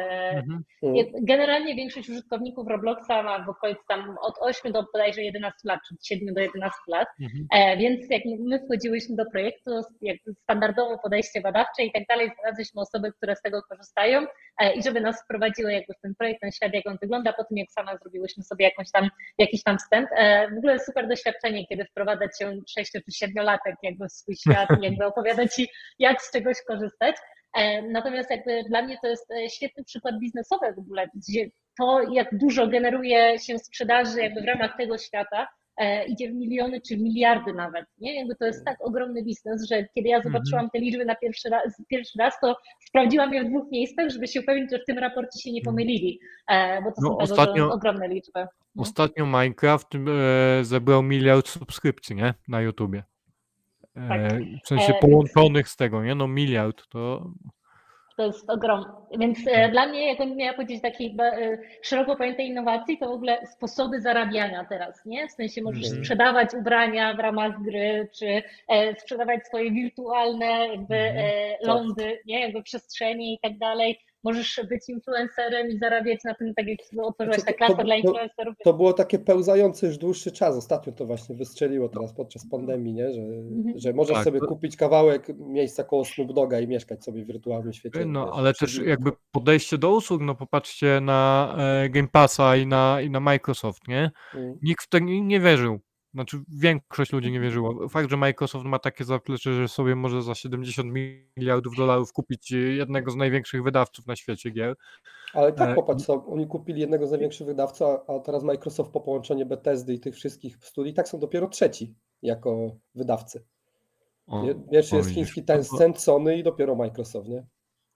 Generalnie większość użytkowników Robloxa ma w okolicy tam od 8 do bodajże 11 lat, czy od 7 do 11 lat, więc jak my wchodziłyśmy do projektu, jak standardowo podejście badawcze i tak dalej, znaleźliśmy osoby, które z tego korzystają i żeby nas wprowadziły jakby w ten projekt, ten świat, jak on wygląda, po tym jak sama zrobiłyśmy sobie jakiś tam wstęp. W ogóle super doświadczenie, kiedy wprowadzać się 6 czy 7-latek jakby w swój świat i jakby opowiadać ci, jak z czegoś korzystać. Natomiast jakby dla mnie to jest świetny przykład biznesowy w ogóle, gdzie to, jak dużo generuje się sprzedaży jakby w ramach tego świata, idzie w miliony czy w miliardy nawet. Nie? Jakby to jest tak ogromny biznes, że kiedy ja zobaczyłam te liczby na pierwszy raz, to sprawdziłam je w 2 miejscach, żeby się upewnić, że w tym raporcie się nie pomylili, bo to są tak ogromne liczby. Ostatnio Minecraft zebrał 1 miliard subskrypcji, nie? Na YouTubie. Tak. W sensie połączonych z tego, nie? No 1 miliard to... To jest ogrom. Więc dla mnie, jakbym miała powiedzieć takiej szeroko pojętej innowacji, to w ogóle sposoby zarabiania teraz, nie? W sensie możesz sprzedawać ubrania w ramach gry, czy sprzedawać swoje wirtualne jakby lądy, nie? Jakby przestrzenie i tak dalej. Możesz być influencerem i zarabiać na tym, tak jak otworzyłaś ta klasa dla influencerów. To było takie pełzające już dłuższy czas. Ostatnio to właśnie wystrzeliło teraz podczas pandemii, nie? Że możesz sobie kupić kawałek miejsca koło Snoop Dogga i mieszkać sobie w wirtualnym świecie. No, wiesz, ale też jakby podejście do usług, no popatrzcie na Game Passa i na Microsoft, nie? Nikt w to nie wierzył. Znaczy większość ludzi nie wierzyło. Fakt, że Microsoft ma takie zaplecze, że sobie może za 70 miliardów dolarów kupić jednego z największych wydawców na świecie gier. Ale tak popatrz, oni kupili jednego z największych wydawców, a teraz Microsoft po połączeniu Bethesdy i tych wszystkich studii tak są dopiero trzeci jako wydawcy. Pierwszy jest chiński Tencent, Sony i dopiero Microsoft, nie?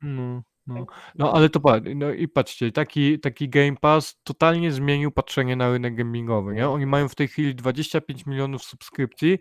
No ale to no i patrzcie, taki Game Pass totalnie zmienił patrzenie na rynek gamingowy, nie? Oni mają w tej chwili 25 milionów subskrypcji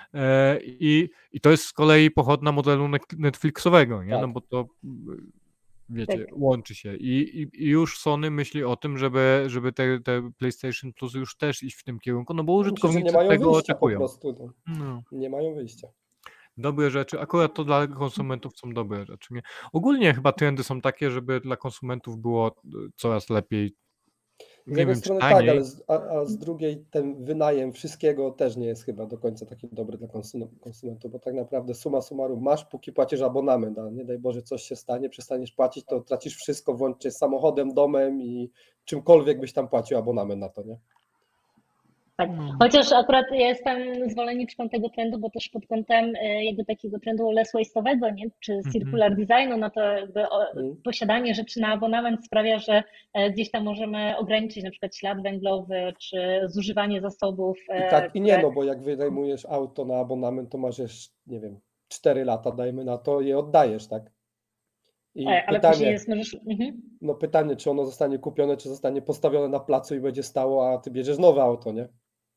i to jest z kolei pochodna modelu Netflixowego, nie? Tak. No bo to wiecie, łączy się i już Sony myśli o tym, żeby te PlayStation Plus już też iść w tym kierunku, no bo użytkownicy nie mają tego wyjścia oczekują. Po prostu, nie mają wyjścia. Dobre rzeczy, akurat to dla konsumentów są dobre rzeczy. Nie? Ogólnie chyba trendy są takie, żeby dla konsumentów było coraz lepiej. Z jednej strony tak, ale z drugiej ten wynajem wszystkiego też nie jest chyba do końca taki dobry dla konsumentów, bo tak naprawdę summa summarum masz, póki płacisz abonament, a nie daj Boże coś się stanie, przestaniesz płacić, to tracisz wszystko, włącznie z samochodem, domem i czymkolwiek byś tam płacił abonament na to, nie? Tak, chociaż akurat ja jestem zwolenniczką tego trendu, bo też pod kątem jakby takiego trendu less waste'owego, nie? Czy circular designu, no to jakby posiadanie rzeczy na abonament sprawia, że gdzieś tam możemy ograniczyć na przykład ślad węglowy, czy zużywanie zasobów. I tak i nie, no bo jak wynajmujesz auto na abonament, to masz jeszcze, nie wiem, 4 lata, dajmy na to, je oddajesz, tak? I ale pytanie, jest, możesz... no pytanie, czy ono zostanie kupione, czy zostanie postawione na placu i będzie stało, a ty bierzesz nowe auto, nie?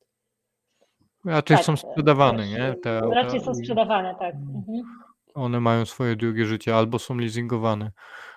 Raczej są sprzedawane, nie? Te auta. Raczej są sprzedawane, tak. One mają swoje drugie życie, albo są leasingowane.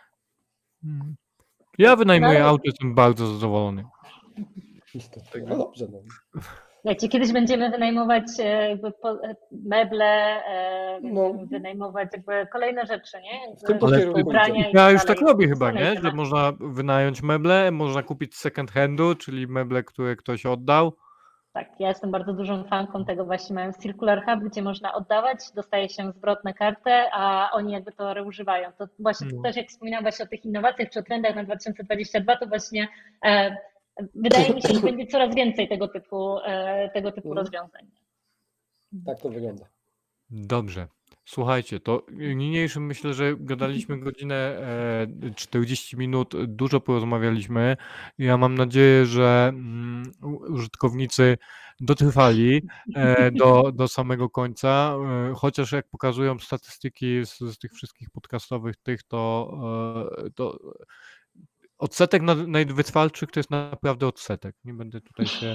Ja wynajmuję auto, jestem bardzo zadowolony. No dobrze, no. Wiecie, kiedyś będziemy wynajmować jakby meble, wynajmować jakby kolejne rzeczy, nie? W tym to kierunku ja już tak robię chyba, nie? Że można wynająć meble, można kupić second handu, czyli meble, które ktoś oddał. Tak, ja jestem bardzo dużą fanką tego, właśnie mają Circular Hub, gdzie można oddawać, dostaje się zwrot na kartę, a oni jakby to reużywają. To właśnie też jak wspominałam właśnie o tych innowacjach czy o trendach na 2022, to właśnie wydaje mi się, że będzie coraz więcej tego typu rozwiązań. Tak to wygląda. Dobrze. Słuchajcie, to niniejszym myślę, że gadaliśmy godzinę 40 minut, dużo porozmawialiśmy. Ja mam nadzieję, że użytkownicy dotrwali do samego końca, chociaż jak pokazują statystyki z tych wszystkich podcastowych to odsetek najwytrwalszych to jest naprawdę odsetek. Nie będę tutaj się...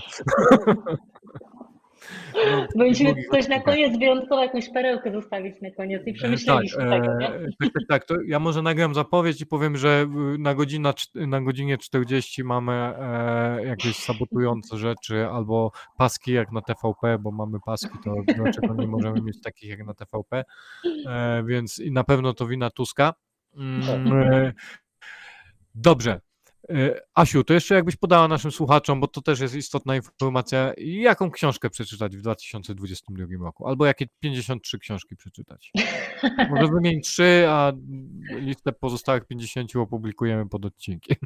No, Powinniśmy długich coś na odcinkach. koniec, wyjątkowo jakąś perełkę zostawić na koniec i Tak, przemyśleliśmy tego, nie? tak. To ja może nagram zapowiedź i powiem, że na godzinie 40 mamy jakieś sabotujące rzeczy albo paski jak na TVP, bo mamy paski, to dlaczego nie możemy mieć takich jak na TVP? Więc i na pewno to wina Tuska. Dobrze. Asiu, to jeszcze jakbyś podała naszym słuchaczom, bo to też jest istotna informacja, jaką książkę przeczytać w 2022 roku, albo jakie 53 książki przeczytać. Może wymień 3, a listę pozostałych 50 opublikujemy pod odcinkiem.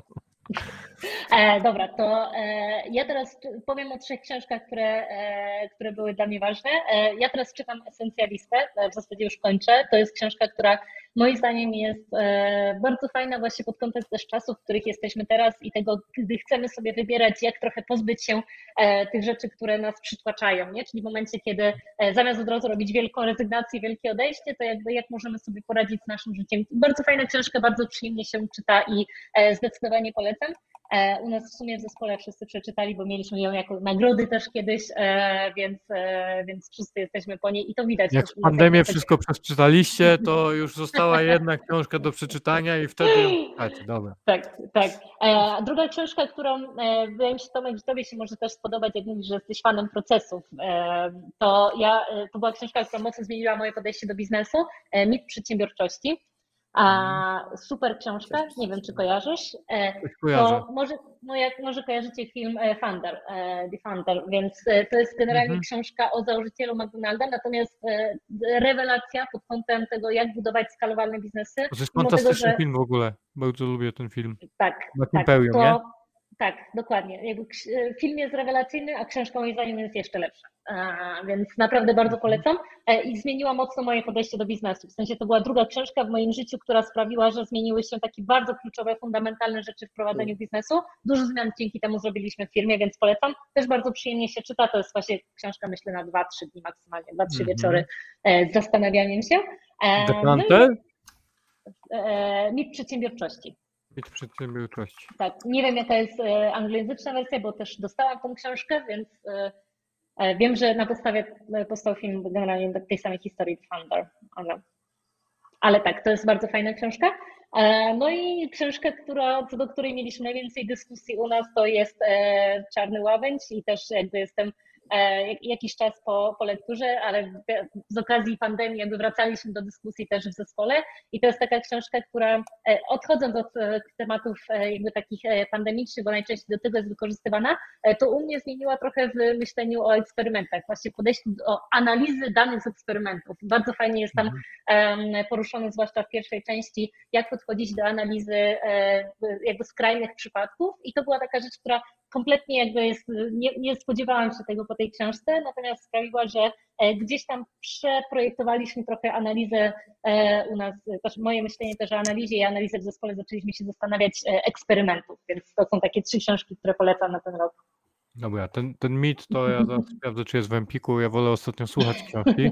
Dobra, to ja teraz powiem o 3 książkach, które były dla mnie ważne. Ja teraz czytam Esencjalistę, w zasadzie już kończę. To jest książka, która moim zdaniem jest bardzo fajna właśnie pod kątem też czasów, w których jesteśmy teraz i tego, gdy chcemy sobie wybierać, jak trochę pozbyć się tych rzeczy, które nas przytłaczają, nie? Czyli w momencie, kiedy zamiast od razu robić wielką rezygnację, wielkie odejście, to jakby jak możemy sobie poradzić z naszym życiem. Bardzo fajna książka, bardzo przyjemnie się czyta i zdecydowanie polecam. U nas w sumie w zespole wszyscy przeczytali, bo mieliśmy ją jako nagrody też kiedyś, więc wszyscy jesteśmy po niej i to widać. Jak też w pandemię na wszystko przeczytaliście, to już została jedna książka do przeczytania i wtedy ją czytacie. Dobra. Tak. Druga książka, którą wydaje mi się, Tomek, że tobie się może też spodobać, jak mówisz, że jesteś fanem procesów, to była książka, która mocno zmieniła moje podejście do biznesu, Mit przedsiębiorczości. Super książka, nie wiem, czy kojarzysz. Kojarzę. To może kojarzycie film Founder, The Founder, więc to jest generalnie książka o założycielu McDonalda, natomiast rewelacja pod kątem tego, jak budować skalowalne biznesy. To jest fantastyczny film w ogóle. Bardzo lubię ten film. Tak, Imperium, nie? Tak, dokładnie. Jakby film jest rewelacyjny, a książka moim zdaniem jest jeszcze lepsza. Więc naprawdę bardzo polecam i zmieniła mocno moje podejście do biznesu. W sensie to była druga książka w moim życiu, która sprawiła, że zmieniły się takie bardzo kluczowe, fundamentalne rzeczy w prowadzeniu biznesu. Dużo zmian dzięki temu zrobiliśmy w firmie, więc polecam. Też bardzo przyjemnie się czyta. To jest właśnie książka, myślę, na 2-3 dni maksymalnie, 2-3 wieczory z zastanawianiem się. Dekanter? Mit przedsiębiorczości. Mit przedsiębiorczości. Tak, nie wiem jaka jest anglojęzyczna wersja, bo też dostałam tą książkę, więc wiem, że na podstawie powstał film generalnie tej samej historii Founder, ale tak, to jest bardzo fajna książka. No i książka, co do której mieliśmy najwięcej dyskusji u nas, to jest Czarny Łabędź i też jakby jestem jakiś czas po lekturze, ale z okazji pandemii jakby wracaliśmy do dyskusji też w zespole i to jest taka książka, która odchodząc od tematów jakby takich pandemicznych, bo najczęściej do tego jest wykorzystywana, to u mnie zmieniła trochę w myśleniu o eksperymentach, właśnie podejściu do analizy danych z eksperymentów. Bardzo fajnie jest tam poruszone, zwłaszcza w pierwszej części, jak podchodzić do analizy jakby skrajnych przypadków i to była taka rzecz, która kompletnie jakby nie spodziewałam się tego po tej książce, natomiast sprawiła, że gdzieś tam przeprojektowaliśmy trochę analizę u nas, też moje myślenie też o analizie i analizę w zespole zaczęliśmy się zastanawiać eksperymentów, więc to są takie 3 książki, które polecam na ten rok. Dobra, ten mit to ja zaraz sprawdzę, czy jest w Empiku. Ja wolę ostatnio słuchać książki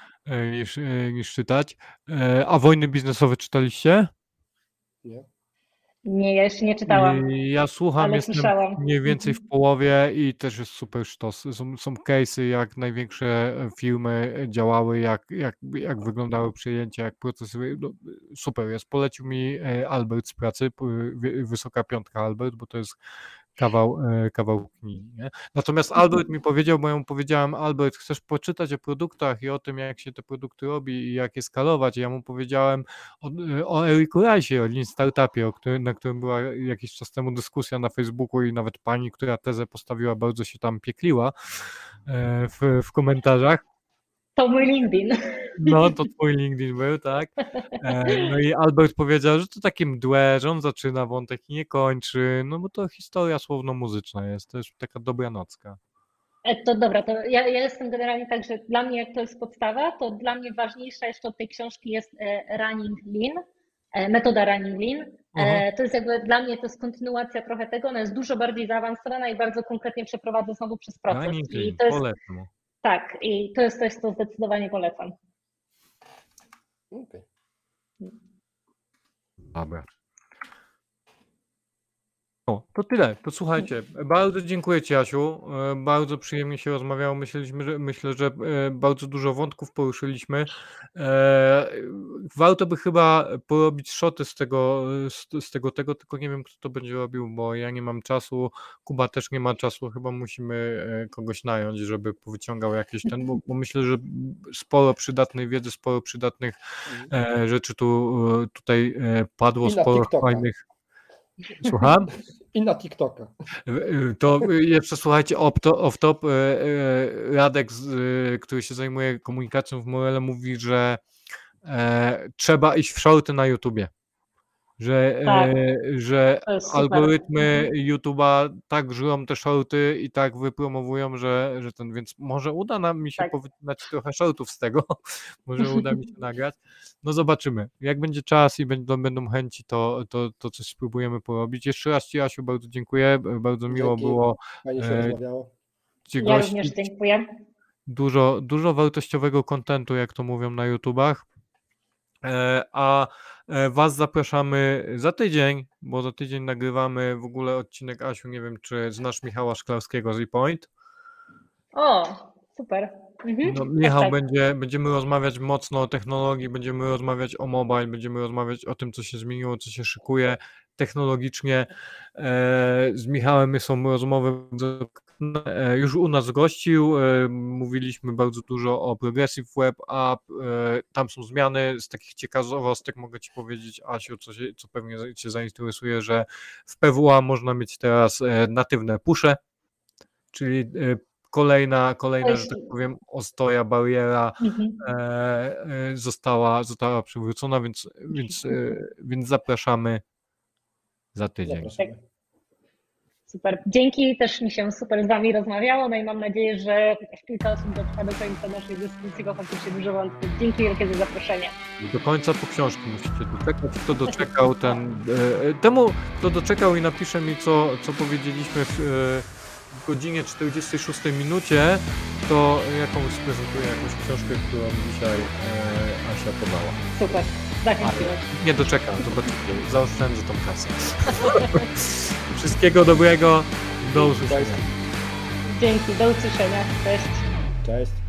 niż czytać. A Wojny biznesowe czytaliście? Nie. Nie, ja jeszcze nie czytałam. Ja słucham, ale jestem słyszałam. mniej więcej w połowie i też jest super sztos. Są case'y, jak największe firmy działały, jak wyglądały przejęcia, jak procesy. No, super jest. Polecił mi Albert z pracy, wysoka piątka Albert, bo to jest kawał knigi. Nie? Natomiast Albert mi powiedział, bo ja mu powiedziałem, Albert, chcesz poczytać o produktach i o tym, jak się te produkty robi i jak je skalować? I ja mu powiedziałem o Ericu Rice'ie, o Lean Startupie, na którym była jakiś czas temu dyskusja na Facebooku i nawet pani, która tezę postawiła, bardzo się tam piekliła w komentarzach. To mój LinkedIn. No, to twój LinkedIn był, tak? No i Albert powiedział, że to takie mdłe, że on zaczyna wątek i nie kończy, no bo to historia słowno-muzyczna jest, też taka dobra nocka. To dobra, to ja jestem generalnie tak, że dla mnie jak to jest podstawa, to dla mnie ważniejsza jeszcze od tej książki jest Running Lean, metoda Running Lean. To jest jakby dla mnie to jest kontynuacja trochę tego, ona jest dużo bardziej zaawansowana i bardzo konkretnie przeprowadza znowu przez proces. Running I Lean, to jest polecam. tak, i to jest coś, co zdecydowanie polecam. Okej. Dobra. O, to tyle. To słuchajcie, bardzo dziękuję Ci, Asiu. Bardzo przyjemnie się rozmawiało. Myślę, że bardzo dużo wątków poruszyliśmy. Warto by chyba porobić shoty z tego, tylko nie wiem, kto to będzie robił, bo ja nie mam czasu, Kuba też nie ma czasu, chyba musimy kogoś nająć, żeby powyciągał jakieś bo myślę, że sporo przydatnej wiedzy, sporo przydatnych rzeczy tutaj padło, I na sporo TikToka. fajnych. Słucham? I na TikToka. To jeszcze słuchajcie, off-top, Radek, który się zajmuje komunikacją w Morele, mówi, że trzeba iść w shorty na YouTubie. Że To jest super. algorytmy YouTube'a tak żrą te shorty i tak wypromowują, że więc może uda nam mi się Tak. powycinać trochę shortów z tego, może uda mi się nagrać. No zobaczymy. Jak będzie czas i będą chęci, to coś spróbujemy porobić. Jeszcze raz Ci, Asiu, bardzo dziękuję. Bardzo miło Dzięki. było Fajnie się rozmawiało. Cię Ja gościć. również dziękuję. Dużo wartościowego kontentu, jak to mówią na YouTubach. A Was zapraszamy za tydzień, bo za tydzień nagrywamy w ogóle odcinek, Asiu, nie wiem, czy znasz Michała Szklarskiego z ePoint. O, super. No, Michał, tak. będziemy rozmawiać mocno o technologii, będziemy rozmawiać o mobile, będziemy rozmawiać o tym, co się zmieniło, co się szykuje technologicznie. Z Michałem są rozmowy, już u nas gościł, mówiliśmy bardzo dużo o Progressive Web App, tam są zmiany, z takich ciekawostek mogę Ci powiedzieć, Asiu, co pewnie Cię zainteresuje, że w PWA można mieć teraz natywne pusze, czyli kolejna, że tak powiem, ostoja, bariera została przywrócona, więc zapraszamy za tydzień. Zapraszamy. Super. Dzięki, też mi się super z Wami rozmawiało, no i mam nadzieję, że chociaż kilka osób dotrwa do końca naszej dyskusji, bo faktycznie dużo wątków. Dzięki wielkie za zaproszenie. Do końca po książki musicie doczekać. Kto doczekał, temu, kto doczekał i napisze mi, co powiedzieliśmy w godzinie 46 minucie, to jakąś prezentuję jakąś książkę, którą dzisiaj Asia podała. Super. Zachęciłeś. Nie doczekam, zobaczycie, zaoszczędzę tą kasę. Wszystkiego dobrego, do usłyszenia. Dzięki, do usłyszenia. Cześć. Cześć.